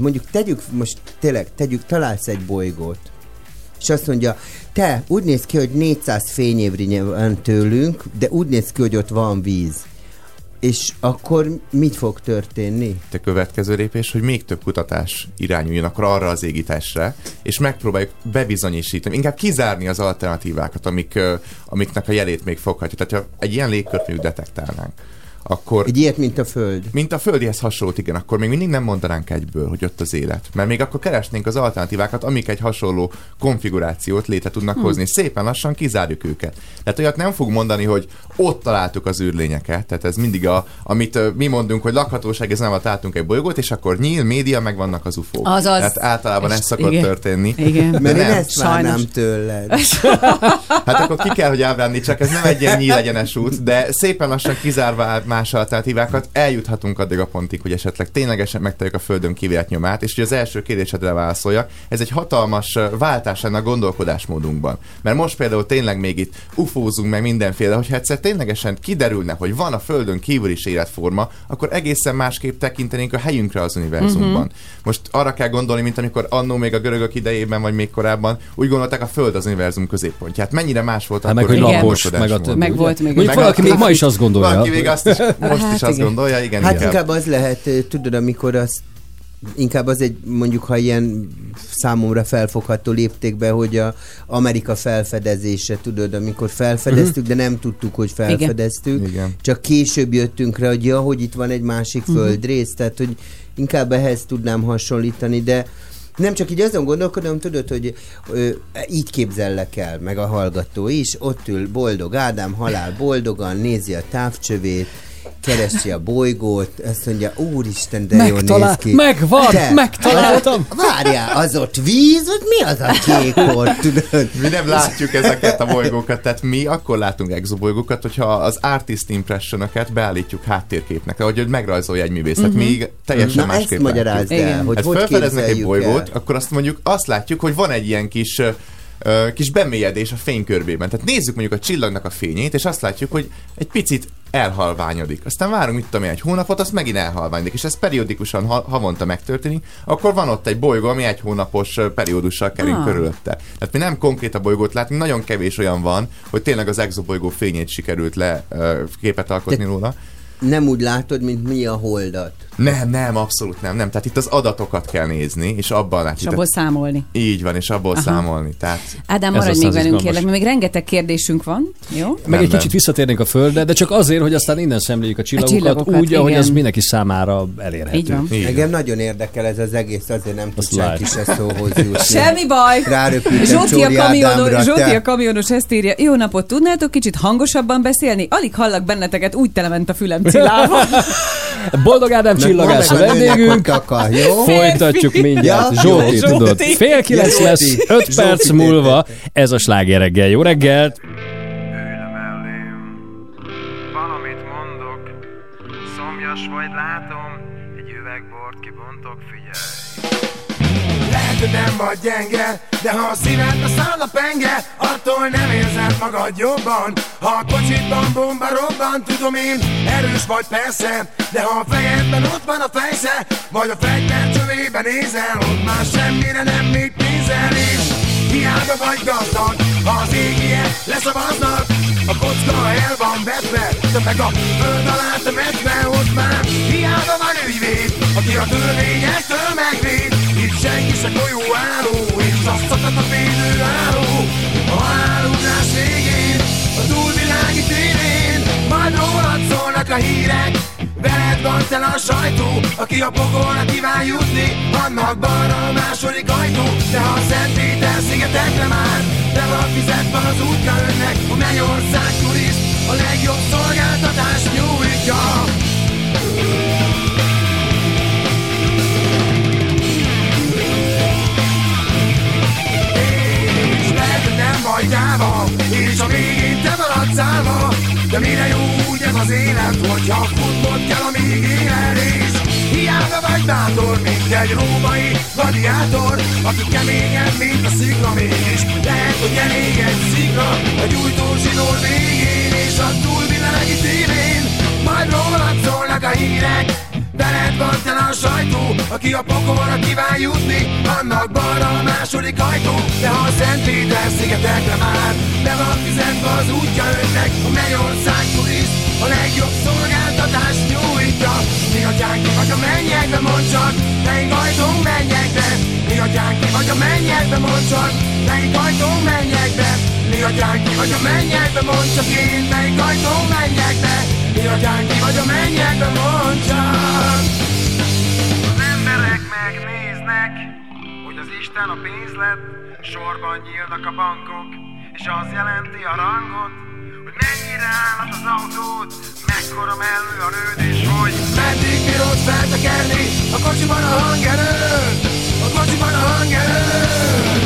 találsz egy bolygót. És azt mondja, te, úgy néz ki, hogy 400 fényévnyi van tőlünk, de úgy néz ki, hogy ott van víz. És akkor mit fog történni? A következő lépés, hogy még több kutatás irányuljon akkor arra az égitestre, és megpróbáljuk bebizonyosítani, inkább kizárni az alternatívákat, amiknek a jelét még foghatja. Tehát ha egy ilyen légkört mondjuk detektálnánk, akkor... Egy ilyet, mint a Föld. Mint a Földihez hasonlót, igen, akkor még mindig nem mondanánk egyből, hogy ott az élet. Mert még akkor keresnénk az alternatívákat, amik egy hasonló konfigurációt létre tudnak hozni. Szépen lassan kizárjuk őket. Tehát olyat nem fog mondani, hogy ott találtuk az űrlényeket. Tehát ez mindig amit mi mondunk, hogy lakhatóság, ez nem találtunk egy bolygót, és akkor nyíl, média, meg vannak az UFO-k. Azaz. Tehát általában ez szokott történni. Igen. Mert én ezt várnám tőled. Hát akkor ki kell, hogy ábrándítsak, ez nem egy ilyen nyíl egyenes út, de szépen lassan kizárva más alternatívákat eljuthatunk addig a pontig, hogy esetleg ténylegesen megtaláljuk a Földön kivélt nyomát, és hogy az első kérdésedre válaszoljak, ez egy hatalmas váltás lenne a gondolkodásmódunkban. Mert most például tényleg még itt ufózunk meg mindenféle, de hogyha egyszer ténylegesen kiderülne, hogy van a Földön kívül is életforma, akkor egészen másképp tekintenénk a helyünkre az univerzumban. Most arra kell gondolni, mint amikor annó még a görögök idejében, vagy még korábban úgy gondolták, a Föld az univerzum középpontját. Mennyire más volt akkor, meg hogy lapos, meg a többi. Meg volt még. Mondjuk valaki még ma is azt gondolja. Valaki még azt is, most is azt gondolja, igen. Hát inkább az lehet, tudod, amikor azt inkább az egy, mondjuk, ha ilyen számomra felfogható léptékben, hogy a Amerika felfedezése, tudod, amikor felfedeztük, de nem tudtuk, hogy felfedeztük. Igen. Csak később jöttünk rá, hogy hogy itt van egy másik földrész, tehát, hogy inkább ehhez tudnám hasonlítani, de nem csak így azon gondolkodom, tudod, hogy így képzellek el, meg a hallgató is, ott ül boldog Ádám, halál boldogan, nézi a távcsövét, keresi a bolygót, azt mondja, úristen, de jól néz ki. Megtaláltam! Várjál, az ott víz, vagy mi az a kék ott, tudod? Mi nem látjuk ezeket a bolygókat, tehát mi akkor látunk exobolygókat, hogyha az artist impressionokat beállítjuk háttérképnek, ahogy megrajzolja egy művész. Tehát mi teljesen másképp ezt magyarázd el, hogy hát hogy felfedeznek egy bolygót, el? akkor azt mondjuk, azt látjuk, hogy van egy ilyen kis bemélyedés a fénykörbében. Tehát nézzük mondjuk a csillagnak a fényét, és azt látjuk, hogy egy picit elhalványodik. Aztán várunk, mit tudom én, egy hónapot, azt megint elhalványodik, és ez periódikusan havonta megtörténik, akkor van ott egy bolygó, ami egy hónapos periódussal kering körülötte. Tehát mi nem konkrét a bolygót látunk, nagyon kevés olyan van, hogy tényleg az exobolygó fényét sikerült képet alkotni róla. Nem úgy látod, mint mi a holdat. Nem, abszolút nem. Tehát itt az adatokat kell nézni, és abban látni. És abból számolni. Így van, és abból számolni. Tehát Ádám, maradj még velünk, kérlek, mert még rengeteg kérdésünk van. Jó? Meg egy kicsit visszatérnénk a Földre, de csak azért, hogy aztán innen szemléljük a csillagokat úgy, ahogy az mindenki számára elérhető. Így van. Engem nagyon érdekel ez az egész, azért nem tud senki se szóhoz jutni. Semmi baj! Zsóti a kamionos ezt írja. Jó napot, tudnátok kicsit hangosabban beszélni? Alig hallak benneteket, úgy telement a fülem Cilával. Boldog Ádám csillagász a vendégünk. Folytatjuk mindjárt. Zsóti, tudod, 8:30 lesz, 5 perc múlva. Ez a Sláger reggel. Jó reggelt! Valamit mondok, szomjas vagy látom, egy üveg bort kibontok, figyelj. Lehet, hogy nem vagy gyenge, de ha a szívedbe száll a penge, attól nem érzed magad jobban. Ha a kocsitban bomba robban, tudom én, erős vagy persze, de ha a fejedben ott van a fejsze, vagy a fegyver csövében nézel, ott már semmire nem mit nézel, és hiába vagy gazdag, ha az égiek leszavaznak, a kocka el van vetve, de meg a föld alá temetve, ott már hiába van ügyvéd, aki a törvényektől megvéd. Itt senki se golyó álló, és azt szakad a védőálló. A haláludás végén, a túlvilági tévén, majd rólad szólnak a hírek. Veled van tele a sajtó, aki a pokolra kíván jutni, annak balra a második ajtó. De ha a Szent Péter szigetekre már, de van fizetve az útja önnek, a Mennyország turiszt a legjobb szolgáltatást nyújtja. Vagy gyáva, és a végén te maradsz állva. De mire jó úgy ez az élet, hogyha futnod kell, amíg éled, és hiába vagy bátor, mint egy római gladiátor, aki keményebb, mint a szikla, mégis lehet, hogy elég egy szikla a gyújtózsinór végén, és a túlvilági tévén majd rólad szólnak a hírek. Veled van tele a sajtó, aki a pokolra kíván jutni, annak balra a második ajtó. De ha a Szent Péter szigetekre már, be van fizetve az útja önnek, a Mennyország turiszt a a legjobb szolgáltatás nyújtja. Mi atyánk, ki vagy a mennyekbe, mondd csak, melyik ajtón mennyekbe. Mi atyánk, ki vagy a mennyekbe, mondd csak, melyik ajtón mennyekbe. Mi atyánk, ki vagy a mennyekbe, mondd csak én, melyik ajtón mennyekbe. Mi atyánk, ki vagy a mennyekbe, mondd csak. Az emberek megnéznek, hogy az Isten a pénz lett, sorban nyílnak a bankok, és az jelenti a rangot, hogy mennyire állat az autót, mekkora mellő a rőd, és hogy meddig bírod feltekerni a kocsiban a hangerőt, a kocsiban a hangerőt.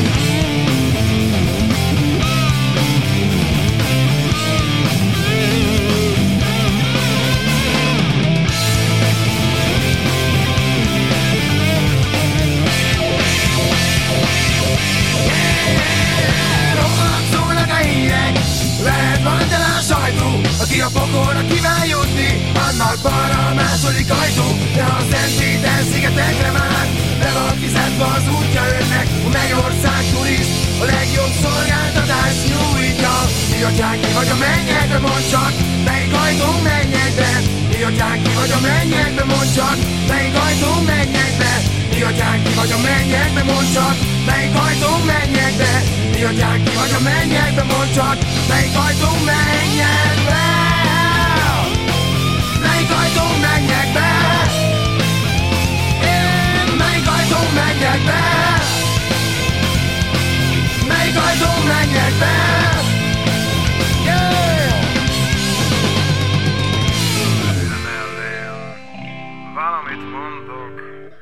Lehet van tele a sajtó, aki a pokolra kíván jutni, annak balra a második ajtó. De ha Szent Péter szigetekre már, le van fizetve az útja önnek, a mennyország turist a legjobb szolgáltatás nyújtja. Mi atyánk, ki vagy a mennyekbe, mondd csak, melyik ajtón mennyekbe. Mi atyánk, ki vagy a mennyekbe, mondd csak, melyik ajtón mennyekbe. Mi atyánk, ki vagy a mennyekbe, mondd csak, melyik ajtón mennyekbe. Mi atyánk, ki vagy a mennyekbe, mondd csak, melyik ajtón mennyekbe. Melyik ajtón mennyekbe. Melyik ajtón mennyekbe. Melyik ajtón mennyekbe. valamit mondok.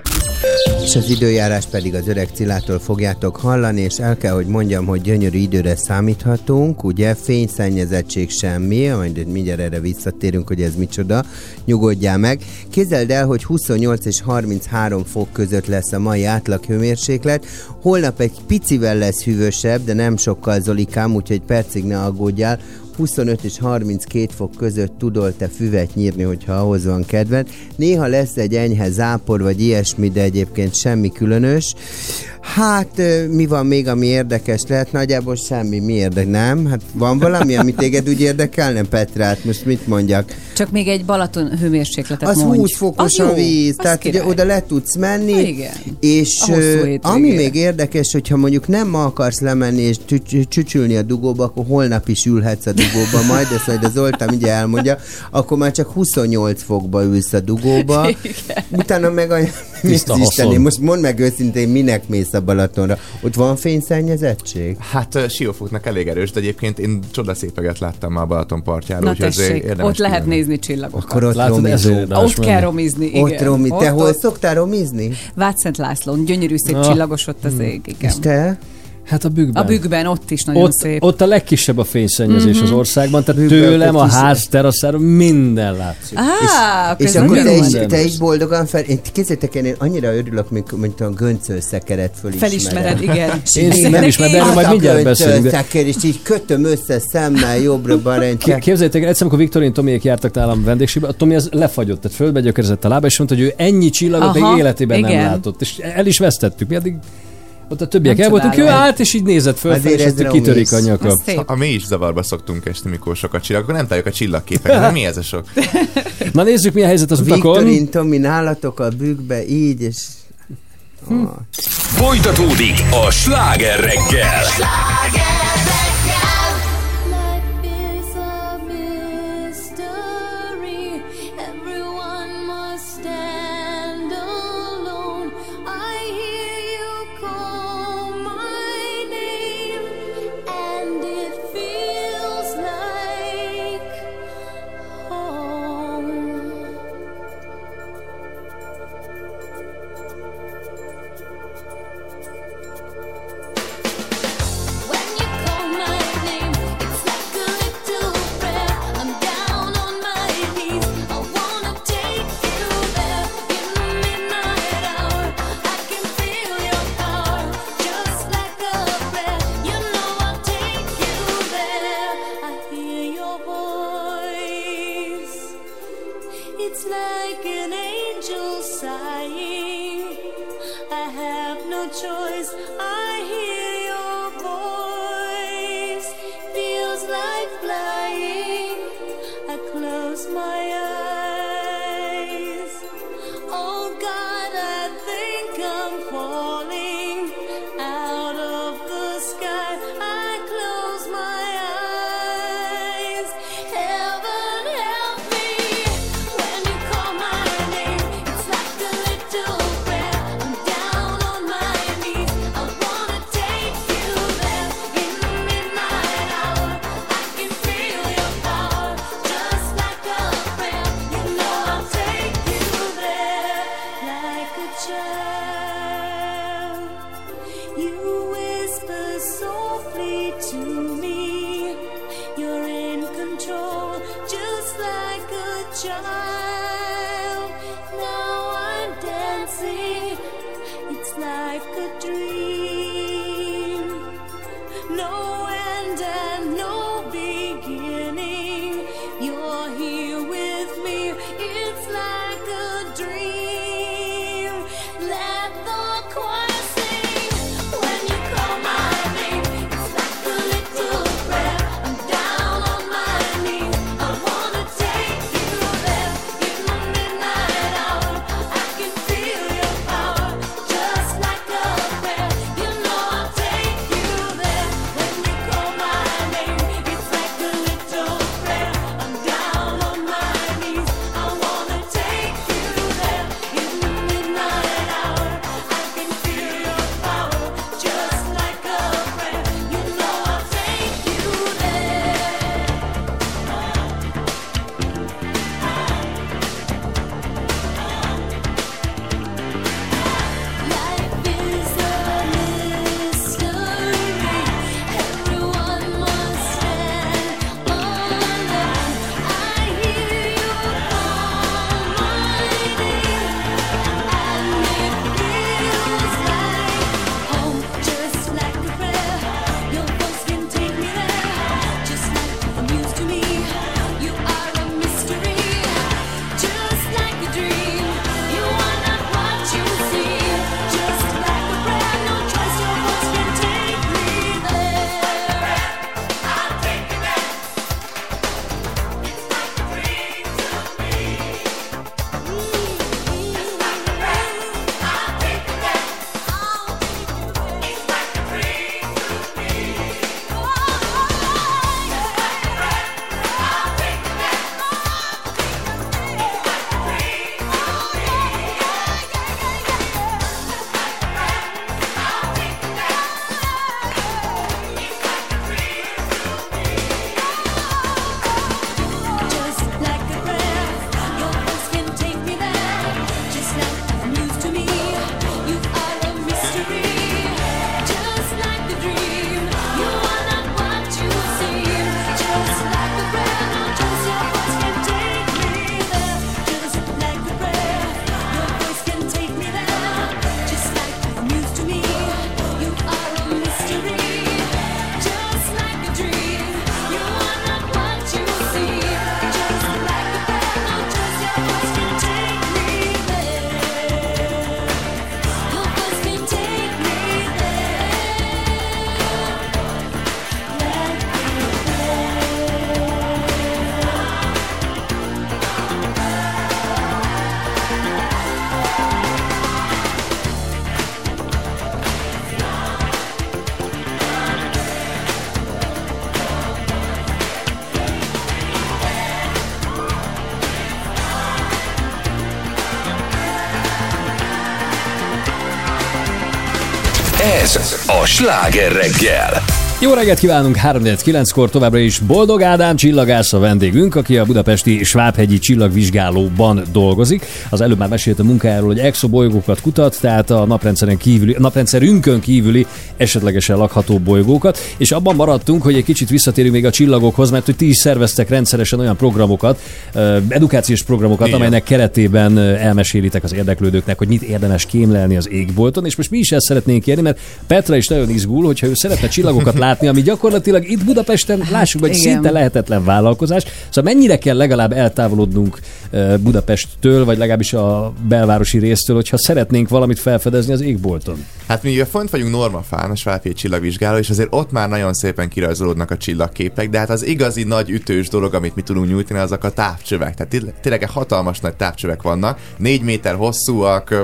És az időjárás pedig az Öreg Cillától fogjátok hallani, és el kell, hogy mondjam, hogy gyönyörű időre számíthatunk, ugye, fényszennyezettség semmi, majd mindjárt erre visszatérünk, hogy ez micsoda, nyugodjál meg. Képzeld el, hogy 28 és 33 fok között lesz a mai átlaghőmérséklet, holnap egy picivel lesz hűvösebb, de nem sokkal, Zolikám, úgyhogy percig ne aggódjál, 25 és 32 fok között tudol te füvet nyírni, hogyha ahhoz van kedved. Néha lesz egy enyhe zápor, vagy ilyesmi, de egyébként semmi különös. Hát, mi van még, ami érdekes lehet? Nagyjából semmi. Mi érdek? Nem? Hát van valami, ami téged úgy érdekel? Nem, Petrát, most mit mondjak? Csak még egy Balaton hőmérsékletet az mondj. 20 fokos a víz, tehát ugye oda le tudsz menni, igen. És ami még érdekes, hogyha mondjuk nem ma akarsz lemenni és csücsülni a dugóba, akkor holnap is ülhetsz a dugóba, majd ezt majd az Zoltán ugye elmondja, akkor már csak 28 fokba ülsz a dugóba, utána meg a Istenem, most mondd meg őszintén, minek mész a Balatonra? Ott van fényszennyezettség? Hát Siófoknak elég erős, de egyébként én csodaszépeget láttam már a Balaton partjáról. Na tessék, ott lehet nézni csillagokat. Akkor ott romizunk. Ott kell romizni, igen. Te hol szoktál romizni? Vácszent Lászlón, gyönyörű szép csillagos ott az ég, igen. És te? Hát a Bükkben. A Bükkben ott is nagyon szép. Ott a legkisebb a fényszennyezés az országban, tehát tőlem a ház teraszáról minden látszik. És akkor te is boldogan kézzétek, én annyira örülök, mint a göncölszekeret felismered, igen. Én nem ismerem, de erről majd mindjárt beszélünk. És így kötöm össze szemmel jobbra-balra. Képzeljétek, egyszer, amikor Viktorin Tomiék jártak nálam vendégségbe, a Tomi az lefagyott, tehát földbe gyökerezett a lába, és mondta, hogy ő ennyi csillagot még életében nem látott. És el is vesztettük. Mi addig ott a többiek el voltunk, ő állt, és így nézett föl, és aztán kitörik a nyaka. Ha mi is zavarba szoktunk esni, mikor sokat csillag, akkor nem találjuk a csillagképeket. Mi ez a sok? Na nézzük, milyen helyzet az utakon. Viktorin Tomi, nálatok a Bükkbe, így, és... Folytatódik a Sláger reggel. When you a Sláger reggel. Jó reggelt kívánunk, 3-9-kor továbbra is Boldog Ádám csillagász a vendégünk, aki a budapesti Svábhegyi csillagvizsgálóban dolgozik. Az előbb már mesélt a munkájáról, hogy exobolygókat kutat, tehát a naprendszerünkön kívüli esetlegesen lakható bolygókat, és abban maradtunk, hogy egy kicsit visszatérünk még a csillagokhoz, mert hogy ti is szerveztek rendszeresen olyan programokat, edukációs programokat, amelynek keretében elmesélitek az érdeklődőknek, hogy mit érdemes kémlelni az égbolton, és most mi is ezt szeretnénk kérni, mert Petra is nagyon izgul, hogyha ő szeretne csillagokat látni, ami gyakorlatilag itt Budapesten, lássuk, hogy szinte lehetetlen vállalkozás. Szóval mennyire kell legalább eltávolodnunk Budapesttől, vagy legalábbis a belvárosi résztől, hogyha szeretnénk valamit felfedezni az égbolton? Hát mi font vagyunk Normafán, a Svábhegyi csillagvizsgáló, és azért ott már nagyon szépen kirajzolódnak a csillagképek, de hát az igazi nagy ütős dolog, amit mi tudunk nyújtani, azok a távcsövek. Tehát tényleg hatalmas nagy távcsövek vannak, 4 méter hosszúak,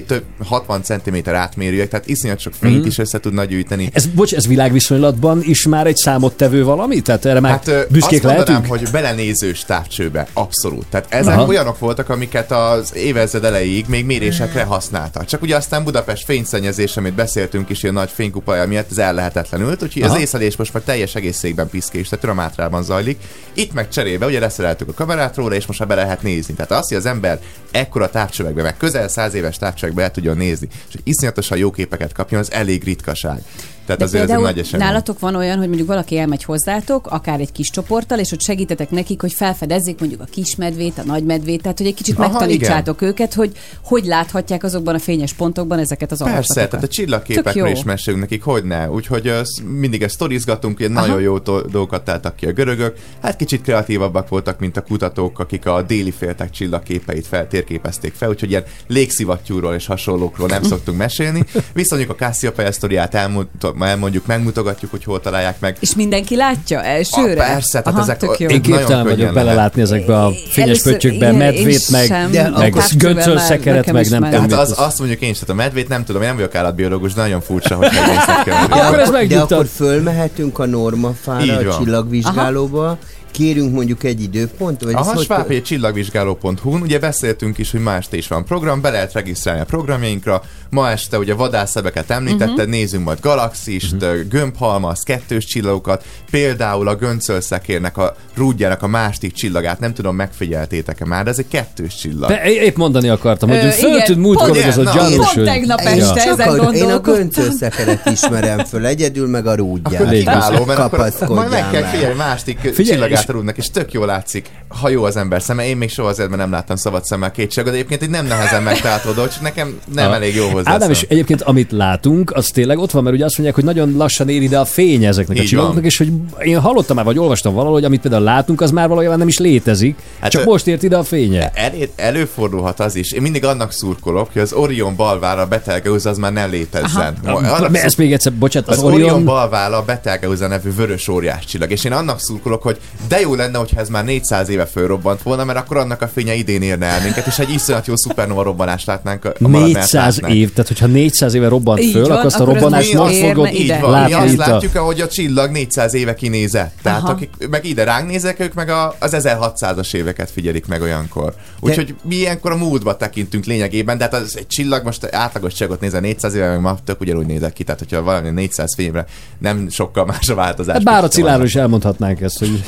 60 cm átmérőek, tehát iszonyat sok fényt is össze tudnak gyűjteni. Ez világviszonylatban is már egy számottevő valami? Tehát erre már büszkék lehetünk? Azt mondanám, hogy belenézős távcsőbe, abszolút. Tehát ezek olyanok voltak, amiket az évezred elejéig még mérésekre használtak. Csak ugye aztán Budapest fényszennyezés, amit beszéltünk is, ilyen nagy fénykupaja miatt, ez ellehetetlenült, úgyhogy az észlelés most már teljes egészségben piszkés, tehát Mátrában zajlik. Itt meg cserébe ugye leszereltük a kamerát róla, és most már be lehet nézni. Tehát az, hogy az ember ekkora távcsövekbe, meg közel 100 éves távcsövekbe el tudjon nézni, és hogy iszonyatosan jó képeket kapjon, az elég ritkaság. Tehát azért ez egy nagy esemény. Nálatok van olyan, hogy mondjuk valaki elmegy hozzátok, akár egy kis csoporttal, és hogy segítetek nekik, hogy felfedezzék mondjuk a kismedvét, a nagymedvét, tehát hogy egy kicsit megtanítsátok őket, hogy láthatják azokban a fényes pontokban ezeket az alakzatokat. Persze, tehát a csillagképekről is mesélünk nekik, hogy ne. Úgyhogy mindig ezt sztorizgatunk, nagyon jó dolgokat találtak ki a görögök. Hát kicsit kreatívabbak voltak, mint a kutatók, akik a déli féltek csillagképeit térképezték fel, úgyhogy ilyen légszivattyúról és hasonlókról nem szoktunk mesélni. Viszonylag a Cassiopeia sztoriát elmondjuk, megmutogatjuk, hogy hol találják meg. És mindenki látja elsőre? Persze, tehát ezek én képtelen vagyok belelátni ezekbe a fényes pöttyökbe, medvét, meg göncölszekeret, meg nem tudom. Hát azt mondjuk én is, tehát a medvét nem tudom, én nem vagyok állatbiológus, de nagyon furcsa, hogy megnéznek kell. De akkor fölmehetünk a Normafára, a csillagvizsgálóba, kérünk mondjuk egy időpontot? A Svábhegyi csillagvizsgáló.hu-n ugye beszéltünk is, hogy ma este is van program, be lehet regisztrálni a programjainkra. Ma este ugye vadászszebeket említetted, nézzünk majd galaxist, gömbhalmaz, kettős csillagokat, például a göncölszekérnek a rúdjának a másik csillagát, nem tudom, megfigyeltétek-e már, de ez egy kettős csillag. Épp mondani akartam, hogy föltűnt múltkor, hogy ez a gyanús, hogy... tegnap este ezen gondolkodtam. Én a göncölszekeret ismerem föl, egyedül meg a rúdját. Kiváló, mert akkor majd meg kell figyelni másik csillagát a rúdnak, és tök jól látszik, ha jó az ember szeme. Én még soha azért, mert nem láttam szabad szemmel két csillagot, de egyébként nem nehezen megtalálható dolog, csak nekem nem elég jó hozzá. Ádám, és egyébként amit látunk, az tényleg ott van, mert ugye azt mondják, hogy nagyon lassan ér ide a fény ezeknek a csillagoknak, és hogy én hallottam már, vagy olvastam valahol, hogy amit például látunk, az már valójában nem is létezik, csak most ért ide a fénye. Előfordulhat az is. Én mindig annak szurkolok, hogy az Orion balvára a Betelgeuse az már nem létezzen. Ezt még egyszer, bocsánat, az Orion balvára a Betelgeuse nevű vörös óriás csillag, és én annak szurkolok, hogy de jó lenne, hogyha ez már 400 éve fölrobbant volna, mert akkor annak a fénye idén érne el minket, és egy iszonyat jó szupernova robbanást látnánk. A 400 év, tehát hogyha 400 éve robbant föl, akkor azt a robbanást most fogod látni. Mi azt látjuk, ahogy a csillag 400 éve kinézett. Tehát akik meg ide ránk nézek, ők meg az 1600-as éveket figyelik meg olyankor. Úgyhogy mi ilyenkor a múltba tekintünk lényegében, de hát az egy csillag, most átlagos csillagot nézel 400 éve, meg ma tök ugyanúgy nézek ki, tehát hogyha valami 400 fényre nem sokkal más a változás. Hát bár a Ciláról is elmondhatnánk ezt, hogy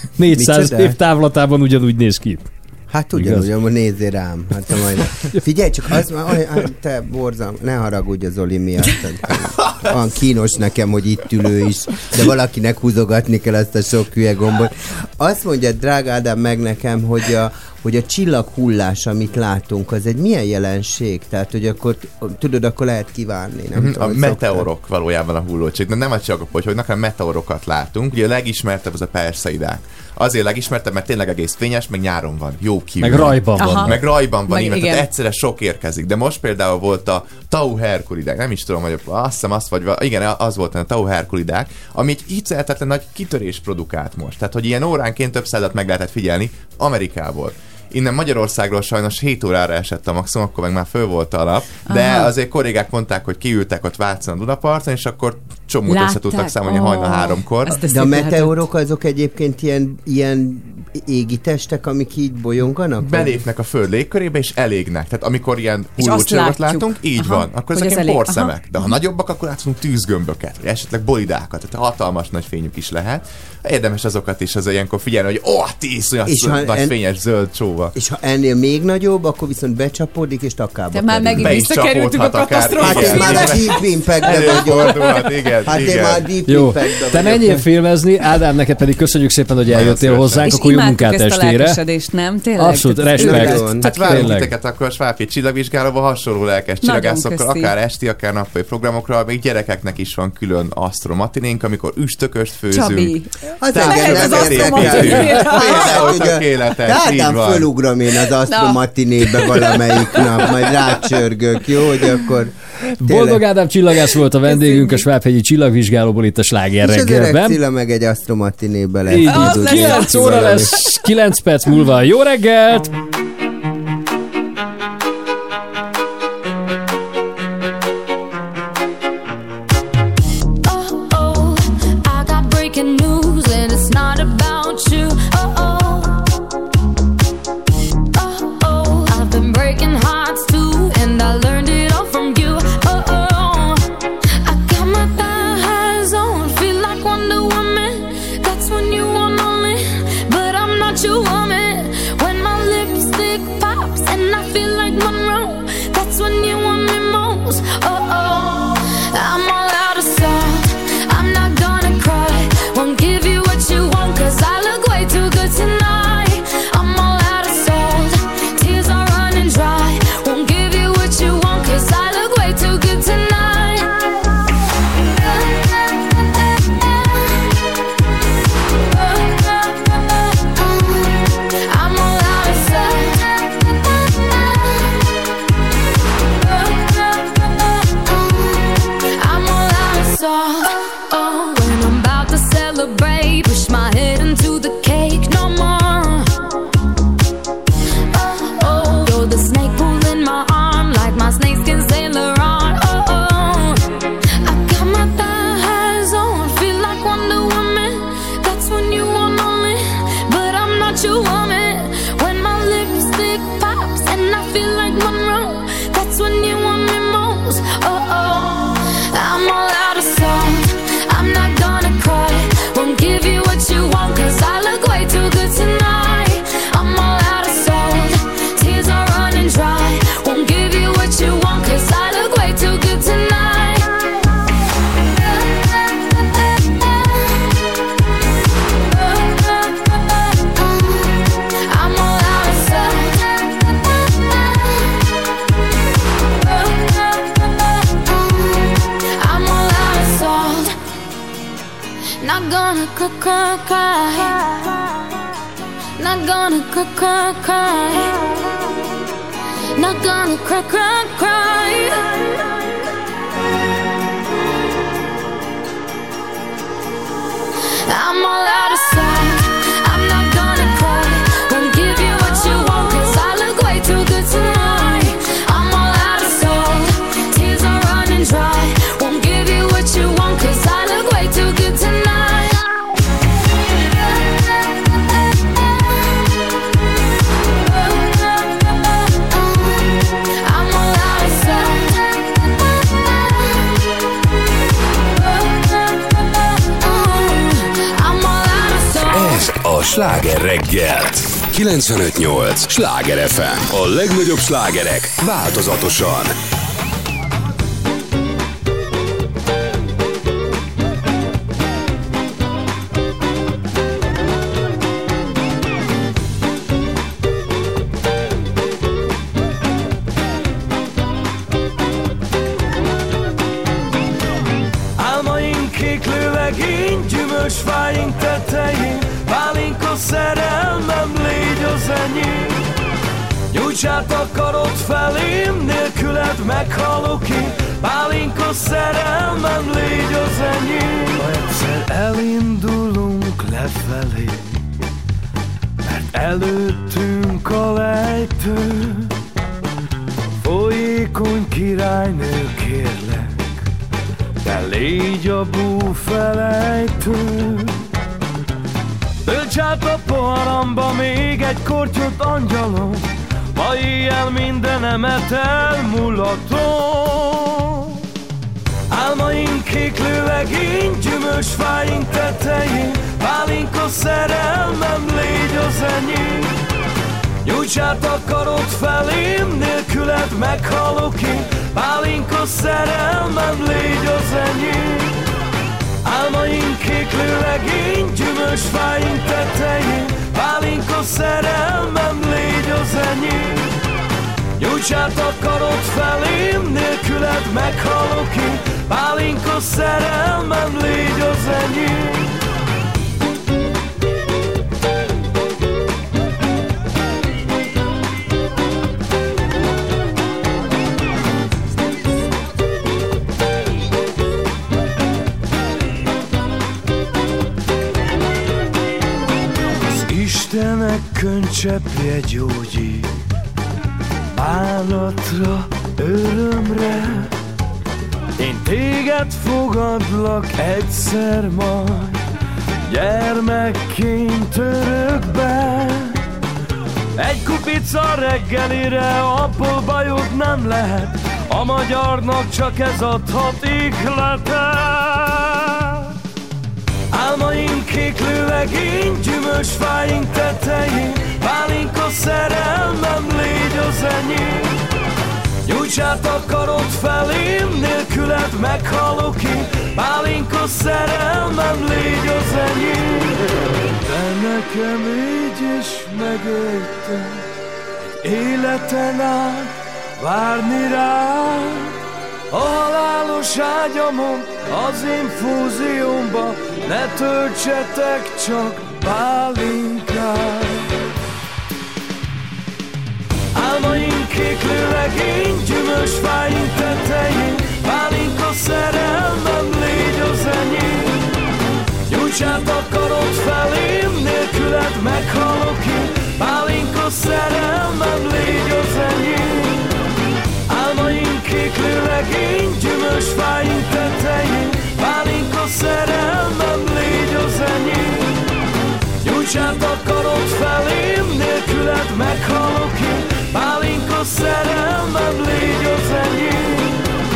400 év távlatában ugyanúgy néz ki. Hát ugyanúgy, nézzél rám. Hát majd... Figyelj, csak az már, te borzalom, ne haragudj az Oli miatt. Olyan kínos nekem, hogy itt ülő is, de valakinek húzogatni kell ezt a sok hülye gombot. Azt mondja, drága Ádám, meg nekem, hogy a csillaghullás, amit látunk, az egy milyen jelenség? Tehát, hogy akkor, tudod, akkor lehet kívánni. Nem tudom, a meteorok valójában a hullócsik, de nem a csillagok, hogy nekem meteorokat látunk. Ugye a legismertebb az a Perseidák. Azért legismertebb, mert tényleg egész fényes, meg nyáron van. Jó kívül. Meg rajban van. Meg rajban van, mert egyszerre sok érkezik. De most például volt a Tau Herkulidák, nem is tudom, hogy azt hiszem azt vagy, igen, az volt a Tau Herkulidák, ami egy hihetetlen nagy kitörés produkált most. Tehát, hogy ilyen óránként több százat meg lehetett figyelni Amerikából. Innen Magyarországról sajnos 7 órára esett a maximum, akkor meg már föl volt a nap, de azért kollégák mondták, hogy kiültek ott Vácon a Dunaparton, és akkor csomót össze tudtak számolni hajnal 3-kor. De a meteorok azok egyébként ilyen égi testek, amik így bolyonganak? Belépnek a föld légkörébe, és elégnek. Tehát amikor ilyen És azt hullócsillagot látjuk. látunk, így Aha. van. Akkor Hogy ezek ez ilyen elég. porszemek. Aha. De ha nagyobbak, akkor látunk tűzgömböket, vagy esetleg bolidákat. Tehát hatalmas nagy fényük is lehet. Érdemes azokat is az ilyenkor figyelni, hogy nagy fényes zöld csóva. És ha ennél még nagyobb, akkor viszont becsapódik, és takába Te már kerül. megint visszakerültünk a katasztrófa. Hát én már a Deep Impact-be vagyok. Hát én már a Deep Jó, Impact-be te vagyok. menjél filmezni, Ádám, neked pedig köszönjük szépen, hogy eljöttél hozzánk, És akkor jó imádtuk munkát ezt a estére. lelkesedést, nem? Tényleg? Abszolút, Tehát ez respekt. őrület. Hát várunk Tényleg. titeket akkor a Svábhely csillagvizsgálóba hasonló lelkes Nagyon csillagászokkal, köszi. akár esti, akár nappali programokra, még gyerekeknek is van külön asztromatinénk, amikor üstököst főzünk. Csabi. Az Tehát engem az nem asztromatinél. érdekel. Például tökéletes, így Ádám, van. fölugram én az asztromatinébe valamelyik nap, majd rácsörgök, jó, hogy akkor... Boldog Ádám csillagász volt a vendégünk a Svábhegyi csillagvizsgálóból itt a Sláger És az öreg reggelben. Cilla meg egy asztromatinébe lesz. Így, Az lesz 9 óra lesz, 9 perc múlva. Jó reggelt! Oh, I got breaking news and it's not about you. I've been breaking hearts too, and I learned it all from you. I got my thighs on, feel like Wonder Woman. That's when you want on me, but I'm not your woman. When my lipstick pops and I feel like Monroe, that's when you want me most. I'm all out of salt. I'm not gonna cry. Won't give you what you want, 'cause I look way too good tonight. I'm all out of salt. Tears are running dry. Won't give you what you want, 'cause I look way too good tonight. I'm all out of salt. I'm all out of salt. When I'm about to celebrate, push my head into the cake no more. You're the snake pulling my arm like my snakeskin Sailor on. I got my thighs on, feel like Wonder Woman. That's when you want on me, but I'm not your woman. When my lipstick pops and I feel like Monroe, that's when you want me most. I'm all out of salt. I'm not gonna cry. Won't give you what you want, 'cause I look way too good tonight. I'm all out of salt. Tears are running dry. Won't give you what you want, 'cause I look way too good tonight. I'm all out of salt. I'm all out of salt. Not gonna cry. Not gonna cry. Not gonna cry. I'm all out of salt. I'm not gonna cry. Won't give you what you want, 'cause I look way too good tonight. I'm all out of salt. Tears are running dry. Won't give you what you want, 'cause I look way too good tonight. I'm all out of salt. I'm all out of salt. Ez a Sláger reggel. 95.8 Sláger FM. A legnagyobb slágerek változatosan. Álmaink kék lőlegény, gyümölcsfáink tetején, pálinkos szerelmem, légy az enyém. Nyújts át a karod felém, nélküled meghalok én, pálinkos szerelmem, légy az enyém. Ha egyszer elindulunk lefelé, mert előttünk a lejtő, folyékony királynő, kérlek, te légy a búfelejtő. Tölts Nyújts át a poharamba még egy kortyot, angyalom, ma éjjel mindenemet elmulatom. Álmaink kéklő legény, gyümölcs fáink tetején, pálinka szerelmem, légy az enyém. Nyújts át a karod felém, nélküled meghalok én, pálinka szerelmem, légy az enyém. Álmaink kéklő legény, gyümölcs fáink tetején, pálinka szerelmem, légy az enyém. Nyújts át a karod felém, nélküled meghalok én, pálinka szerelmem, légy az enyém. Istenek könycseppje gyógyít, bánatra, örömre. Én téged fogadlak egyszer majd, gyermekként örökbe. Egy kupica reggelire, abból bajod nem lehet, a magyarnak csak ez adhat ihletet. Álmaink kéklő legény, gyümölcs fáink tetején, pálinka szerelmem, légy az enyém. Nyújts át a karod felém, nélküled meghalok én, pálinka szerelmem, légy az enyém. De nekem így is megértem, életen át várni rád. A halálos ágyamon, az infúziómba, ne töltsetek csak pálinkát. Álmaink kéklő legény, gyümölcs fáink tetején, pálinka szerelmem, légy az enyém. Nyújts át a karod felém, nélküled meghalok én, pálinka szerelmem, légy az enyém. Álmaink kéklő legény, gyümölcs fáink tetején, pálinka szerelmem, légy az enyém. Nyújts át a karod felém, nélküled meghalok én, pálinka szerelmem, légy az enyém.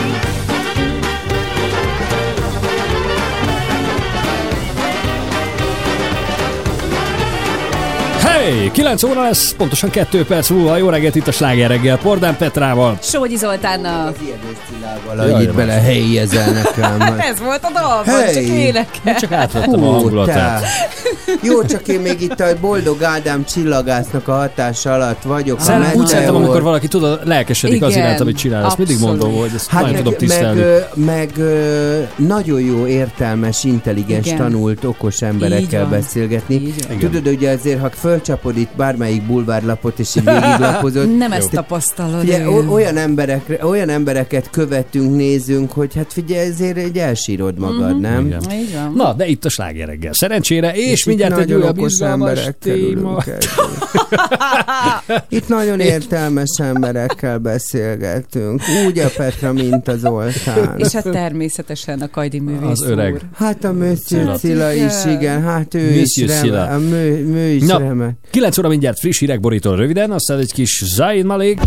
Hey, 9 óra lesz, pontosan 2 perc múlva. Jó reggelt itt a Sláger reggel, Pordán Petrával. Sógyi Zoltánnal. Valahogy itt bele helyezel nekem. Ez volt a dalban, csak énekel. Csak átvettem a hangulatát. Jó, csak én még itt a Boldog Ádám csillagásznak a hatása alatt vagyok. Úgy szerintem, amikor valaki tudod, lelkesedik az iránt, amit csinál. Ezt mindig mondom, hogy ezt nagyon tudom tisztelni. Meg nagyon jó, értelmes, intelligens, tanult, okos emberekkel beszélgetni. Tudod, hogy azért, ha fölcsapod itt bármelyik bulvárlapot, és így végiglapozod. Nem ezt tapasztalod. Olyan embereket követünk, nézünk, hogy hát figyelj, ezért egy elsírod magad, nem? Így van. Na, de itt a Sláger reggel. Szerencsére, és mindjárt egy újabb izgalmas téma. Itt nagyon értelmes emberekkel beszélgetünk. Úgy a Petra, mint az Zoltán. És hát természetesen a Kajdi művész az öreg. úr. Hát a Monsieur Cilla is, igen. Hát ő is remek. 9 óra mindjárt friss hírek borítól röviden, aztán egy kis Zayn Malik.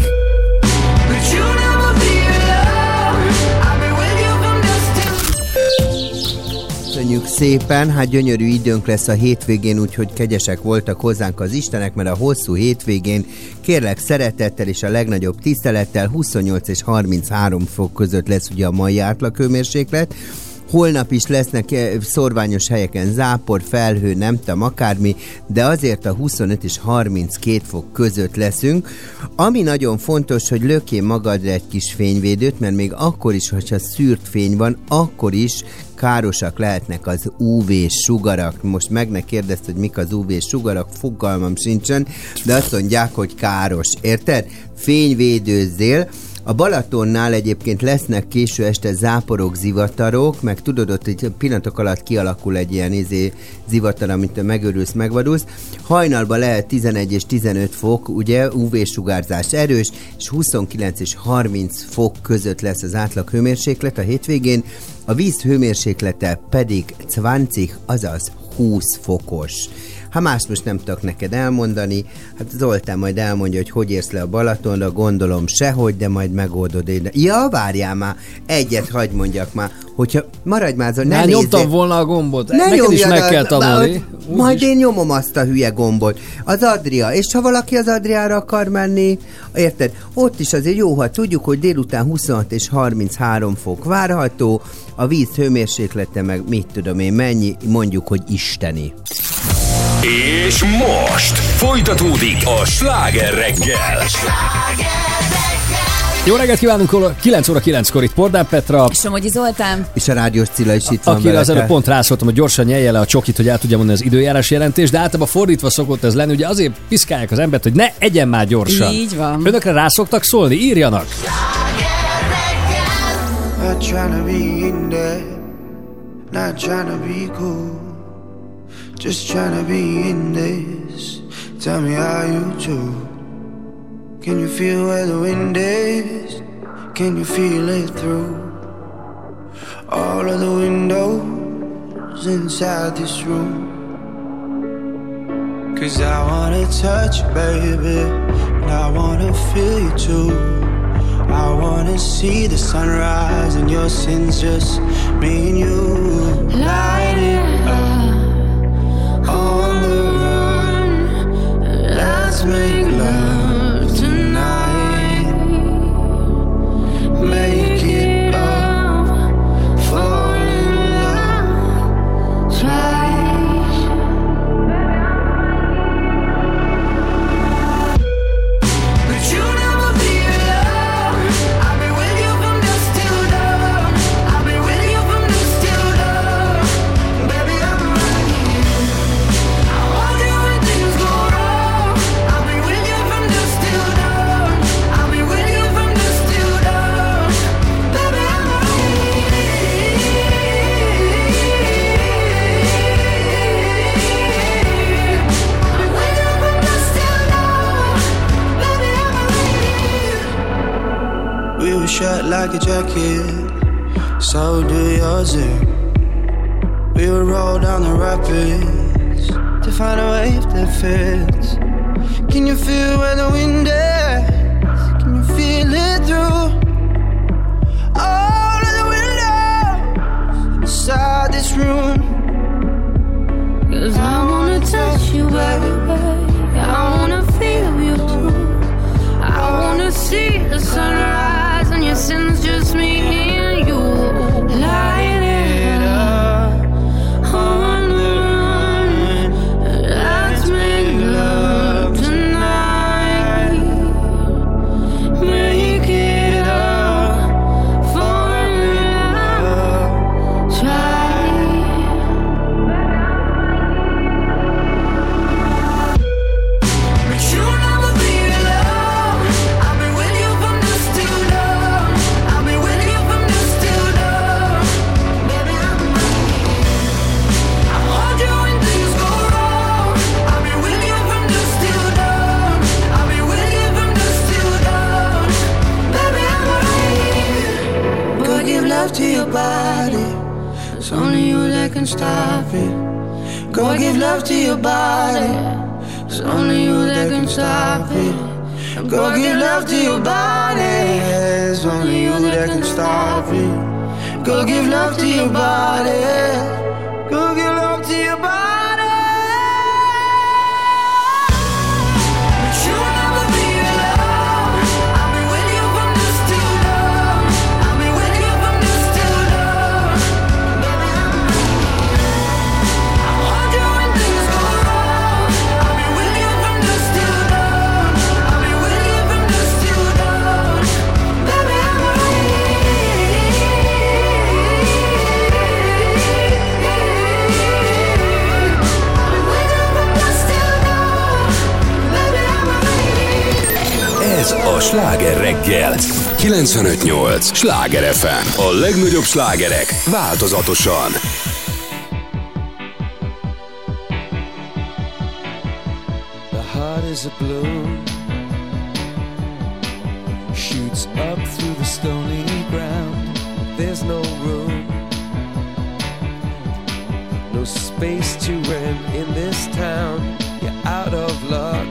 Köszönjük szépen, hát gyönyörű időnk lesz a hétvégén, úgyhogy kegyesek voltak hozzánk az Istenek, mert a hosszú hétvégén kérlek szeretettel és a legnagyobb tisztelettel 28 és 33 fok között lesz ugye a mai átlaghőmérséklet. Holnap is lesznek szorványos helyeken zápor, felhő, nem tudom, akármi, de azért a 25 és 32 fok között leszünk. Ami nagyon fontos, hogy lökjél magadra egy kis fényvédőt, mert még akkor is, hogyha szűrt fény van, akkor is károsak lehetnek az UV-sugarak. Most meg ne kérdezd, hogy mik az UV-sugarak, fogalmam sincsen, de azt mondják, hogy káros. Érted? Fényvédőzzél. A Balatonnál egyébként lesznek késő este záporok, zivatarok, meg tudod, ott egy pillanatok alatt kialakul egy ilyen zivatar, amit megörülsz, megvadulsz. Hajnalban lehet 11 és 15 fok, ugye, UV-sugárzás erős, és 29 és 30 fok között lesz az átlag hőmérséklet a hétvégén. A víz hőmérséklete pedig 20, azaz 20 fokos. Ha más most nem tudok neked elmondani, hát Zoltán majd elmondja, hogy érsz le a Balatonra, gondolom sehogy, de majd megoldod. Ja, várjál már, egyet hagyd mondjak már, hogyha maradj már, ne nézzél. Nyomtam volna a gombot, neked is meg kell tanulni. Majd én nyomom azt a hülye gombot. Az Adria, és ha valaki az Adriára akar menni, érted, ott is azért jó, ha tudjuk, hogy délután 26 és 33 fok várható, a víz hőmérséklete meg mit tudom én mennyi, mondjuk, hogy isteni. És most folytatódik a Sláger reggel. Jó reggelt kívánunk, 9 óra 9-kor itt Pordán Petra. Somogyi Zoltán. És a Rádiós Cilla is itt van Akire az előbb pont rászóltam, hogy gyorsan nyelje le a csokit, hogy el tudja mondani az időjárás jelentést, de általában fordítva szokott ez lenni, ugye azért piszkálják az embert, hogy ne egyen már gyorsan. Így van. Önökre rászoktak szólni? Írjanak! Not tryna be in there, not tryna be cool, just tryna be in this. Tell me how you do. Can you feel where the wind is? Can you feel it through all of the windows inside this room? 'Cause I wanna touch you, baby, and I wanna feel you too. I wanna see the sunrise and your sins, just me and you. Light it up on the run. Let's make love tonight. Make it up, fall in love twice. But you never be alone. I'll be with you from dusk till dawn. I'll be with you from dusk till dawn. Baby, I'm right here. I want you when things go wrong. I'll be with you from dusk till dawn. I'll be with you from dusk till dawn. Baby, I'm right here. I'm with you from dusk till dawn. Baby, I'm right here. We were shut like a jacket, so do yours. We would roll down the rapids to find a wave that fits. Can you feel where the wind is? Can you feel it through all of the windows inside this room? 'Cause I wanna touch you, baby. I wanna feel you too. I wanna see the sunrise and your sins, just me and you. Light it up on the run. Let's make love tonight. Make it up, fall in love twice. But you never be alone. I'll be with you from dusk till dawn. I'll be with you from dusk till dawn. Baby, I'm right here. I want you when things go wrong. I'll be with you from dusk till dawn. I'll be with you from dusk till dawn. Baby, I'm right here. Go give love to your body. It's only you that can stop it. Go give love to your body. It's only you that can stop it. Go give love to your body. It's only you that can stop it. Go give love to your body. Go give love to your body. But you'll never be alone. I'll be with you from dusk till dawn. I'll be with you from dusk till dawn. Baby, I'm right here. I want you when things go wrong. I'll be with you from dusk till dawn. I'll be with you from dusk till dawn. Baby, I'm right Ez a Sláger reggel. 95.8 Sláger FM. A legnagyobb slágerek változatosan. The heart is a balloon, shoots up through the stony ground. There's no room no space to rent in this town. You're out of luck.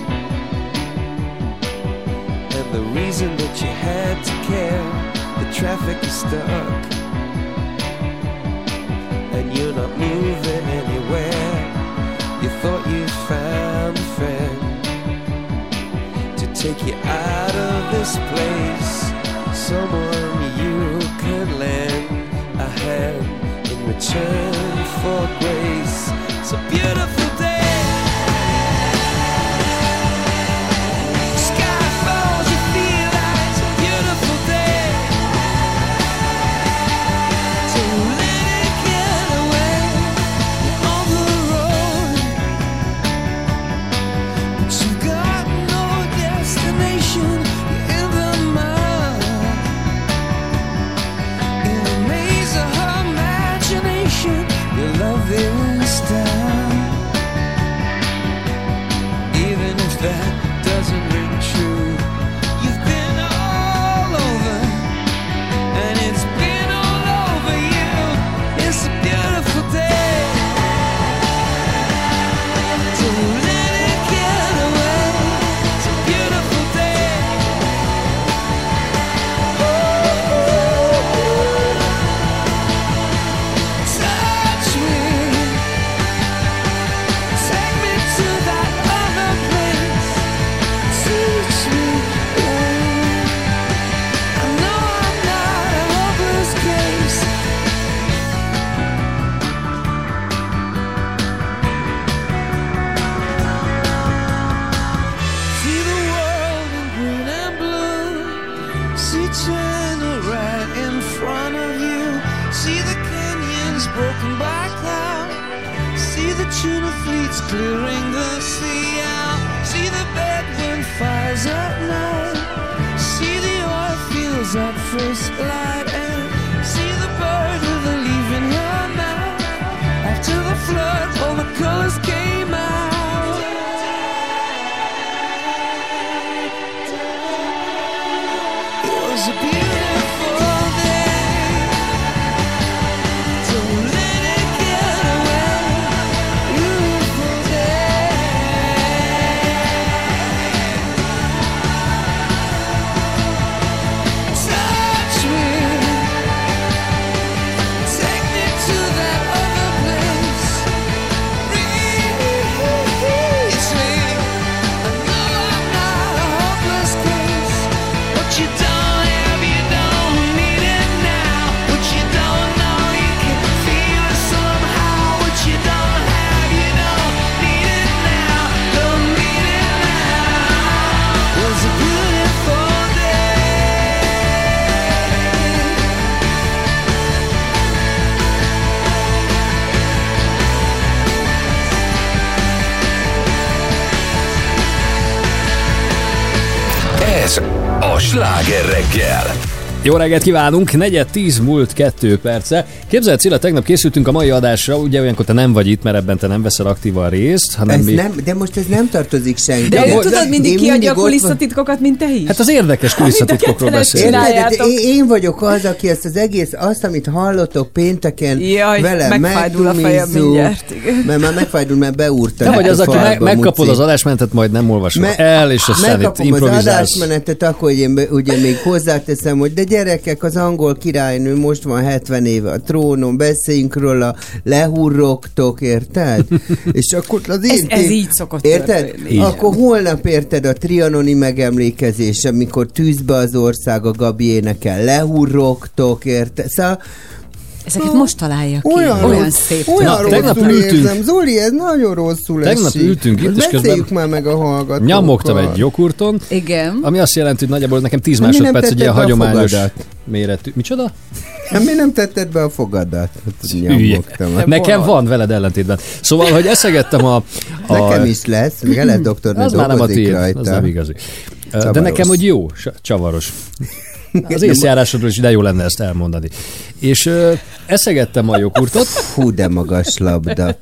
And the reason that you had to care, the traffic is stuck. And you're not moving anywhere. You thought you found a friend to take you out of this place. Someone you can lend a hand in return for grace. It's a beautiful day. Sky falls, you feel like it's a beautiful day. So let it get away on the road. But you've got no destination. You're in the mud. In the maze of her imagination, your love is down. Even if that doesn't ring true, you've been all over, and it's been all over you. It's a beautiful day. So let it get away. It's a beautiful day. Touch me, take me to that other place. Teach me, I know I'm not a hopeless case. See the world in green and blue. See China right in front of you. See the canyons broken by cloud. See the tuna fleets clearing the sea out. See the bedroom fires at night. See the oil fields at first light. And see the bird with a leaf in her mouth. After the flood, all the colors came out. It was a beautiful day. Don't let it get away. Beautiful day. Touch me, take me to that other place. Reach me. I know I'm not a hopeless case. What you don't have, you don't need it now. What you don't know, you can feel it somehow. What you don't have, you don't need it now. Don't need it now. It was a beautiful Ez a Sláger reggel. Jó reggelt kívánunk, 9:10 múlt 2 perce. Képzeld, Cilla, tegnap készültünk a mai adásra, ugye olyankor te nem vagy itt, mert ebben te nem veszel aktívan részt, hanem Ez mi... nem, de most ez nem tartozik senki. De ő tudod, mindig Én kiadja a ott kulisszatitkokat, mint te is. Hát az érdekes kulisszatitkokról beszélünk. csináljátok. Én vagyok az, aki ezt az egész, azt, amit hallottok pénteken, Jaj, velem megfájdul a fejem mindjárt, igen. mert már megfájdul, mert beúrtad. Te vagy az, aki megkapod az adásmenetet, majd nem olvasod el, és aztán itt megkapom az improvizálsz. adásmenetet, akkor hogy én ugye még hozzáteszem, hogy de gyerekek, az angol királynő most van 70 éve a trónon, beszéljünk róla, lehurrogtok, érted? És akkor az én... Ez így szokott érted? történni. Akkor holnap érted a trianoni megemlékezés, amikor tűzbe az ország, a Gabi énekel, lehurrogtok, érted? Szóval Ezeket most találja ki. Olyan szép. Olyan tegnap rosszul ültünk. érzem. Zoli, ez nagyon rosszul esik. Tegnap ültünk itt, és közben beszéljük már meg a hallgatókkal. nyomogtam egy joghurton, Igen. ami azt jelenti, hogy nagyjából nekem 10 Mi nem másodperc, hogy ilyen tetted be a hagyományos fogadat? méretű. Micsoda? Hát mi nem tetted be a fogadat? Hát, nyomogtam. Nekem van veled ellentétben. Szóval, hogy eszegettem a Nekem is lesz, Gelet doktornő az már nem a dolgozik tiéd, rajta. az nem igazi. De Csavaros. nekem, hogy jó, csavaros. Az észjárásodról is, de jó lenne ezt elmondani. És eszegettem a joghurtot. Hú, de magas labda.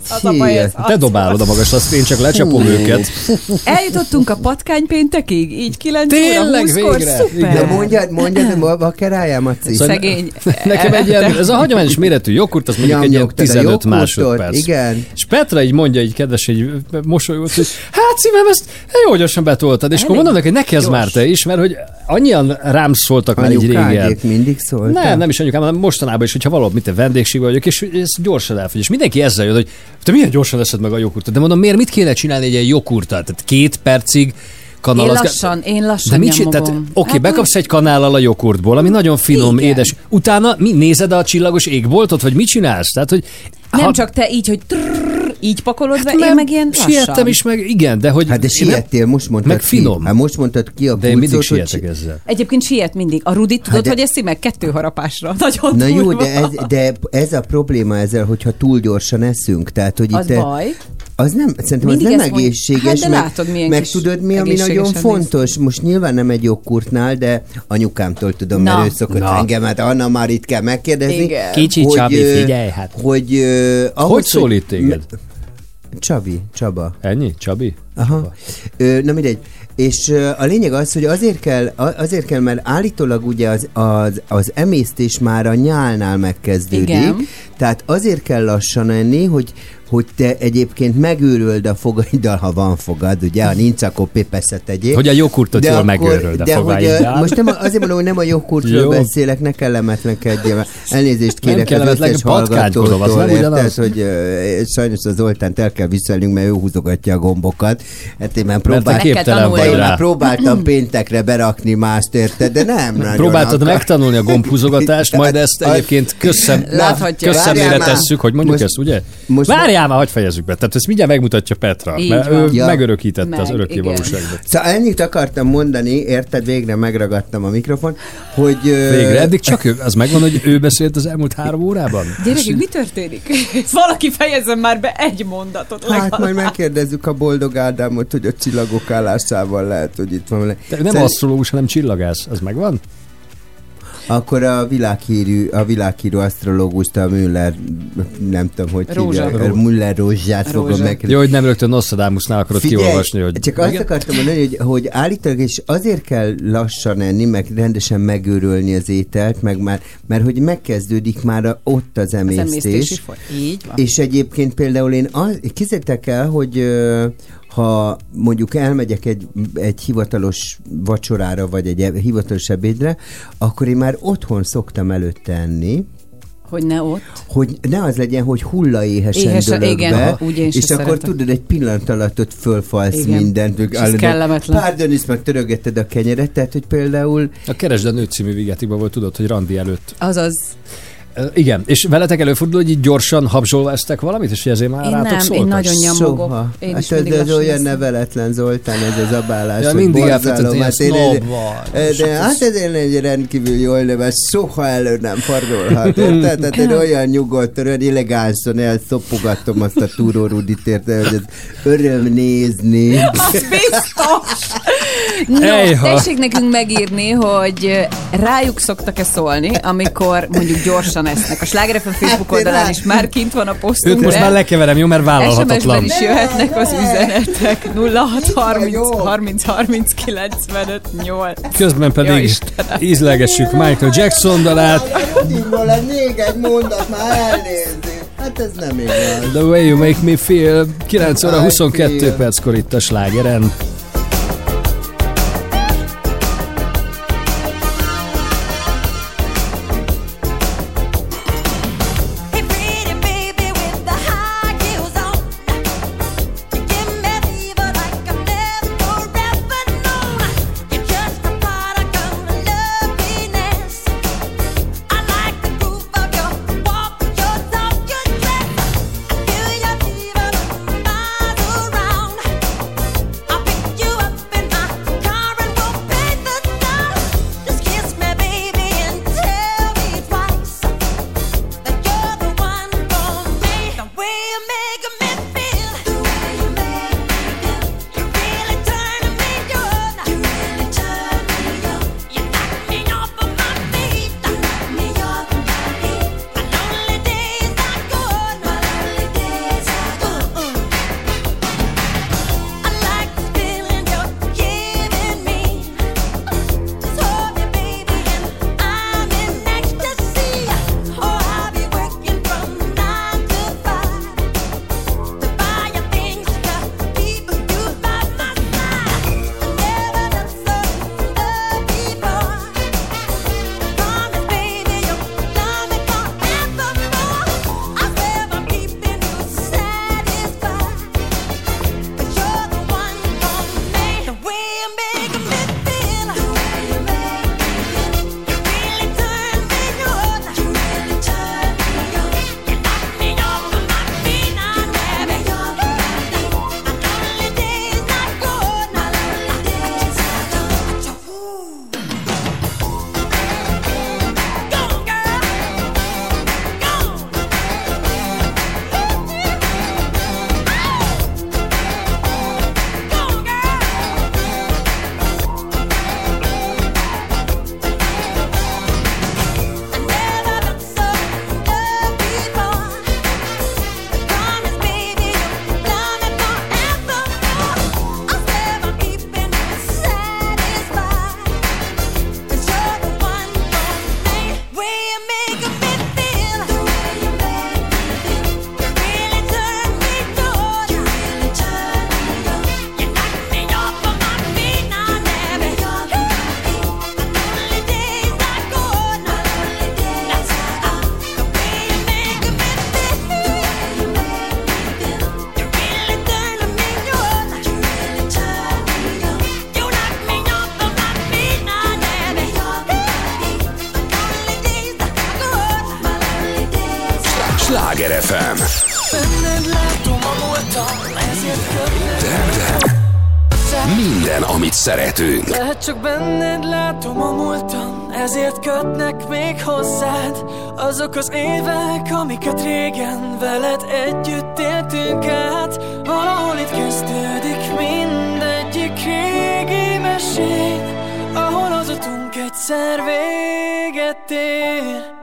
Te dobálod a magas, azt én csak lecsapom őket. Eljutottunk a patkánypéntekig, így 9 óra Tényleg, 20-kor, végre. szuper. De mondjad a keráljál, Maci. Szegény. Nekem egy ilyen, ez a hagyományos méretű joghurt, az mondjuk egy ilyen Nyomnyogtad a 15 joghurtot, másodperc. igen. És Petra így mondja, így kedves, így mosolyult, hogy hát szívem, ezt jó gyorsan betoltad. És akkor mondom neki, hogy ne kezd már te is, mert hogy annyian rám szóltak már így régen. Anyukágyék mindig szóltak? Nem is anyukám, hanem mostanában is, hogyha valahol mit vendégség vagyok, és ez gyorsan elfogy. És mindenki ezzel jön, hogy te milyen gyorsan eszed meg a joghurtot. De mondom, miért mit kéne csinálni egy ilyen joghurttal? Tehát 2 percig kanalazgat. Én lassan De mit csinál? Oké, bekapsz egy kanállal a joghurtból, ami nagyon finom, igen. édes. Utána nézed a csillagos égboltot, vagy mit csinálsz? Tehát, hogy Nem csak te így, hogy így pakolod be, én meg ilyen lassan. Siettem is meg, igen, de hogy... Hát de siettél, most mondtad meg finom. Hát most mondtad ki a de én mindig kulcot, hogy sietek ezzel. Egyébként siet mindig. A Rudit tudod, de- hogy eszi meg 2 harapásra. Nagyon Na jó, durva. de ez a probléma ezzel, hogyha túl gyorsan eszünk. Tehát, hogy Az itt baj. Az nem, szerintem Mindig az nem ezt mondja. egészséges. Hát de meg, látod, milyen meg kis tudod, mi, ami nagyon egészségesen fontos. Most nyilván nem egy joghurtnál, de anyukámtól tudom, Na. mert ő szokott engemet, Anna már itt kell megkérdezni. Igen. Kicsi hogy, Csabi, figyelj, hát. Hogy Hogy szólít téged? Csabi, Csaba. Ennyi? Csabi? Aha. Na mindegy. És a lényeg az, hogy azért kell, mert állítólag ugye az emésztés már a nyálnál megkezdődik. Igen. Tehát azért kell lassan enni, hogy te egyébként megőröld a fogaiddal, ha van fogad, ugye, ha nincs, akkor pépeszet tegyél. Hogy a joghurtot jól megőröld a fogaiddal. Most nem, azért mondom, hogy nem a joghurtról Jó. beszélek, ne kellemetlenkedjél. Elnézést kérek az kellemetlen, összes patkánykodom, az nem hallgatótól, érted, ugyanaz? hogy sajnos az Zoltánt el kell viselnünk, mert ő húzogatja a gombokat. Hát én már Mert te képtelen vagy én rá. már próbáltam péntekre berakni mást, érted, de nem nagyon Próbáltad akar. megtanulni a gombhúzogatást, majd ezt egyébként Láthatja. közszemlére Várjál már. tesszük, hogy mondjuk Most- ezt, ugye? most- Várjál már, hagyj fejezzük be. Tehát ezt mindjárt megmutatja Petra, Így mert van. ő Ja. megörökítette az Meg, örökké igen. valóságot. Szóval ennyit akartam mondani, érted, végre megragadtam a mikrofon, hogy... Végre, eddig csak ő, az megvan, hogy ő beszélt az elmúlt 3 órában? Gyerekek, mi történik? Valaki fejezzen már be egy mondatot. Hát legalább. majd megkérdezzük a boldog Ádámot, hogy a csillagok állásával lehet, hogy itt van. Te nem asztrológus, hanem csillagász. Az megvan? Akkor a világhírű asztrológust, a Müller, nem tudom, hogy Rózsa. hívják, Müller Rózsát fogom Rózsa. meg. Jó, hogy nem rögtön Nostradamusnál akarod kiolvasni, hogy... csak azt akartam mondani, hogy állítólag, és azért kell lassan enni, meg rendesen megőrölni az ételt, mert hogy megkezdődik már ott az emésztés. Így van. És egyébként például én képzeljétek el, hogy ha mondjuk elmegyek egy hivatalos vacsorára, vagy egy hivatalos ebédre, akkor én már otthon szoktam előtte enni, Hogy ne ott. hogy ne az legyen, hogy hullaéhesen Éhesen, dőlök igen, be, úgy én sem és akkor szeretem. tudod, egy pillanat alatt ott fölfalsz Igen. mindent. És ez kellemetlen. Pardon, is meg törögeted a kenyeret, tehát hogy például... A Keresd a nőt című vigyátékban volt, tudod, hogy randi előtt. Azaz. Igen, és veletek előfordul, hogy így gyorsan habzsolva eztek valamit, és hogy ezért már Én rátok nem, szóltak? én nagyon nyomogok. Soha. Én is Hát mindig ez lassan olyan eszem. neveletlen, Zoltán, ez az abálás, Ja, hogy mindig borzalom. elfelejtett, ilyen Hát én- sznob vagy. De hát ez egy rendkívül jól neves, soha elő nem fordulhat. Érted? Tehát én olyan nyugodt, olyan elegánsan elszopogatom azt a Túró Rudit, érted, hogy ez öröm nézni. Az biztos! No, Ejha. tessék nekünk megírni, hogy rájuk szoktak-e szólni, amikor mondjuk gyorsan esznek. A Sláger FM Facebook oldalán is már kint van a posztunk, Őt most már lekeverem, jó, mert SMS-ben vállalhatatlan. is jöhetnek az üzenetek. 0630 30 30 95 8. Közben Ja, pedig Istenem. ízlegessük Michael Jackson dalát. Rodinról még egy mondat, már elnézni. Hát ez nem igaz. The Way You Make Me Feel. 9 óra I 22 feel. perckor itt a Slágeren. Hey pretty baby with the high heels on, you give me fever like I've never ever known. You're just a product of loveliness. I like the groove of your walk, your talk, your dress. I feel your fever miles around. I pick FM. Benned látom a múltam, ezért kötnek. Minden, amit szeretünk. Lehet csak benned látom a múltam, ezért kötnek még hozzád azok az évek, amiket régen veled együtt éltünk át. Valahol itt kezdődik mindegyik régi mesét, ahol az utunk egyszer véget ér.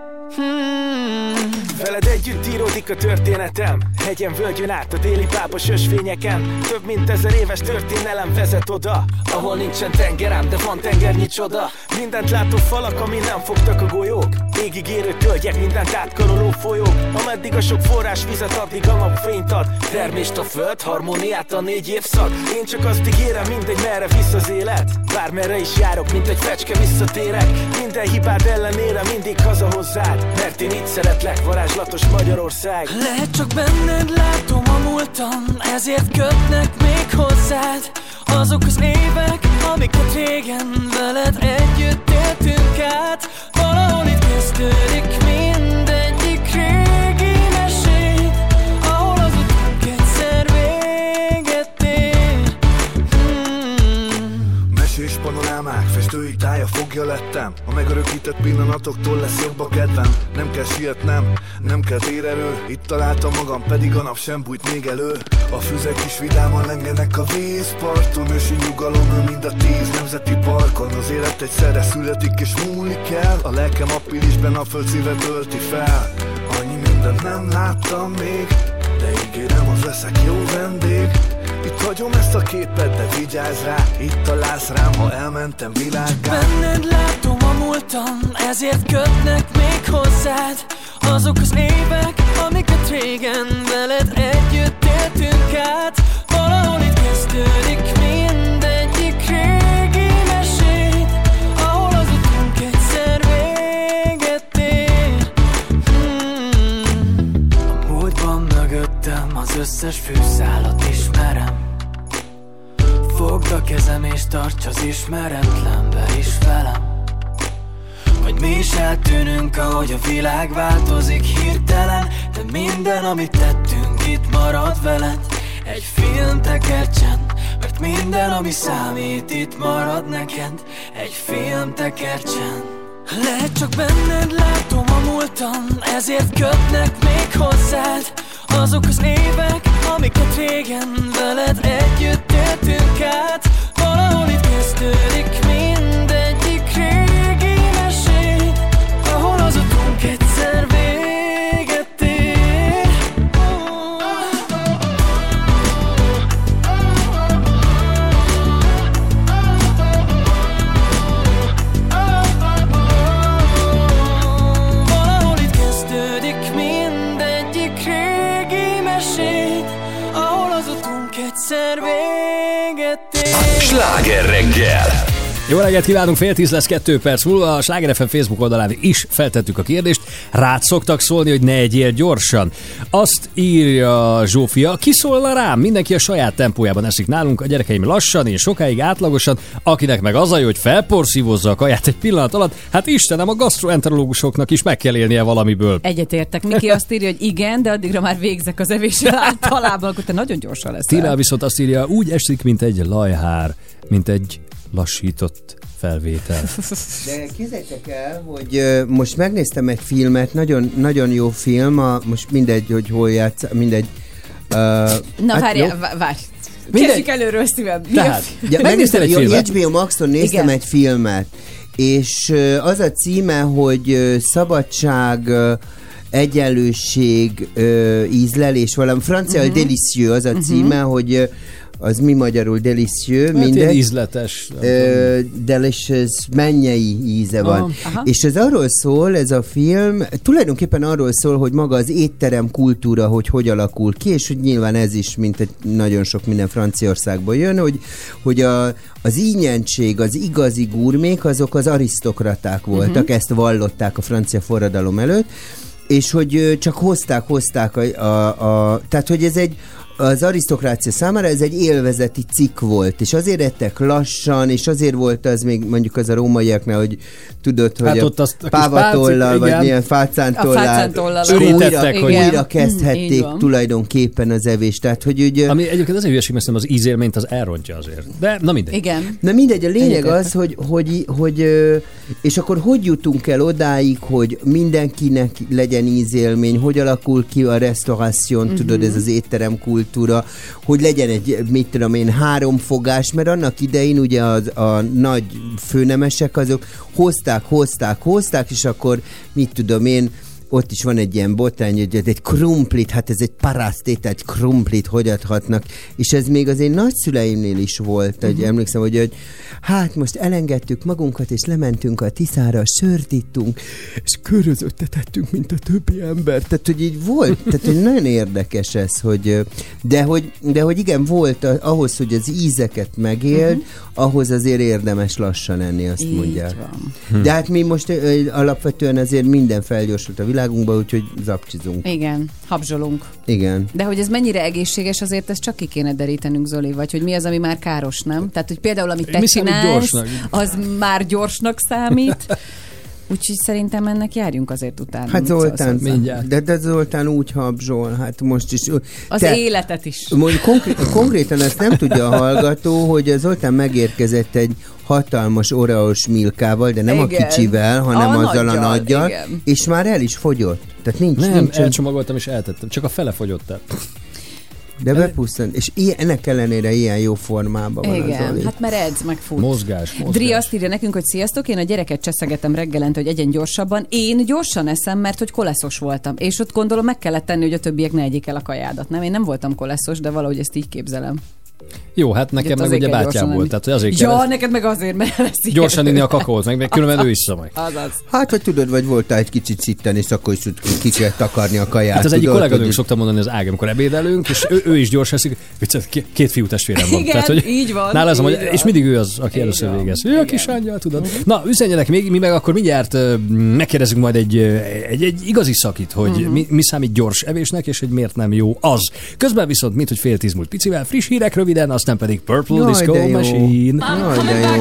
Veled együtt íródik a történetem, hegyen, völgyön át a déli pápos ösvényeken. Több mint 1000 éves történelem vezet oda, ahol nincsen tengerem, de van tengernyi csoda. Mindent látó falak, amin nem fogtak a golyók, égig érő tölgyek, mindent átkaroló folyók. Ameddig a sok forrás vizet, addig a nap fényt ad. Termést a föld, harmóniát a 4 évszak. Én csak azt ígérem, mindegy merre visz az élet. Bármerre is járok, mint egy fecske visszatérek. Minden hibád ellenére mindig haza hozzád, mert én itt szeretlek, varázslatos Magyarország. Lehet csak benned látom a múltam, ezért kötnek még hozzád azok az évek, amiket régen veled együtt éltünk át. Valahol itt kezdődik mindegyik régi mesét, ahol az utunk egyszer véget ér. Mesés panorámák, festői tája fogja lettem. A megörökített pillanatoktól lesz jobb a kedvem. Nem kell sietnem, nem kell térerő. Itt találtam magam, pedig a nap sem bújt még elő. A füzek is vidáman lengenek a vízparton. Ősi nyugalom, ő mind a 10 nemzeti parkon. Az élet egyszerre születik és múlik el. A lelkem aprílisben a föld szíve tölti fel. Annyi mindent nem láttam még, de ígérem, az leszek jó vendég. Itt hagyom ezt a képet, de vigyázz rá, itt találsz rám, ha elmentem világgá. Benned látom a múltam, ezért kötnek még hozzád azok az évek, amiket régen veled együtt éltünk át. Valahol itt kezdődik mindegyik régi mesét, ahol az utunk egyszer véget ér. A múltban mögöttem az összes fűszálat ismerem. Fogd a kezem és tarts az ismeretlenbe is velem. Hogy mi is eltűnünk, ahogy a világ változik hirtelen, de minden, amit tettünk, itt marad veled. Egy film tekercsen, mert minden, ami számít, itt marad neked. Egy film tekercsen. Lehet csak benned látom a múltam, ezért kötnek még hozzád azok az évek, amiket régen veled együtt éltünk át. Valahol itt kezdődik mindegyik régi mesét, ahol az utunk egyszer véget ér. Valahol itt kezdődik mindegyik régi mesét, ahol az utunk egyszer véget ér. Sláger reggel! Jó reggelt kívánunk, 9:30 lesz 2 perc múlva. A Sláger FM Facebook oldalán is feltettük a kérdést. Rád szoktak szólni, hogy ne egyél gyorsan. Azt írja Zsófia, ki szólna rám? Mindenki a saját tempójában eszik nálunk, a gyerekeim lassan, én sokáig átlagosan, akinek meg az a jó, hogy felporszívozza a kaját egy pillanat alatt. Hát Istenem, a gastroenterológusoknak is meg kell élnie valamiből. Egyetértek. Miki azt írja, hogy igen, de addigra már végzek az evéssel általában, akkor te nagyon gyorsan leszel. Tila viszont azt írja, úgy esik, mint egy lajhár, mint egy lassított felvétel. De képzeljétek el, hogy most megnéztem egy filmet, nagyon, nagyon jó film, most mindegy, hogy hol játsz, mindegy. Na várj. Kezdjük előről szívem. Megnéztem egy filmet. HBO Maxon néztem egy filmet, és az a címe, hogy szabadság, egyenlőség, ízlelés, valami francia, delicieux az a címe, hogy az mi magyarul delicieux, hát mindegy. Ízletes. Delicious, mennyei íze van. És ez arról szól, ez a film, tulajdonképpen arról szól, hogy maga az étterem kultúra, hogy alakul ki, és hogy nyilván ez is, mint egy nagyon sok minden Franciaországból jön, hogy az ínyentség, az igazi gurmék, azok az arisztokraták voltak, ezt vallották a francia forradalom előtt, és hogy csak hozták tehát hogy ez egy az arisztokrácia számára ez egy élvezeti cikk volt, és azért ettek lassan, és azért volt az még mondjuk az a rómaiaknál, hogy tudod, hogy Hát a ott azt a kis pávatollal, vagy igen. milyen fácántollal Ürítettek, hogy újra kezdhették tulajdonképpen az evést. Tehát, hogy ugye... Ami egyébként azért hülyeség, mert az ízélményt az elrontja azért. De na mindegy. Igen. Na mindegy, a lényeg az, hogy és akkor hogy jutunk el odáig, hogy mindenkinek legyen ízélmény, hogy alakul ki a restauration, tudod, ez az étterem kultúra, hogy legyen egy, mit tudom én, 3 fogás, mert annak idején ugye a nagy főnemesek azok hozták, és akkor mit tudom én, ott is van egy ilyen botrány, hogy egy krumplit, hát ez egy parasztét, egy krumplit hogy adhatnak, és ez még az én nagyszüleimnél is volt, hogy emlékszem, hogy hát most elengedtük magunkat, és lementünk a Tiszára, sört ittunk, és körözöttetettünk, mint a többi ember. Tehát, hogy így volt, tehát hogy nagyon érdekes ez, hogy de hogy igen, volt ahhoz, hogy az ízeket megéld, ahhoz azért érdemes lassan enni, azt mondják. De hát mi most alapvetően azért minden felgyorsult a világunkban, úgyhogy zapcsizunk. Igen, habzsolunk. Igen. De hogy ez mennyire egészséges, azért ezt csak ki kéne derítenünk, Zoli, vagy hogy mi az, ami már káros, nem? Tehát, hogy például, amit te csinálsz, az már gyorsnak számít. Úgyhogy szerintem ennek járjunk azért utána. Hát Zoltán, de Zoltán úgy habzsol, hát most is. Az életet is. Mondjuk konkrétan ezt nem tudja a hallgató, hogy Zoltán megérkezett egy hatalmas oreós milkával, de nem igen. a kicsivel, hanem azzal a nagyjal, igen. és már el is fogyott. Tehát nincs. Elcsomagoltam és eltettem, csak a fele fogyott el. De bepusztant, és ennek ellenére ilyen jó formában van igen, az Zoli. hát mert edz, meg fut. Mozgás. Dri azt írja nekünk, hogy sziasztok, én a gyereket cseszegetem reggelente, hogy egyen gyorsabban. Én gyorsan eszem, mert hogy koleszos voltam. És ott gondolom meg kellett tenni, hogy a többiek ne egyik el a kajádat. Nem, én nem voltam koleszos, de valahogy ezt így képzelem. Jó, hát nekem meg ugye bátyám volt, tehát azért ja, neked meg azért, mert lesz gyorsan inni a kakaót, meg különben ő is majd. Azaz. Hát, vagy tudod, vagy voltál egy kicsit sitten, és akkor is ki kell takarni a kaját. Hát az egyik tudod, kolléganőnk szokta mondani az ág, amikor ebédelünk, és ő is gyorsan eszik, hogy 2 fiú testvérem van. Igen, tehát, hogy így van. Nála az, így és mindig ő az, aki először végez. Ő a kis angyal, tudod. Na, üzenjenek még, mi meg akkor mindjárt megkérdezünk majd egy igazi szakit, hogy mi számít gyors evésnek, és hogy miért nem jó az. Közben viszont, mint hogy 9:10 múlt picivel, friss hírek röviden, aztán pedig Purple Disco Machine. Jaj, de jó.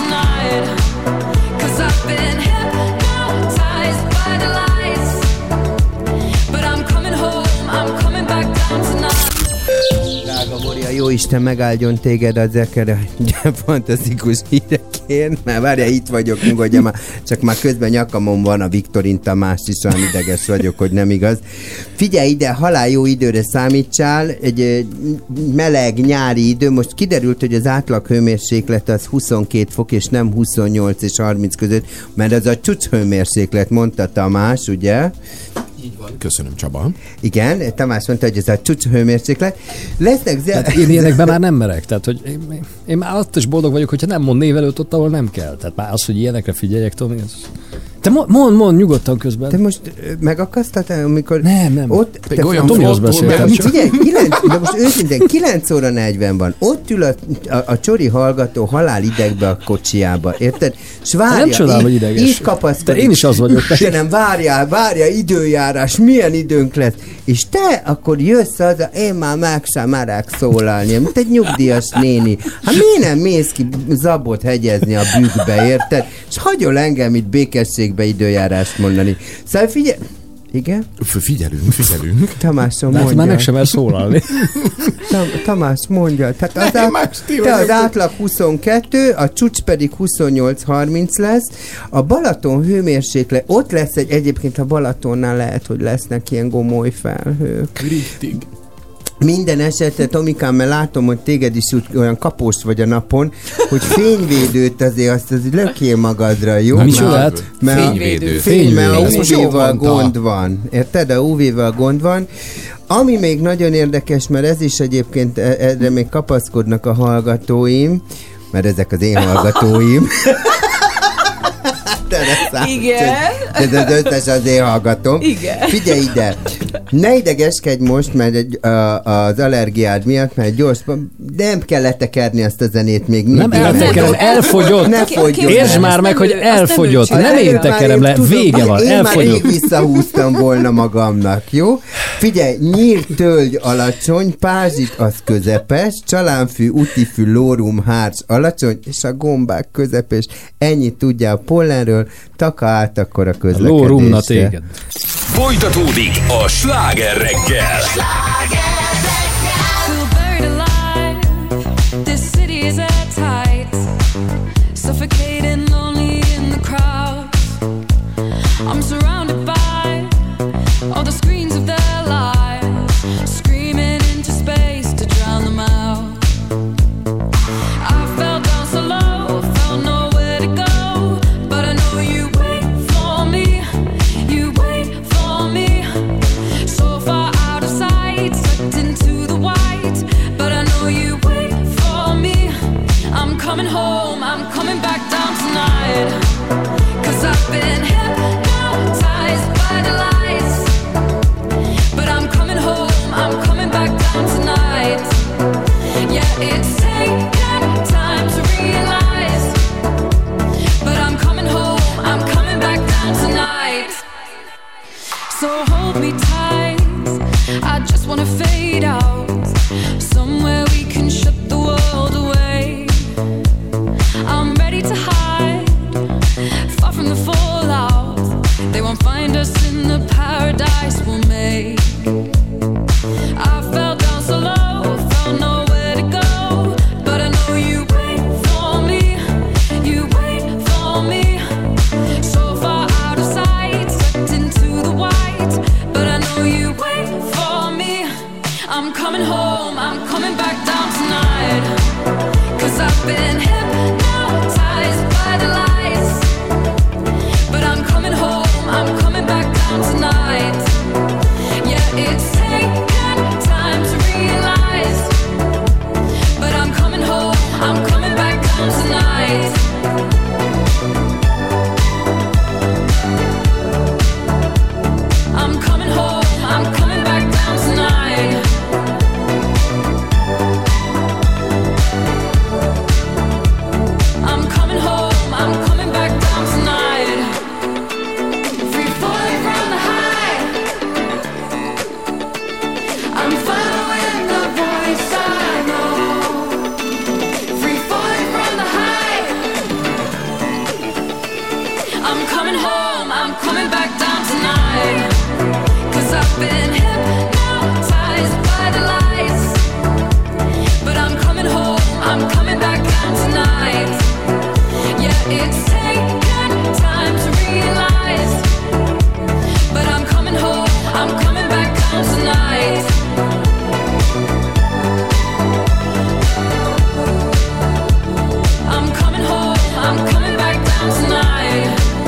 Drága Moria, jóisten megáldjon téged ezekkel a fantasztikus hírekért. Már várjál, itt vagyok, nyugodja már. Csak már közben nyakamon van a Viktorin Tamás is, olyan ideges vagyok, hogy nem igaz. Figyelj ide, halál jó időre számítsál, egy meleg nyári idő. Most kiderült, hogy az átlag hőmérséklet az 22 fok, és nem 28 és 30 között, mert az a csúcs hőmérséklet, mondta Tamás, ugye? Így van. Köszönöm, Csaba. Igen, Tamás mondta, hogy ez a csúcs hőmérséklet. Lesznek hát én ilyenekben már nem merek. Tehát, hogy én már ott is boldog vagyok, hogyha nem mond névelőt ott, ahol nem kell. Tehát már az, hogy ilyenekre figyeljek, Tomi, ez... Te mond nyugodtan közben. Te most megakasztál, amikor... Nem. Ott, te olyan Tomihoz beszéltem. Figyelj, de most őszintén 9 óra 40 van. Ott ül a Csori hallgató halál idegbe a kocsiába, érted? És várja, nem csodálom, hogy ideges. Így kapaszkodik. De én is az vagyok. Istenem, várjál, időjárás, milyen időnk lesz. És te akkor jössz haza, én már meg sem merek szólalni, mint egy nyugdíjas néni. Hát miért nem mész ki zabot hegyezni a bükkbe, érted? És hagyol engem itt békességbe időjárást mondani. Szóval figyelj... Igen? Figyelünk. Tamásom mondja. Hát már meg sem el szólalni. Tamás mondja. Tehát az átlag 22, a csúcs pedig 28-30 lesz. A Balaton hőmérséklet, ott lesz egyébként a Balatonnál lehet, hogy lesznek ilyen gomoly felhők. Richtig. Minden esetre, Tomikám, mert látom, hogy téged is úgy olyan kapós vagy a napon, hogy fényvédőt azért azt lökjél magadra, jó? Mi lehet? Fényvédő. Mert a UV-val gond van. Érted? A UV-val gond van. Ami még nagyon érdekes, mert ez is egyébként, erre még kapaszkodnak a hallgatóim, mert ezek az én hallgatóim. Interesált. Igen. Ez az összes azért hallgatom. Igen. Figyelj ide. Ne idegeskedj most, mert az allergiád miatt, mert gyorsan nem kell letekerni azt a zenét még. Nem eltekerem, elfogyott. Ne fogyjon. Értsd már meg, hogy elfogyott. Nem én tekerem le, vége van, elfogyott. Én már visszahúztam volna magamnak, jó? Figyelj, nyír tölgy alacsony, pázsit az közepes, csalánfű, utifű, lórum, hárcs alacsony, és a gombák közepes. Ennyit tudjál a pollenről, taka át akkor a közlekedésre. Lórumna téged. Folytatódik a Sláger reggel. Feel buried alive. This city is at tight. Suffocating, lonely in the crowd. I'm surrounded by all the screens of their lives, screaming into space to drown them out. I fell down so low, felt nowhere to go, but I know you wait for me. You wait for me. So far out of sight, sucked into the white, but I know you wait for me. I'm coming home, I'm coming back down tonight, 'cause I've been hypnotized by the lights, but I'm coming home, I'm coming back down tonight. Yeah, it's taken time to realize, but I'm coming home, I'm coming back down tonight. So hold me tight, I just wanna fade out, somewhere we can shut the world away. I'm ready to hide, far from the fallout. They won't find us in the paradise we'll make. I fell down so low, found nowhere to go, but I know you wait for me. You wait for me. So far out of sight, sucked into the white, but I know you wait for me. I'm coming home, I'm coming back down tonight, 'cause I've been hypnotized by the lights, but I'm coming home, I'm coming back down tonight. Yeah, it's taken time to realize, but I'm coming home, I'm coming back down tonight. I'm coming home, I'm coming back down tonight. I'm coming home, I'm coming back down tonight. Free falling from the high, I'm following the voice I know. Free falling from the high, I'm coming home, I'm coming back down tonight, 'cause I've been hypnotized by the lights, but I'm coming home, I'm coming back down tonight. Yeah, it's taken time to realize, but I'm coming home, I'm coming back down tonight. I'm coming home, I'm coming back down tonight.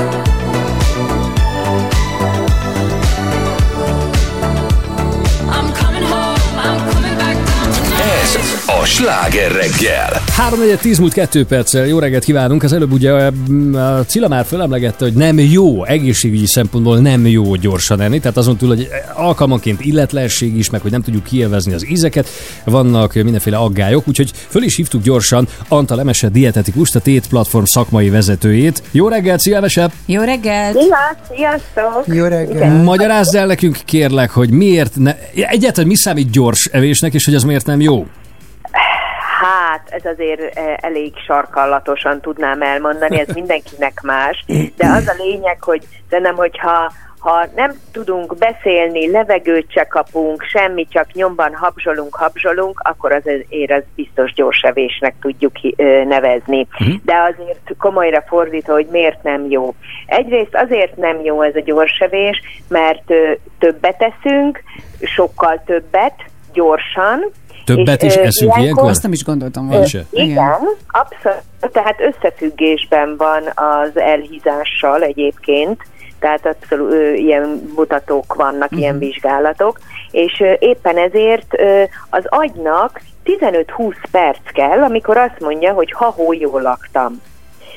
I'm coming home, I'm coming back down tonight. Ez a Sláger reggel. 3:10 múlt 2 perccel. Jó reggelt kívánunk. Az előbb ugye a Cilla már fölemlegette, hogy nem jó, egészségügyi szempontból nem jó gyorsan enni. Tehát azon túl, hogy alkalmanként illetlenség is, meg hogy nem tudjuk kielvezni az ízeket, vannak mindenféle aggályok, úgyhogy föl is hívtuk gyorsan Antal Emese dietetikust, a Tét Platform szakmai vezetőjét. Jó reggelt, szia Emese! Jó reggelt! Sziasztok! Jó reggelt! Magyarázd el nekünk kérlek, hogy miért egyáltalán mi számít gyors evésnek, és hogy az miért nem jó? Hát, ez azért elég sarkallatosan tudnám elmondani, ez mindenkinek más, de az a lényeg, hogy szerintem, hogyha nem tudunk beszélni, levegőt se kapunk, semmi, csak nyomban habzsolunk, akkor azért az biztos gyorsevésnek tudjuk nevezni. De azért komolyra fordítva, hogy miért nem jó. Egyrészt azért nem jó ez a gyorsevés, mert többet eszünk, sokkal többet, gyorsan. Többet is eszünk ilyenkor? Azt nem is gondoltam volna. Igen, abszolút. Tehát összefüggésben van az elhízással egyébként, tehát abszolút ilyen mutatók vannak, ilyen vizsgálatok, és éppen ezért az agynak 15-20 perc kell, amikor azt mondja, hogy ha-hó, jól laktam.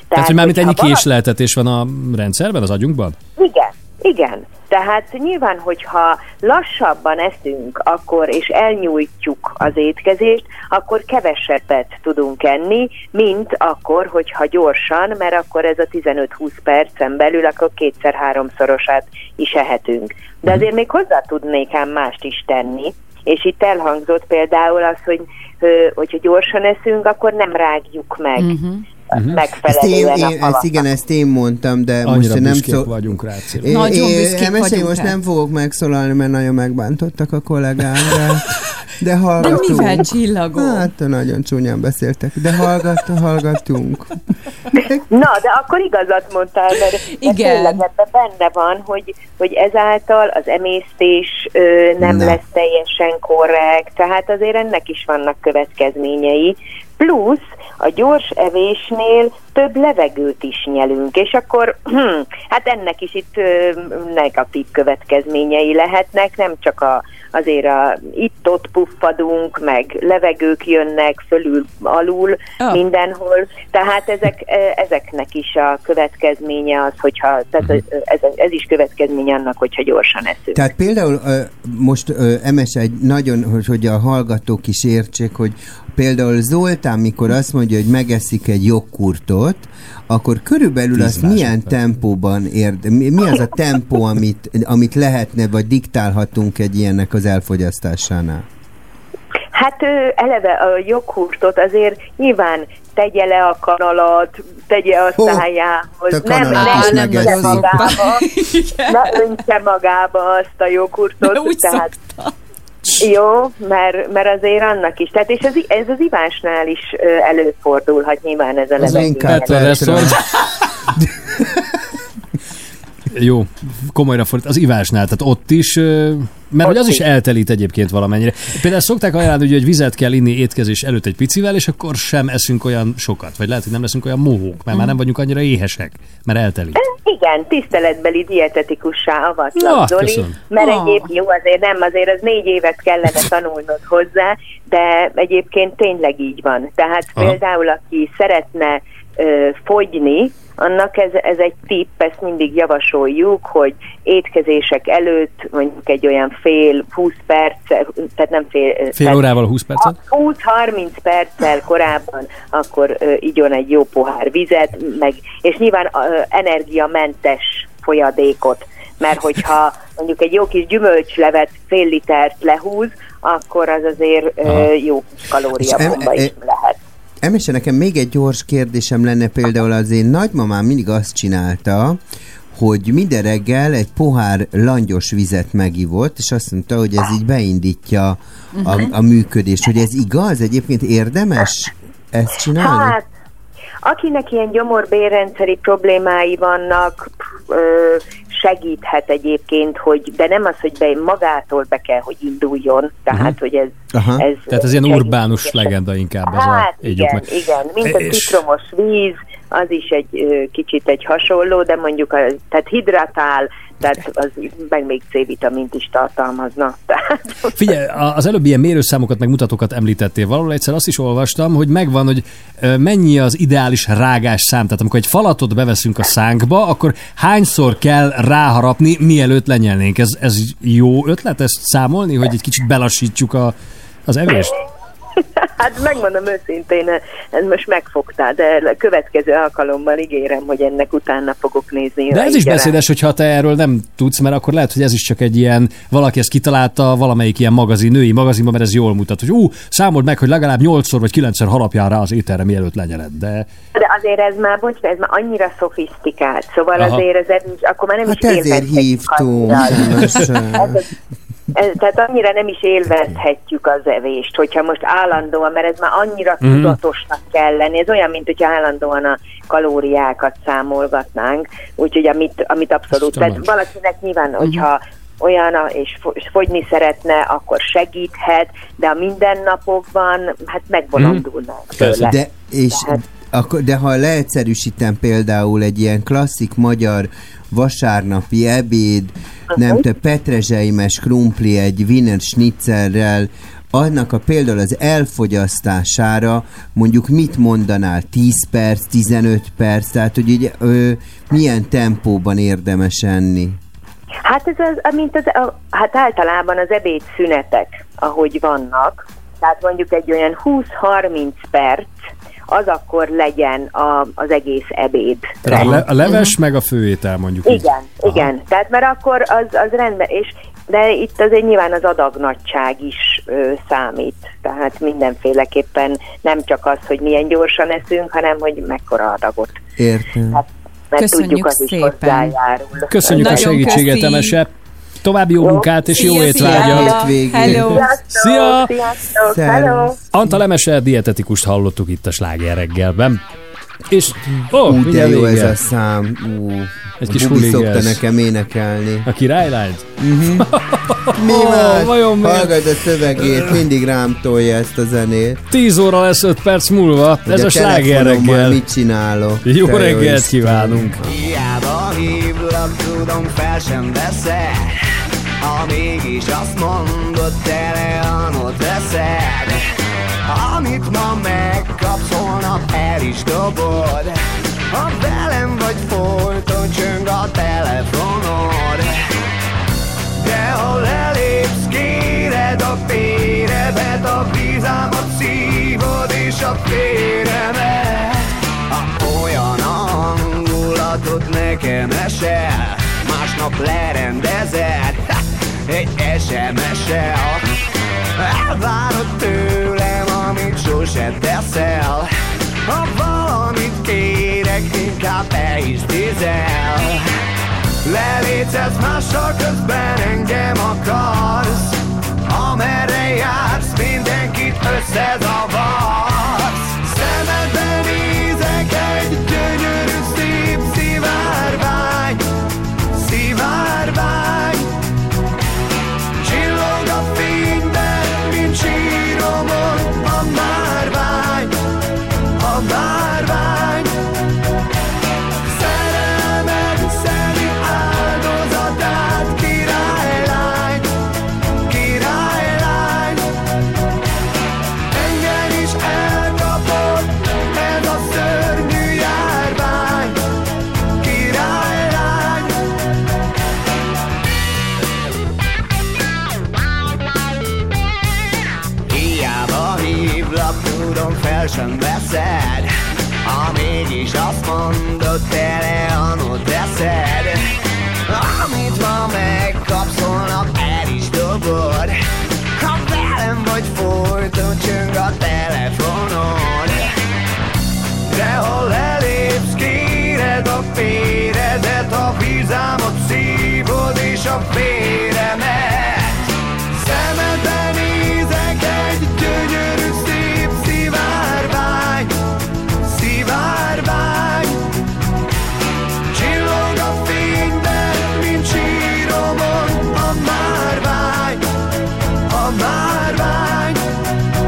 Tehát, hogy mármint ennyi hogyha valaki- késleltetés van a rendszerben, az agyunkban? Igen. Tehát nyilván, hogyha lassabban eszünk akkor, és elnyújtjuk az étkezést, akkor kevesebbet tudunk enni, mint akkor, hogyha gyorsan, mert akkor ez a 15-20 percen belül, akkor 2-3-szorosát is ehetünk. De azért még hozzá tudnék ám mást is tenni, és itt elhangzott például az, hogy hogyha gyorsan eszünk, akkor nem rágjuk meg. Megfelelően a halat. Ezt én mondtam, de Annyira most nem büszkék vagyunk rá, Cilla. Nagyon büszkék vagyunk most rá. nem fogok megszólalni, mert nagyon megbántottak a kollégám, de hallgatunk. De mivel csillagom? Hát, nagyon csúnyán beszéltek, de hallgatunk. Na, de akkor igazat mondtál, mert tényleg ebben benne van, hogy ezáltal az emésztés nem lesz teljesen korrekt, tehát azért ennek is vannak következményei. Plusz a gyors evésnél több levegőt is nyelünk, és akkor hát ennek is itt negatív következményei lehetnek, nem csak azért itt-ott puffadunk, meg levegők jönnek fölül, alul, mindenhol, tehát ezeknek is a következménye az, hogyha, tehát ez is következménye annak, hogyha gyorsan eszünk. Tehát például most MS egy nagyon, hogy a hallgatók is értsék, hogy például Zoltán, mikor azt mondja, hogy megeszik egy joghurtot, akkor körülbelül azt milyen tempóban mi az a tempó, amit lehetne, vagy diktálhatunk egy ilyennek az elfogyasztásánál? Hát eleve a joghurtot azért nyilván tegye le a kanalat, tegye a szájához, nem öntse magába azt a joghurtot, tehát jó, mert azért annak is. Tehát és ez az ivásnál is előfordulhat nyilván ez a levegő. Jó, komolyra fordít. Az ivásnál, tehát ott is, mert hogy az is eltelít egyébként valamennyire. Például szokták ajánlani, hogy vizet kell inni étkezés előtt egy picivel, és akkor sem eszünk olyan sokat. Vagy lehet, hogy nem leszünk olyan mohók, mert már nem vagyunk annyira éhesek, mert eltelít. Igen, tiszteletbeli dietetikussá avatlak, Zoli, köszönöm. mert egyébként jó, azért az 4 évet kellene tanulnod hozzá, de egyébként tényleg így van. Tehát például, aki szeretne fogyni, annak ez egy tipp, ezt mindig javasoljuk, hogy étkezések előtt mondjuk egy olyan 20 perc, tehát nem fél órával 20 percet? 20-30 perccel korábban akkor igyon egy jó pohár vizet, és nyilván energiamentes folyadékot, mert hogyha mondjuk egy jó kis gyümölcslevet fél litert lehúz, akkor az azért jó kalóriabomba is lehet. Emese, nekem még egy gyors kérdésem lenne, például az én nagymamám mindig azt csinálta, hogy minden reggel egy pohár langyos vizet megivott, és azt mondta, hogy ez így beindítja a működést. Hogy ez igaz? Egyébként érdemes ezt csinálni? Hát, akinek ilyen gyomor-bérrendszeri problémái vannak, segíthet egyébként, de nem az, hogy magától be kell, hogy induljon, tehát, hogy ez tehát ez ilyen urbánus legenda inkább. Hát igen, mint a citromos víz, az is egy kicsit egy hasonló, de mondjuk tehát hidratál, tehát az meg még C-vitamint is tartalmazna. Figyelj, az előbb ilyen mérőszámokat, meg mutatókat említettél. Valahol egyszer azt is olvastam, hogy megvan, hogy mennyi az ideális rágás szám. Tehát amikor egy falatot beveszünk a szánkba, akkor hányszor kell ráharapni, mielőtt lenyelnénk. Ez jó ötlet ezt számolni, hogy egy kicsit belassítsuk az evést? Hát megmondom őszintén, ez most megfogtál, de a következő alkalommal ígérem, hogy ennek utána fogok nézni. De ez is beszédes, hogyha te erről nem tudsz, mert akkor lehet, hogy ez is csak egy ilyen, valaki ezt kitalálta valamelyik ilyen női magazinban, mert ez jól mutat, hogy számold meg, hogy legalább 8-szor vagy 9-szer harapjál rá az ételre, mielőtt lenyeled. De azért ez már annyira szofisztikált, szóval azért ez akkor már nem is ezért hívtunk. Tehát annyira nem is élvezhetjük az evést, hogyha most állandóan, mert ez már annyira tudatosnak kell lenni. Ez olyan, mint hogyha állandóan a kalóriákat számolgatnánk, úgyhogy amit abszolút. Tehát valakinek nyilván, hogyha olyan, és fogyni szeretne, akkor segíthet, de a mindennapokban hát megbolondulnak tőle. De ha leegyszerűsítem például egy ilyen klasszik magyar vasárnapi ebéd, nem tudom, petrezselymes krumpli egy Wiener Schnitzerrel, annak például az elfogyasztására mondjuk mit mondanál? 10 perc, 15 perc? Tehát, hogy így, milyen tempóban érdemes enni? Hát hát általában az ebédszünetek, ahogy vannak, tehát mondjuk egy olyan 20-30 perc, az akkor legyen az egész ebéd. A leves meg a főétel mondjuk. Igen. Tehát mert akkor az rendben, de itt azért nyilván az adagnagyság is számít. Tehát mindenféleképpen nem csak az, hogy milyen gyorsan eszünk, hanem hogy mekkora adagot. Értem. Hát, mert Köszönjük tudjuk, az szépen. is hozzájárul. Köszönjük a segítséget, Emese. További jó munkát és jó étvágyat. Hello. Szia! Sziasztok! Hello! Antal Emese dietetikust hallottuk itt a Sláger reggelben. És de jó ez a szám. Egy kis Bubi szokta huligás. nekem énekelni. A királylányt? Mi más? vajon miért? Hallgass a szövegét, mindig rám tolja ezt a zenét. 10 óra lesz 5 perc múlva. Hogy Ez a Sláger telefonommal reggel. mit csinálok? Jó Te reggelt Isten. kívánunk. Hiába hívlak, tudom, fel sem veszed. Ha mégis azt mondod, telefonot veszed. Amit ma megkapsz, holnap el is dobod. Ha velem vagy, folyton csöng a telefonod. De ha lelépsz, kéred a féremet, a vízámat szívod és a féremet. Olyan a hangulatot nekem esel, másnap lerendezed egy SMS-el. Elvárod tőlem, amit sose teszel. Ha valamit kérek, inkább te is tízel. Lelétsz mással, közben engem akarsz. Amerre jársz, mindenkit összezavarsz. Szemedbe nézek egy gyönyörű szép szivárvány. Szivárvány. Csillog a fényben, mint síromon a márvány. A márvány. Szerelmed szeli áldozatát, királylány. Királylány. Engem is elkapott ez a szörnyű járvány. Királylány. Hiába hívlak, tudom, fel sem veszed. Ha mégis azt mondod, telefonot veszed. Amit ma megkapsz, holnap el is dobod. Ha velem vagy, folyton csöng a telefonod. De ha lelépsz, kéred a féredet, a vízámat szívod és a féremet. Szemedbe nézek egy gyönyörű szép szivárvány. Szivárvány. Csillog a fényben, mint síromon a márvány. A márvány.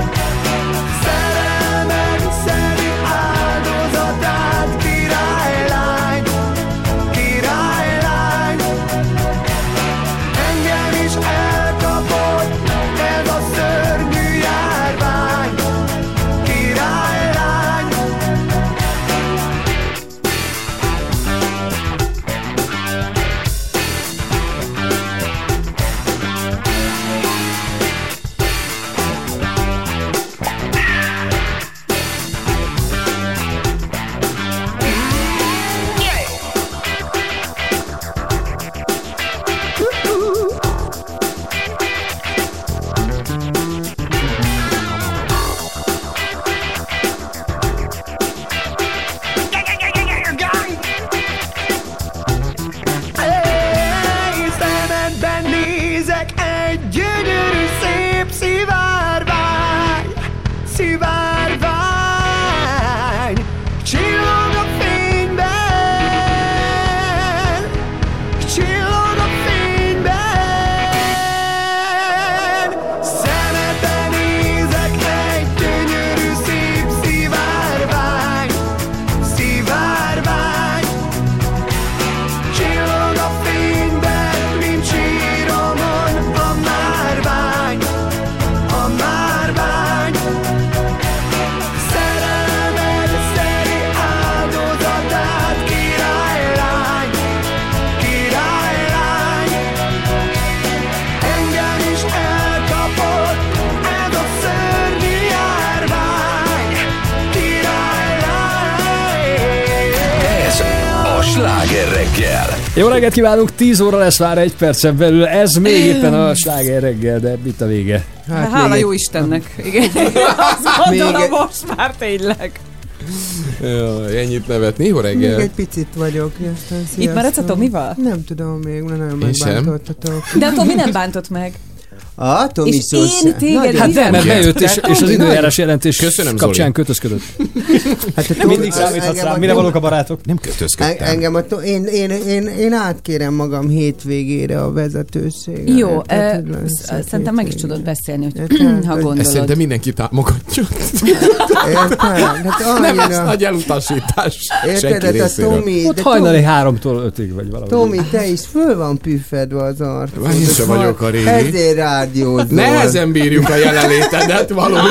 reggel. Jó reggelt kívánunk, 10 óra lesz már egy percen belül. Ez még éppen a Sláger reggel, de itt a vége. Hála jó Istennek. Igen. Azt gondolom most már tényleg. Jaj, ennyit nevetni, jó reggel. Még egy picit vagyok. Itt maradsz a Tomival? Nem tudom még, mert nagyon Én sem. megbántottatok. De a Tomi nem bántott meg. A Tomi És szó én téged Hát nem, mert bejött, és az Tomi időjárás jelentés Köszönöm, kapcsán Zoli. kötözködött. Hát a Tomi, Mindig számíthatsz engem rám, a mire Tomi- valók a barátok? Nem kötözködtem. Engem én átkérem magam hétvégére a vezetőségre. Jó, Tehát, hogy lesz szerintem meg is hétvégére. tudod beszélni, hogy Érted? ha Ezt gondolod. szerintem mindenki támogatja. Érted? Hát Nem lesz annyira... nagy elutasítás Érted? senki Hát a részéről. Tomi... Ott de hajnali 3-tól 5-ig, vagy valahogy. Tomi, te is föl van püffedve az arcod. Én sem vagyok a régi. Ezért rádiózol. Nehezen bírjuk a jelenlétedet valóban.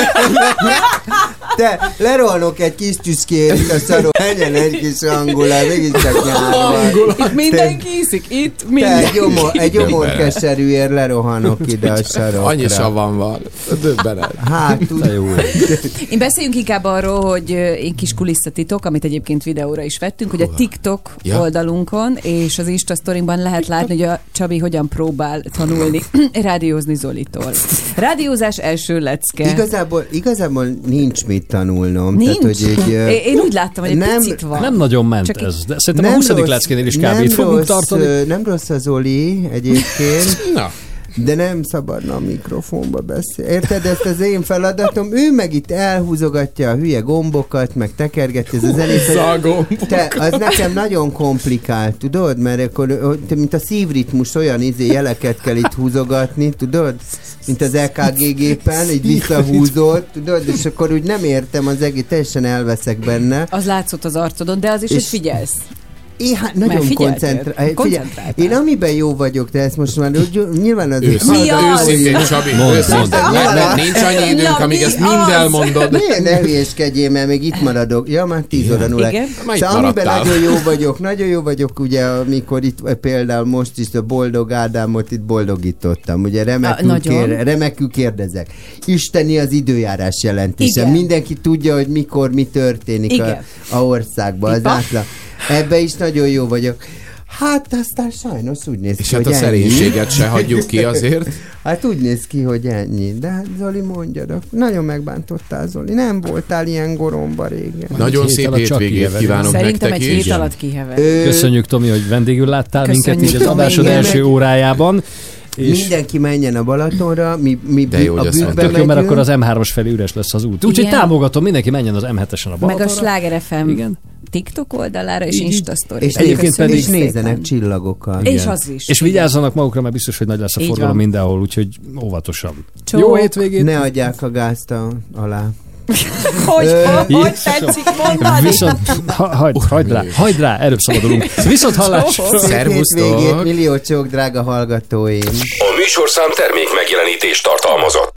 Te, lerohanok egy kis tüszkét a szaró. Menjen egy kis angolán, mégiscsak nyár van. Itt mindenki iszik, itt Te, mindenki. egy gyomorkeserűért lerohanok ide a sarokra. Annyi savam van. Döbbenet. Hát, Én beszéljünk inkább arról, hogy egy kis kulisszatitok, amit egyébként videóra is vettünk, hogy a TikTok oldalunkon és az Insta sztorinkban lehet látni, hogy a Csabi hogyan próbál tanulni rádiózni Zolitól. Rádiózás első lecke. Igazából nincs mit tanulnom. Nincs? Tehát, hogy egy, Én úgy láttam, hogy egy picit van. Nem nagyon ment Csak ez, de szerintem a 20. leckénél is kb. Itt fogunk tartani. Nem rossz az Oli egyébként. Na. De nem szabadna a mikrofonba beszélni. Érted? Ezt az én feladatom. Ő meg itt elhúzogatja a hülye gombokat, meg tekergeti ez a zenét. Húzza a gombokat. Te, az nekem nagyon komplikált, tudod? Mert akkor, mint a szívritmus, olyan jeleket kell itt húzogatni, tudod? Mint az EKG gépen, így visszahúzod, tudod? És akkor úgy nem értem az egész, teljesen elveszek benne. Az látszott az arcodon, de az is, hogy És- figyelsz. Én hát nagyon koncentráltam. Én amiben jó vagyok, de ezt most már nyilván az... Mi az? Őszintén, Csabi, őszintén. Nincs annyi időnk, amíg ezt mind elmondod. Miért ne hülyéskedjél, mert még itt maradok. Ja, már 10 óra 0. Igen. Szóval amiben nagyon jó vagyok, ugye, amikor itt például most is a Boldog Ádámot itt boldogítottam. Ugye remekül kérdezek. Isteni az időjárás jelentése. Igen. Mindenki tudja, hogy mikor mi történik a országban. Az átlag. Ebbe is nagyon jó vagyok. Hát aztán sajnos úgy néz ki, És hát hogy a szerénységet se hagyjuk ki azért. Hát úgy néz ki, hogy ennyi. De hát Zoli, mondjad, nagyon megbántottál, Zoli. Nem voltál ilyen goromba régen. Nagyon szép hétvégét kívánok Szerintem nektek egy is. hét alatt kihever. Köszönjük, Tomi, hogy vendégül láttál minket így az Tomi, adásod igen. első órájában. És mindenki menjen a Balatonra, mi De jó, hogy a azt bükkbe tök jó, mert megyünk. akkor az M3-as felé üres lesz az út. Úgyhogy Igen. támogatom, mindenki menjen az M7-esen a Meg Balatonra. a Sláger FM Igen. TikTok oldalára és Így. Insta sztori. És Egyébként pedig nézzenek csillagokkal. És az is. És vigyázzanak magukra, mert biztos, hogy nagy lesz a Így forgalom van. mindenhol, úgyhogy óvatosan. Csók. Jó hétvégét! Ne adják a gázt alá. Hogy tetszik mondani? Viszont hagyd rá, előbb szabadulunk. Viszont hallásra! Szervusztok! Millió csók, drága hallgatóim! A műsorszám termék megjelenítést tartalmazott.